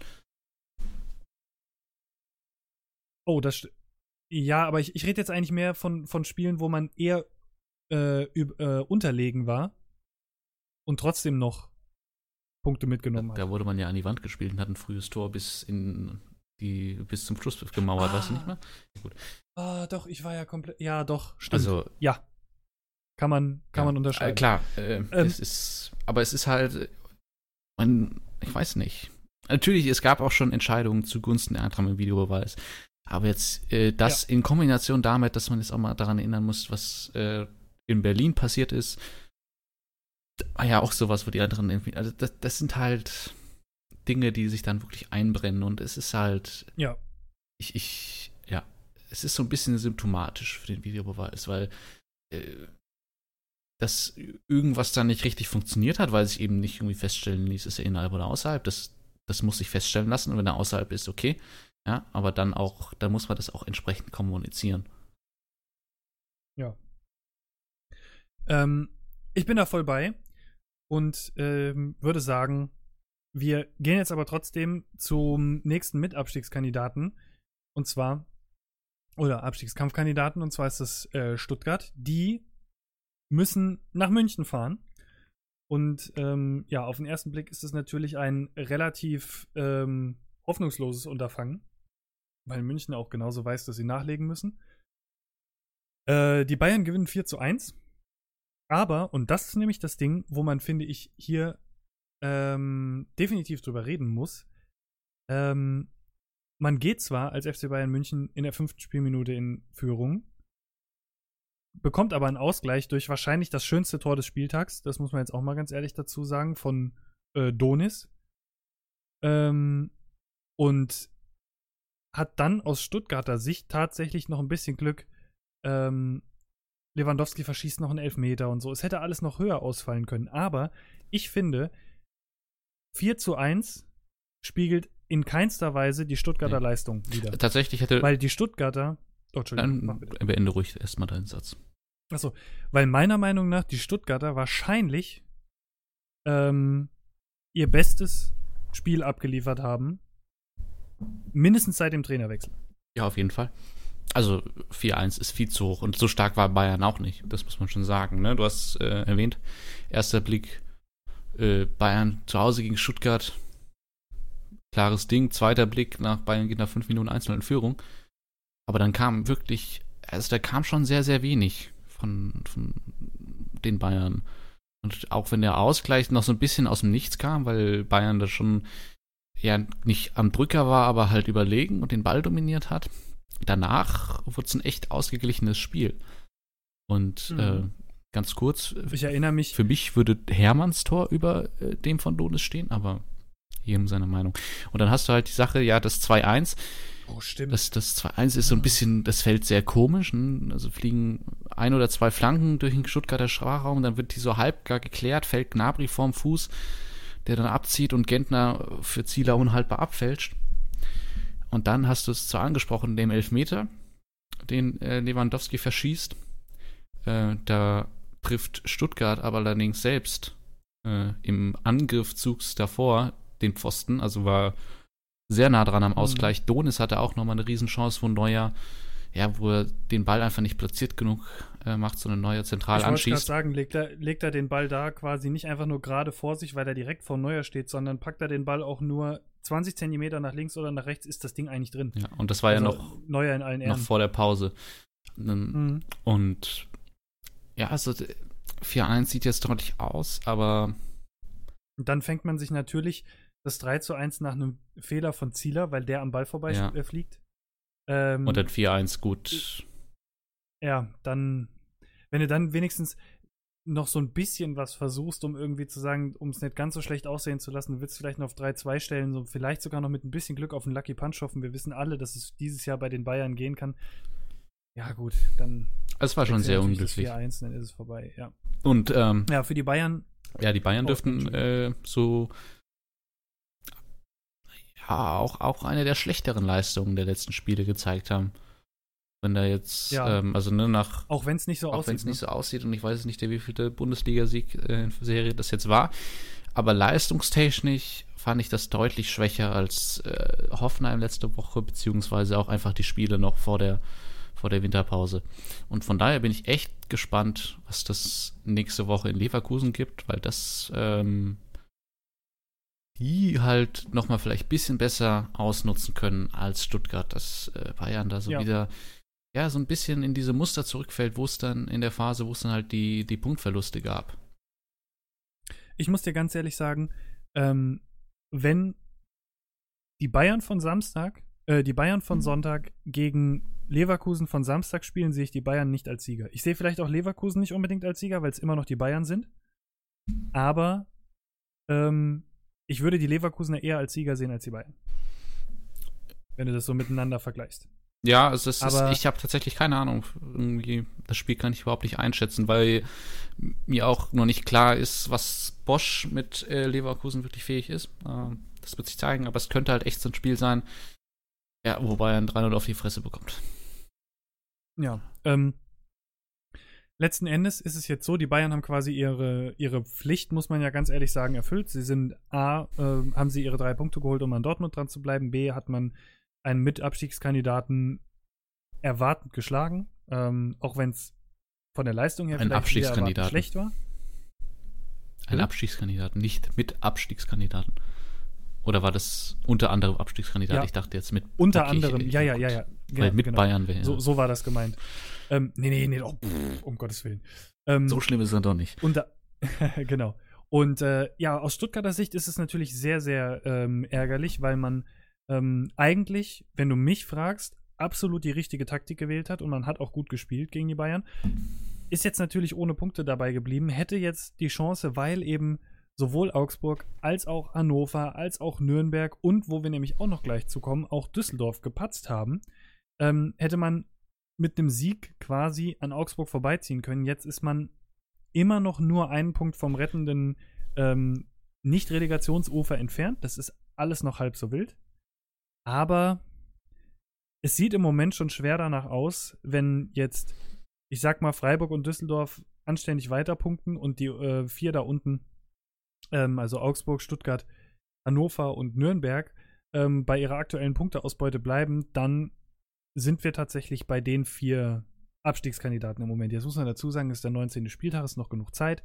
Oh, das st- ja, aber ich, ich rede jetzt eigentlich mehr von, von Spielen, wo man eher äh, üb- äh, unterlegen war und trotzdem noch Punkte mitgenommen Da, hat. da wurde man ja an die Wand gespielt und hat ein frühes Tor bis in die bis zum Schlusspfiff gemauert, Ah. weißt du nicht mehr? Ja, gut. Ah, doch, ich war ja komplett. Ja, doch, stimmt. Also, ja. Kann man, kann ja, man unterscheiden. Äh, klar, äh, Ähm. es ist, aber es ist halt, man, ich weiß nicht. Natürlich, es gab auch schon Entscheidungen zugunsten der Eintracht im Videobeweis. Aber jetzt äh, das in Kombination damit, dass man jetzt auch mal daran erinnern muss, was äh, in Berlin passiert ist, war ja auch sowas, wo die anderen irgendwie, also das, das sind halt Dinge, die sich dann wirklich einbrennen und es ist halt, Ja. ich, ich, ja, es ist so ein bisschen symptomatisch für den Videobeweis, weil äh, dass irgendwas da nicht richtig funktioniert hat, weil sich eben nicht irgendwie feststellen ließ, ist er innerhalb oder außerhalb, das, das muss sich feststellen lassen und wenn er außerhalb ist, okay, ja, aber dann auch, dann muss man das auch entsprechend kommunizieren. Ja. Ähm, ich bin da voll bei und ähm, würde sagen, wir gehen jetzt aber trotzdem zum nächsten Mitabstiegskandidaten und zwar, oder Abstiegskampfkandidaten, und zwar ist das äh, Stuttgart. Die müssen nach München fahren. Und ähm, ja, auf den ersten Blick ist es natürlich ein relativ ähm, hoffnungsloses Unterfangen, weil München auch genauso weiß, dass sie nachlegen müssen. Äh, die Bayern gewinnen vier zu eins. Aber, und das ist nämlich das Ding, wo man, finde ich, hier ähm, definitiv drüber reden muss, ähm, man geht zwar als F C Bayern München in der fünften Spielminute in Führung, bekommt aber einen Ausgleich durch wahrscheinlich das schönste Tor des Spieltags, das muss man jetzt auch mal ganz ehrlich dazu sagen, von äh, Donis. Ähm, und hat dann aus Stuttgarter Sicht tatsächlich noch ein bisschen Glück. Ähm, Lewandowski verschießt noch einen Elfmeter und so. Es hätte alles noch höher ausfallen können. Aber ich finde, vier zu eins spiegelt in keinster Weise die Stuttgarter Nee. Leistung wider. Tatsächlich hätte, Weil die Stuttgarter. Oh, Entschuldigung, mach dann bitte. beende ruhig erstmal deinen Satz. Achso, weil meiner Meinung nach die Stuttgarter wahrscheinlich ähm, ihr bestes Spiel abgeliefert haben. Mindestens seit dem Trainerwechsel. Ja, auf jeden Fall. Also vier eins ist viel zu hoch und so stark war Bayern auch nicht. Das muss man schon sagen. Ne? Du hast äh, erwähnt, erster Blick äh, Bayern zu Hause gegen Stuttgart. Klares Ding. Zweiter Blick nach Bayern geht nach fünf Minuten eins null in Führung. Aber dann kam wirklich, also da kam schon sehr, sehr wenig von, von den Bayern. Und auch wenn der Ausgleich noch so ein bisschen aus dem Nichts kam, weil Bayern da schon ja nicht am Drücker war, aber halt überlegen und den Ball dominiert hat. Danach wurde es ein echt ausgeglichenes Spiel. Und Mhm. äh, ganz kurz, Ich erinnere mich. für mich würde Hermanns Tor über äh, dem von Donis stehen, aber jedem seine Meinung. Und dann hast du halt die Sache, ja, das zwei eins. Oh, stimmt. Das, das zwei eins ist so ein bisschen, das fällt sehr komisch. Ne? Also fliegen ein oder zwei Flanken durch den Stuttgarter Strafraum, dann wird die so halb gar geklärt, fällt Gnabry vorm Fuß, der dann abzieht und Gentner für Zieler unhaltbar abfälscht. Und dann hast du es zwar angesprochen, den Elfmeter, den äh, Lewandowski verschießt. Äh, da trifft Stuttgart aber allerdings selbst äh, im Angriffzugs davor den Pfosten, also war sehr nah dran am Ausgleich. Mhm. Donis hatte auch nochmal eine Riesenchance, wo Neuer, ja, wo er den Ball einfach nicht platziert genug äh, macht, sondern Neuer zentral ich anschießt. Ich wollte gerade sagen, legt er, legt er den Ball da quasi nicht einfach nur gerade vor sich, weil er direkt vor Neuer steht, sondern packt er den Ball auch nur zwanzig Zentimeter nach links oder nach rechts, ist das Ding eigentlich drin. Ja, und das war also ja noch, Neuer in allen Ehren. noch vor der Pause. Mhm. Und ja, also vier eins sieht jetzt deutlich aus, aber Und dann fängt man sich natürlich das drei zu eins nach einem Fehler von Zieler, weil der am Ball vorbei ja. äh, fliegt. Ähm, Und dann vier eins, gut. Ja, dann, wenn du dann wenigstens noch so ein bisschen was versuchst, um irgendwie zu sagen, um es nicht ganz so schlecht aussehen zu lassen, du willst vielleicht noch auf drei zwei stellen, so vielleicht sogar noch mit ein bisschen Glück auf einen Lucky Punch hoffen. Wir wissen alle, dass es dieses Jahr bei den Bayern gehen kann. Ja, gut, dann. Es war schon sehr unglücklich. vier eins, dann ist es vorbei, ja. Und, ähm, ja, für die Bayern. Ja, die Bayern oh, dürften äh, so. Ja, auch, auch eine der schlechteren Leistungen der letzten Spiele gezeigt haben. Wenn da jetzt, ja. ähm, also ne, nach. Auch wenn es nicht so auch aussieht. Auch wenn es ne? nicht so aussieht und ich weiß nicht, der wievielte Bundesliga-Sieg äh, in Serie das jetzt war. Aber leistungstechnisch fand ich das deutlich schwächer als äh, Hoffenheim letzte Woche, beziehungsweise auch einfach die Spiele noch vor der, vor der Winterpause. Und von daher bin ich echt gespannt, was das nächste Woche in Leverkusen gibt, weil das ähm, die halt nochmal vielleicht ein bisschen besser ausnutzen können als Stuttgart, dass äh, Bayern da so ja. wieder ja, so ein bisschen in diese Muster zurückfällt, wo es dann in der Phase, wo es dann halt die, die Punktverluste gab. Ich muss dir ganz ehrlich sagen, ähm, wenn die Bayern von Samstag, äh, die Bayern von Sonntag gegen Leverkusen von Samstag spielen, sehe ich die Bayern nicht als Sieger. Ich sehe vielleicht auch Leverkusen nicht unbedingt als Sieger, weil es immer noch die Bayern sind. Aber ähm, ich würde die Leverkusener eher als Sieger sehen als die Bayern. Wenn du das so miteinander vergleichst. Ja, also es ist, ich habe tatsächlich keine Ahnung. Irgendwie, das Spiel kann ich überhaupt nicht einschätzen, weil mir auch noch nicht klar ist, was Bosch mit äh, Leverkusen wirklich fähig ist. Äh, das wird sich zeigen, aber es könnte halt echt so ein Spiel sein, ja, wo Bayern drei null auf die Fresse bekommt. Ja, ähm, letzten Endes ist es jetzt so, die Bayern haben quasi ihre, ihre Pflicht, muss man ja ganz ehrlich sagen, erfüllt. Sie sind A, äh, haben sie ihre drei Punkte geholt, um an Dortmund dran zu bleiben. B, hat man einen Mitabstiegskandidaten erwartend geschlagen, ähm, auch wenn es von der Leistung her ein vielleicht Abstiegskandidaten. schlecht war. Ein Hm? Abstiegskandidaten, nicht mit Abstiegskandidaten. Oder war das unter anderem Abstiegskandidat? Ja. Ich dachte jetzt mit. Unter okay, anderem, ich, ja, ja, gut. ja, ja. Weil ja, mit genau. Bayern wäre. So, so war das gemeint. Ähm, nee, nee, nee, oh, pff, um Gottes Willen. Ähm, so schlimm ist er doch nicht. Unter, genau. Und äh, ja, aus Stuttgarter Sicht ist es natürlich sehr, sehr ähm, ärgerlich, weil man ähm, eigentlich, wenn du mich fragst, absolut die richtige Taktik gewählt hat und man hat auch gut gespielt gegen die Bayern. Ist jetzt natürlich ohne Punkte dabei geblieben, hätte jetzt die Chance, weil eben sowohl Augsburg als auch Hannover, als auch Nürnberg und, wo wir nämlich auch noch gleich zu kommen, auch Düsseldorf gepatzt haben, ähm, hätte man mit einem Sieg quasi an Augsburg vorbeiziehen können. Jetzt ist man immer noch nur einen Punkt vom rettenden ähm, Nicht-Relegationsufer entfernt. Das ist alles noch halb so wild. Aber es sieht im Moment schon schwer danach aus, wenn jetzt, ich sag mal, Freiburg und Düsseldorf anständig weiterpunkten und die äh, vier da unten, ähm, also Augsburg, Stuttgart, Hannover und Nürnberg, ähm, bei ihrer aktuellen Punkteausbeute bleiben, dann sind wir tatsächlich bei den vier Abstiegskandidaten im Moment. Jetzt muss man dazu sagen, es ist der neunzehnte Spieltag, ist noch genug Zeit.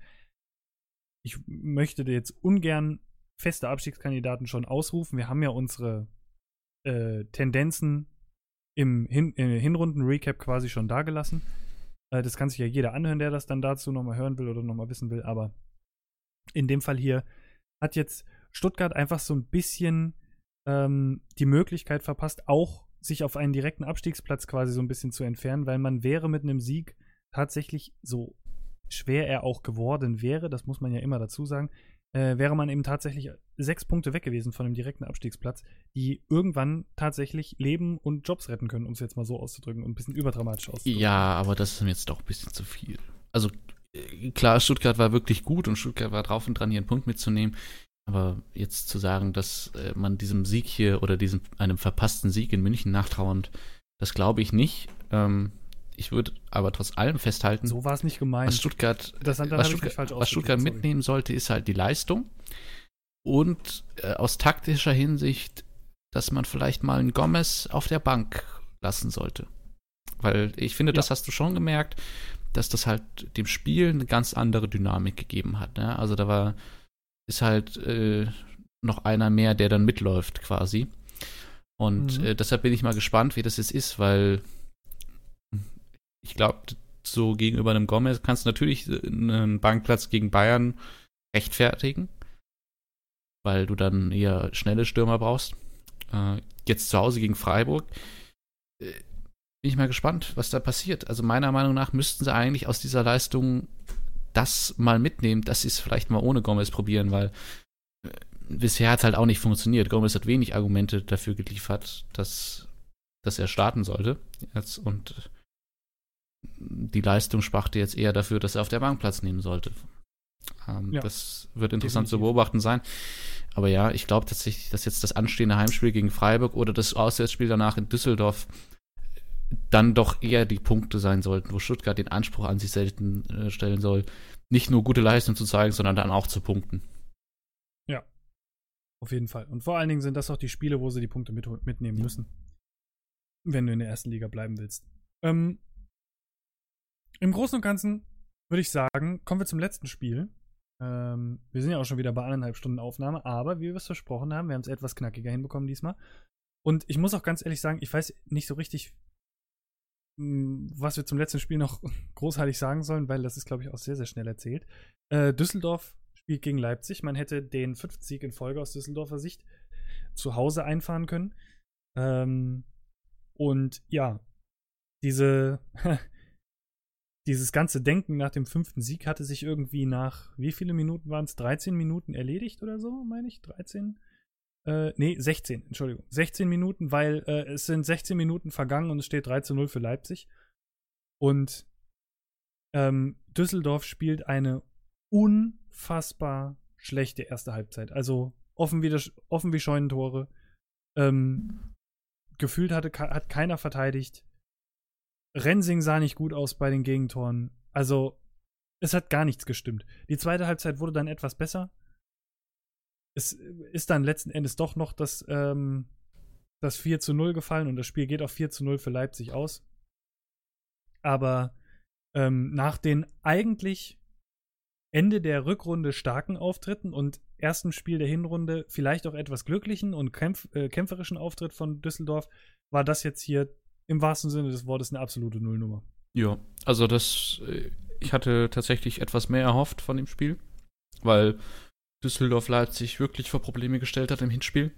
Ich möchte jetzt ungern feste Abstiegskandidaten schon ausrufen. Wir haben ja unsere äh, Tendenzen im Hin- äh, Hinrunden-Recap quasi schon dagelassen. Äh, das kann sich ja jeder anhören, der das dann dazu nochmal hören will oder nochmal wissen will. Aber in dem Fall hier hat jetzt Stuttgart einfach so ein bisschen ähm, die Möglichkeit verpasst, auch sich auf einen direkten Abstiegsplatz quasi so ein bisschen zu entfernen, weil man wäre mit einem Sieg tatsächlich, so schwer er auch geworden wäre, das muss man ja immer dazu sagen, äh, wäre man eben tatsächlich sechs Punkte weg gewesen von einem direkten Abstiegsplatz, die irgendwann tatsächlich Leben und Jobs retten können, um es jetzt mal so auszudrücken und ein bisschen überdramatisch auszudrücken. Ja, aber das ist mir jetzt doch ein bisschen zu viel. Also klar, Stuttgart war wirklich gut und Stuttgart war drauf und dran, hier einen Punkt mitzunehmen. Aber jetzt zu sagen, dass äh, man diesem Sieg hier oder diesem einem verpassten Sieg in München nachtrauernd, das glaube ich nicht. Ähm, ich würde aber trotz allem festhalten, so war es nicht gemeint. Was Stuttgart, das was Stuttgart, falsch was Stuttgart mitnehmen sollte, ist halt die Leistung und äh, aus taktischer Hinsicht, dass man vielleicht mal einen Gomez auf der Bank lassen sollte. Weil ich finde, ja. das hast du schon gemerkt, dass das halt dem Spiel eine ganz andere Dynamik gegeben hat. Ne? Also da war ist halt äh, noch einer mehr, der dann mitläuft quasi. Und mhm. äh, deshalb bin ich mal gespannt, wie das jetzt ist, weil ich glaube, so gegenüber einem Gomez kannst du natürlich einen Bankplatz gegen Bayern rechtfertigen. weil du dann eher schnelle Stürmer brauchst. Äh, jetzt zu Hause gegen Freiburg. Äh, bin ich mal gespannt, was da passiert. Also meiner Meinung nach müssten sie eigentlich aus dieser Leistung das mal mitnehmen, dass sie es vielleicht mal ohne Gomez probieren, weil äh, bisher hat es halt auch nicht funktioniert. Gomez hat wenig Argumente dafür geliefert, dass, dass er starten sollte. Jetzt, und die Leistung sprachte jetzt eher dafür, dass er auf der Bank Platz nehmen sollte. Ähm, ja, das wird interessant definitiv zu beobachten sein. Aber ja, ich glaube tatsächlich, dass jetzt das anstehende Heimspiel gegen Freiburg oder das Auswärtsspiel danach in Düsseldorf dann doch eher die Punkte sein sollten, wo Stuttgart den Anspruch an sich selten äh, stellen soll, nicht nur gute Leistung zu zeigen, sondern dann auch zu punkten. Ja, auf jeden Fall. Und vor allen Dingen sind das auch die Spiele, wo sie die Punkte mit, mitnehmen müssen, wenn du in der ersten Liga bleiben willst. Ähm, Im Großen und Ganzen würde ich sagen, kommen wir zum letzten Spiel. Ähm, wir sind ja auch schon wieder bei eineinhalb Stunden Aufnahme, aber wie wir es versprochen haben, wir haben es etwas knackiger hinbekommen diesmal. Und ich muss auch ganz ehrlich sagen, ich weiß nicht so richtig, was wir zum letzten Spiel noch großartig sagen sollen, weil das ist, glaube ich, auch sehr, sehr schnell erzählt. Äh, Düsseldorf spielt gegen Leipzig. Man hätte den fünften Sieg in Folge aus Düsseldorfer Sicht zu Hause einfahren können. Ähm, und ja, diese dieses ganze Denken nach dem fünften Sieg hatte sich irgendwie nach, wie viele Minuten waren es? dreizehn Minuten erledigt oder so, meine ich? dreizehn? Äh, nee, sechzehn, Entschuldigung. sechzehn Minuten, weil äh, es sind sechzehn Minuten vergangen und es steht drei zu null für Leipzig. Und ähm, Düsseldorf spielt eine unfassbar schlechte erste Halbzeit. Also offen wie, das, offen wie Scheunentore. Ähm, gefühlt hatte, hat keiner verteidigt. Rensing sah nicht gut aus bei den Gegentoren. Also, es hat gar nichts gestimmt. Die zweite Halbzeit wurde dann etwas besser. Es ist dann letzten Endes doch noch das, ähm, das vier zu null gefallen und das Spiel geht auf vier zu null für Leipzig aus. Aber ähm, nach den eigentlich Ende der Rückrunde starken Auftritten und ersten Spiel der Hinrunde vielleicht auch etwas glücklichen und kämpf- äh, kämpferischen Auftritt von Düsseldorf war das jetzt hier im wahrsten Sinne des Wortes eine absolute Nullnummer. Ja, also das, ich hatte tatsächlich etwas mehr erhofft von dem Spiel, weil Düsseldorf Leipzig wirklich vor Probleme gestellt hat im Hinspiel.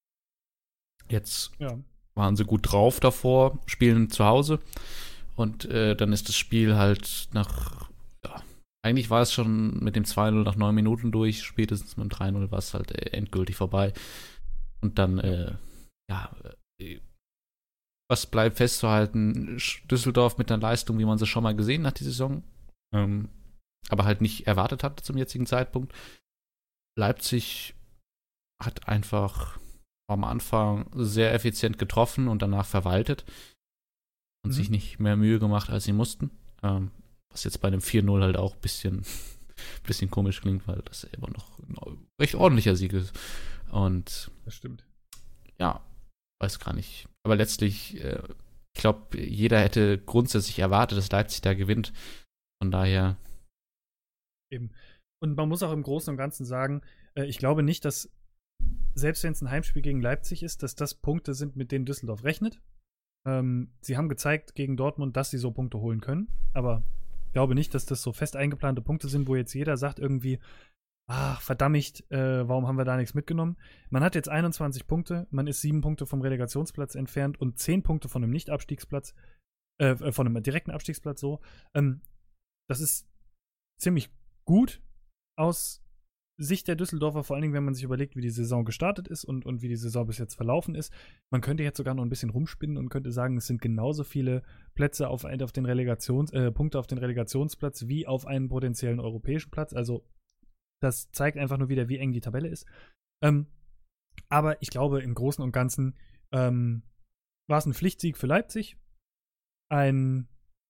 Jetzt ja. waren sie gut drauf davor, spielen zu Hause und äh, dann ist das Spiel halt nach, ja, eigentlich war es schon mit dem zwei null nach neun Minuten durch, spätestens mit dem drei null war es halt äh, endgültig vorbei. Und dann, äh, ja, äh, was bleibt festzuhalten, Düsseldorf mit einer Leistung, wie man sie schon mal gesehen hat, die Saison, ähm, aber halt nicht erwartet hatte zum jetzigen Zeitpunkt. Leipzig hat einfach am Anfang sehr effizient getroffen und danach verwaltet und mhm. sich nicht mehr Mühe gemacht, als sie mussten. Ähm, was jetzt bei einem vier null halt auch ein bisschen, bisschen komisch klingt, weil das immer noch ein recht ordentlicher Sieg ist. Und das stimmt. Ja, weiß gar nicht. Aber letztlich, äh, ich glaube, jeder hätte grundsätzlich erwartet, dass Leipzig da gewinnt. Von daher. Eben. Und man muss auch im Großen und Ganzen sagen, äh, ich glaube nicht, dass, selbst wenn es ein Heimspiel gegen Leipzig ist, dass das Punkte sind, mit denen Düsseldorf rechnet. Ähm, sie haben gezeigt gegen Dortmund, dass sie so Punkte holen können. Aber ich glaube nicht, dass das so fest eingeplante Punkte sind, wo jetzt jeder sagt irgendwie, ach, verdammt, äh, warum haben wir da nichts mitgenommen? Man hat jetzt einundzwanzig Punkte, man ist sieben Punkte vom Relegationsplatz entfernt und zehn Punkte von einem Nicht-Abstiegsplatz, äh, von einem direkten Abstiegsplatz so. Ähm, das ist ziemlich gut aus Sicht der Düsseldorfer, vor allen Dingen, wenn man sich überlegt, wie die Saison gestartet ist und, und wie die Saison bis jetzt verlaufen ist. Man könnte jetzt sogar noch ein bisschen rumspinnen und könnte sagen, es sind genauso viele Plätze auf, auf den Relegations, äh, Punkte auf den Relegationsplatz wie auf einen potenziellen europäischen Platz. Also das zeigt einfach nur wieder, wie eng die Tabelle ist. Ähm, aber ich glaube, im Großen und Ganzen ähm, war es ein Pflichtsieg für Leipzig. Ein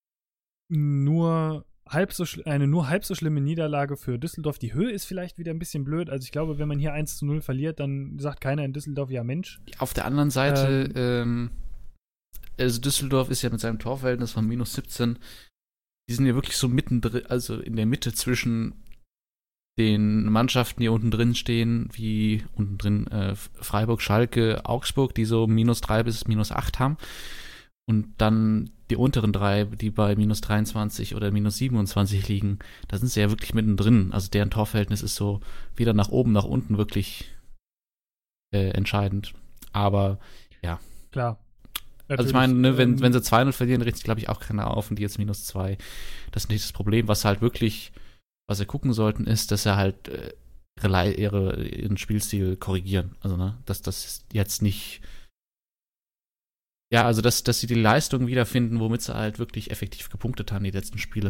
nur halb so schl- eine nur halb so schlimme Niederlage für Düsseldorf. Die Höhe ist vielleicht wieder ein bisschen blöd. Also ich glaube, wenn man hier eins zu null verliert, dann sagt keiner in Düsseldorf, ja Mensch. Auf der anderen Seite, ähm, also Düsseldorf ist ja mit seinem Torverhältnis von minus siebzehn, die sind ja wirklich so mittendrin, also in der Mitte zwischen den Mannschaften, die unten drin stehen, wie unten drin äh, Freiburg, Schalke, Augsburg, die so minus drei bis minus acht haben. Und dann die unteren drei, die bei minus dreiundzwanzig oder minus siebenundzwanzig liegen, da sind sie ja wirklich mittendrin. Also deren Torverhältnis ist so weder nach oben, nach unten wirklich äh, entscheidend. Aber ja. Klar. Also ich meine, ne, wenn, ähm, wenn sie zwei null verlieren, regt sich, glaube ich, auch keiner auf und die jetzt minus zwei. Das ist nicht das Problem. Was halt wirklich, was sie gucken sollten, ist, dass sie halt äh, ihre, ihre, ihren Spielstil korrigieren. Also, ne, dass das jetzt nicht ja, also dass, dass sie die Leistung wiederfinden, womit sie halt wirklich effektiv gepunktet haben, die letzten Spiele.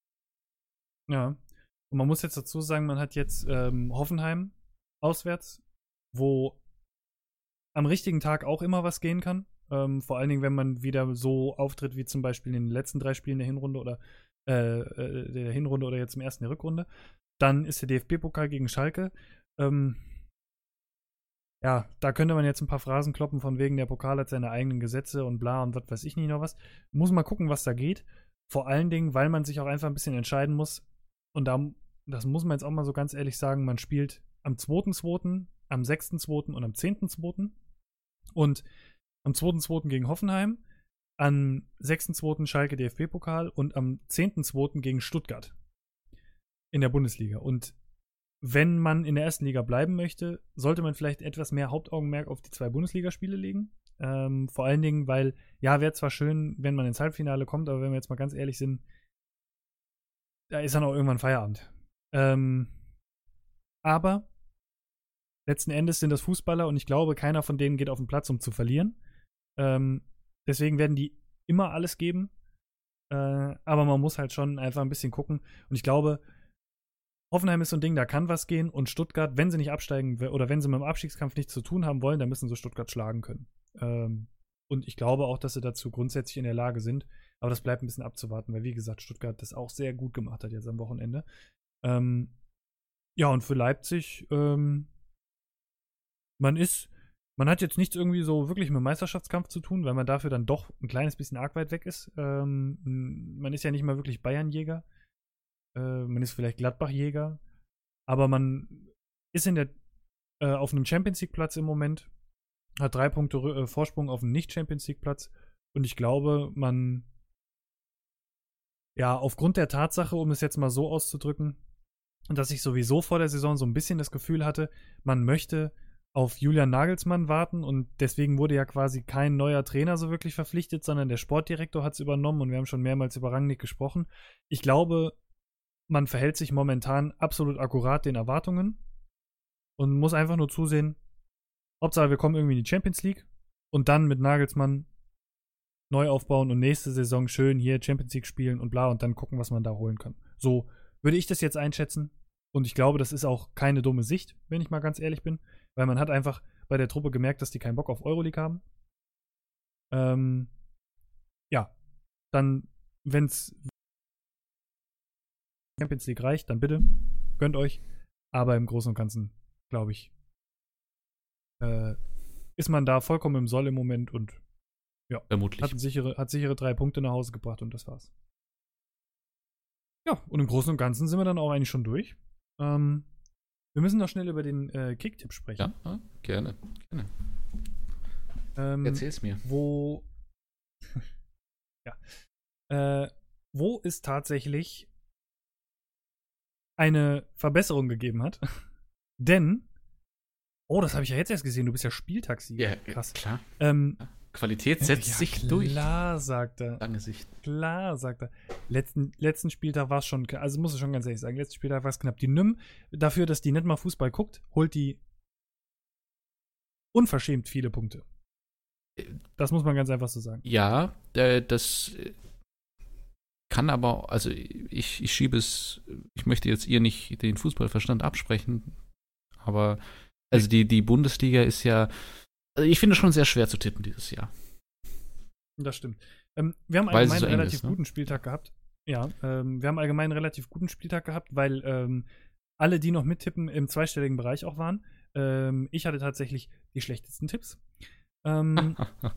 Ja. Und man muss jetzt dazu sagen, man hat jetzt ähm, Hoffenheim auswärts, wo am richtigen Tag auch immer was gehen kann. Ähm, vor allen Dingen, wenn man wieder so auftritt wie zum Beispiel in den letzten drei Spielen der Hinrunde oder äh, äh, der Hinrunde oder jetzt im ersten der Rückrunde. Dann ist der D F B-Pokal gegen Schalke. Ähm, ja, da könnte man jetzt ein paar Phrasen kloppen von wegen, der Pokal hat seine eigenen Gesetze und bla und was weiß ich nicht noch was. Muss mal gucken, was da geht. Vor allen Dingen, weil man sich auch einfach ein bisschen entscheiden muss. Und da, das muss man jetzt auch mal so ganz ehrlich sagen, man spielt am zweiten zweiten, am sechsten zweiten und am zehnten zweiten Und am zweiten zweiten gegen Hoffenheim, am sechsten zweiten Schalke D F B-Pokal und am zehnten zweiten gegen Stuttgart in der Bundesliga. Und wenn man in der ersten Liga bleiben möchte, sollte man vielleicht etwas mehr Hauptaugenmerk auf die zwei Bundesligaspiele legen. Ähm, vor allen Dingen, weil, ja, wäre zwar schön, wenn man ins Halbfinale kommt, aber wenn wir jetzt mal ganz ehrlich sind, da ist dann auch irgendwann Feierabend. Ähm, aber letzten Endes sind das Fußballer und ich glaube, keiner von denen geht auf den Platz, um zu verlieren. Ähm, deswegen werden die immer alles geben. Äh, aber man muss halt schon einfach ein bisschen gucken. Und ich glaube, Hoffenheim ist so ein Ding, da kann was gehen. Und Stuttgart, wenn sie nicht absteigen oder wenn sie mit dem Abstiegskampf nichts zu tun haben wollen, dann müssen sie Stuttgart schlagen können. Ähm, und ich glaube auch, dass sie dazu grundsätzlich in der Lage sind. Aber das bleibt ein bisschen abzuwarten, weil wie gesagt, Stuttgart das auch sehr gut gemacht hat jetzt am Wochenende. Ähm, ja, und für Leipzig, ähm, man ist, man hat jetzt nichts irgendwie so wirklich mit dem Meisterschaftskampf zu tun, weil man dafür dann doch ein kleines bisschen arg weit weg ist. Ähm, man ist ja nicht mal wirklich Bayernjäger. Äh, man ist vielleicht Gladbachjäger. Aber man ist in der, äh, auf einem Champions-League-Platz im Moment, hat drei Punkte äh, Vorsprung auf einem Nicht-Champions-League-Platz. Und ich glaube, man, ja, aufgrund der Tatsache, um es jetzt mal so auszudrücken, dass ich sowieso vor der Saison so ein bisschen das Gefühl hatte, man möchte auf Julian Nagelsmann warten und deswegen wurde ja quasi kein neuer Trainer so wirklich verpflichtet, sondern der Sportdirektor hat es übernommen und wir haben schon mehrmals über Rangnick gesprochen. Ich glaube, man verhält sich momentan absolut akkurat den Erwartungen und muss einfach nur zusehen, Hauptsache wir kommen irgendwie in die Champions League und dann mit Nagelsmann neu aufbauen und nächste Saison schön hier Champions League spielen und bla und dann gucken, was man da holen kann. So würde ich das jetzt einschätzen und ich glaube, das ist auch keine dumme Sicht, wenn ich mal ganz ehrlich bin. Weil man hat einfach bei der Truppe gemerkt, dass die keinen Bock auf Euroleague haben. Ähm, ja, dann, wenn's Champions League reicht, dann bitte, gönnt euch. Aber im Großen und Ganzen, glaube ich, äh, ist man da vollkommen im Soll im Moment und ja, vermutlich. Hat sichere, hat sichere drei Punkte nach Hause gebracht und das war's. Ja, und im Großen und Ganzen sind wir dann auch eigentlich schon durch. Ähm, Wir müssen noch schnell über den äh, Kicktipp sprechen. Ja, gerne. gerne. Ähm, Erzähl's mir. Wo, ja, äh, wo es tatsächlich eine Verbesserung gegeben hat. Denn, oh, das habe ich ja jetzt erst gesehen, du bist ja Spieltagssieger. Ja, krass. Klar. Ähm, Qualität setzt ja, sich klar, durch. Klar, sagt er. Lange Sicht. Klar, sagt er. Letzten, letzten Spieltag war es schon, also muss ich schon ganz ehrlich sagen, letzten Spieltag war es knapp. Die N I M, dafür, dass die nicht mal Fußball guckt, holt die unverschämt viele Punkte. Das muss man ganz einfach so sagen. Ja, äh, das kann aber, also ich, ich schiebe es, ich möchte jetzt ihr nicht den Fußballverstand absprechen, aber also die, die Bundesliga ist ja, also ich finde es schon sehr schwer zu tippen dieses Jahr. Das stimmt. Ähm, wir haben Weil allgemein so einen relativ ist, ne? guten Spieltag gehabt. Ja, ähm, wir haben allgemein einen relativ guten Spieltag gehabt, weil ähm, alle, die noch mittippen, im zweistelligen Bereich auch waren. Ähm, ich hatte tatsächlich die schlechtesten Tipps. Ähm,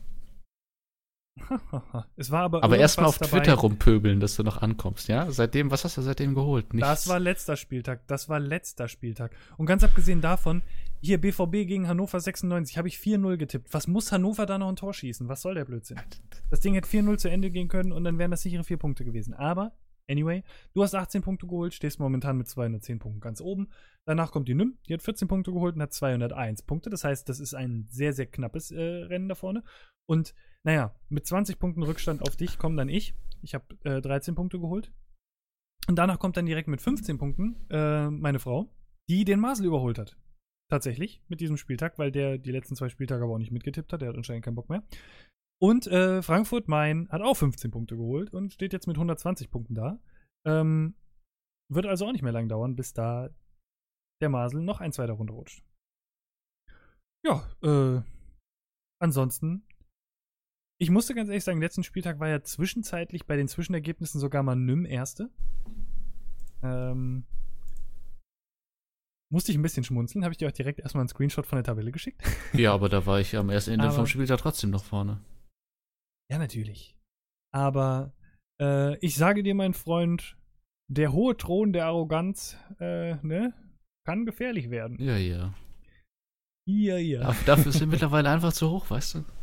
es war aber Aber erstmal auf dabei, Twitter rumpöbeln, dass du noch ankommst, ja? Seitdem, was hast du seitdem geholt? Nichts. Das war letzter Spieltag, das war letzter Spieltag. Und ganz abgesehen davon, hier B V B gegen Hannover sechsundneunzig, habe ich vier null getippt. Was muss Hannover da noch ein Tor schießen? Was soll der Blödsinn? Das Ding hätte vier null zu Ende gehen können und dann wären das sichere vier Punkte gewesen. Aber Anyway, du hast achtzehn Punkte geholt, stehst momentan mit zweihundertzehn Punkten ganz oben. Danach kommt die Nym, die hat vierzehn Punkte geholt und hat zweihunderteins Punkte. Das heißt, das ist ein sehr, sehr knappes äh, Rennen da vorne. Und naja, mit zwanzig Punkten Rückstand auf dich komme dann ich. Ich habe äh, dreizehn Punkte geholt. Und danach kommt dann direkt mit fünfzehn Punkten äh, meine Frau, die den Marcel überholt hat. Tatsächlich, mit diesem Spieltag, weil der die letzten zwei Spieltage aber auch nicht mitgetippt hat. Der hat anscheinend keinen Bock mehr. Und äh, Frankfurt Main hat auch fünfzehn Punkte geholt und steht jetzt mit hundertzwanzig Punkten da. Ähm, wird also auch nicht mehr lang dauern, bis da der Marcel noch eins weiter runterrutscht. Ja, äh, ansonsten, ich musste ganz ehrlich sagen, letzten Spieltag war ja zwischenzeitlich bei den Zwischenergebnissen sogar mal Nym Erste. Ähm, musste ich ein bisschen schmunzeln, habe ich dir auch direkt erstmal einen Screenshot von der Tabelle geschickt. Ja, aber da war ich am ersten Ende Aber- vom Spieltag trotzdem noch vorne. Ja, natürlich. Aber äh, ich sage dir, mein Freund, der hohe Thron der Arroganz, äh, ne, kann gefährlich werden. Ja, ja. Ja, ja. Daf- Dafür ist er mittlerweile einfach zu hoch, weißt du?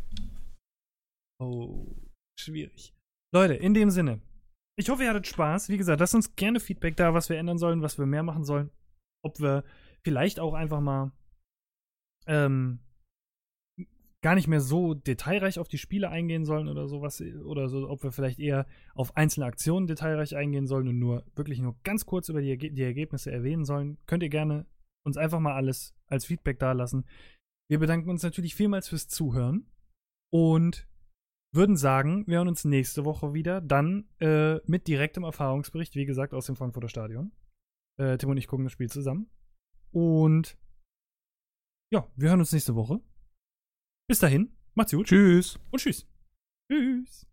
Oh, schwierig. Leute, in dem Sinne, ich hoffe, ihr hattet Spaß. Wie gesagt, lasst uns gerne Feedback da, was wir ändern sollen, was wir mehr machen sollen. Ob wir vielleicht auch einfach mal ähm, gar nicht mehr so detailreich auf die Spiele eingehen sollen oder sowas. Oder so, ob wir vielleicht eher auf einzelne Aktionen detailreich eingehen sollen und nur wirklich nur ganz kurz über die, Erge- die Ergebnisse erwähnen sollen. Könnt ihr gerne uns einfach mal alles als Feedback dalassen. Wir bedanken uns natürlich vielmals fürs Zuhören und würden sagen, wir hören uns nächste Woche wieder, dann äh, mit direktem Erfahrungsbericht, wie gesagt, aus dem Frankfurter Stadion. Äh, Tim und ich gucken das Spiel zusammen. Und ja, wir hören uns nächste Woche. Bis dahin, macht's gut Tschüss. und tschüss. Tschüss.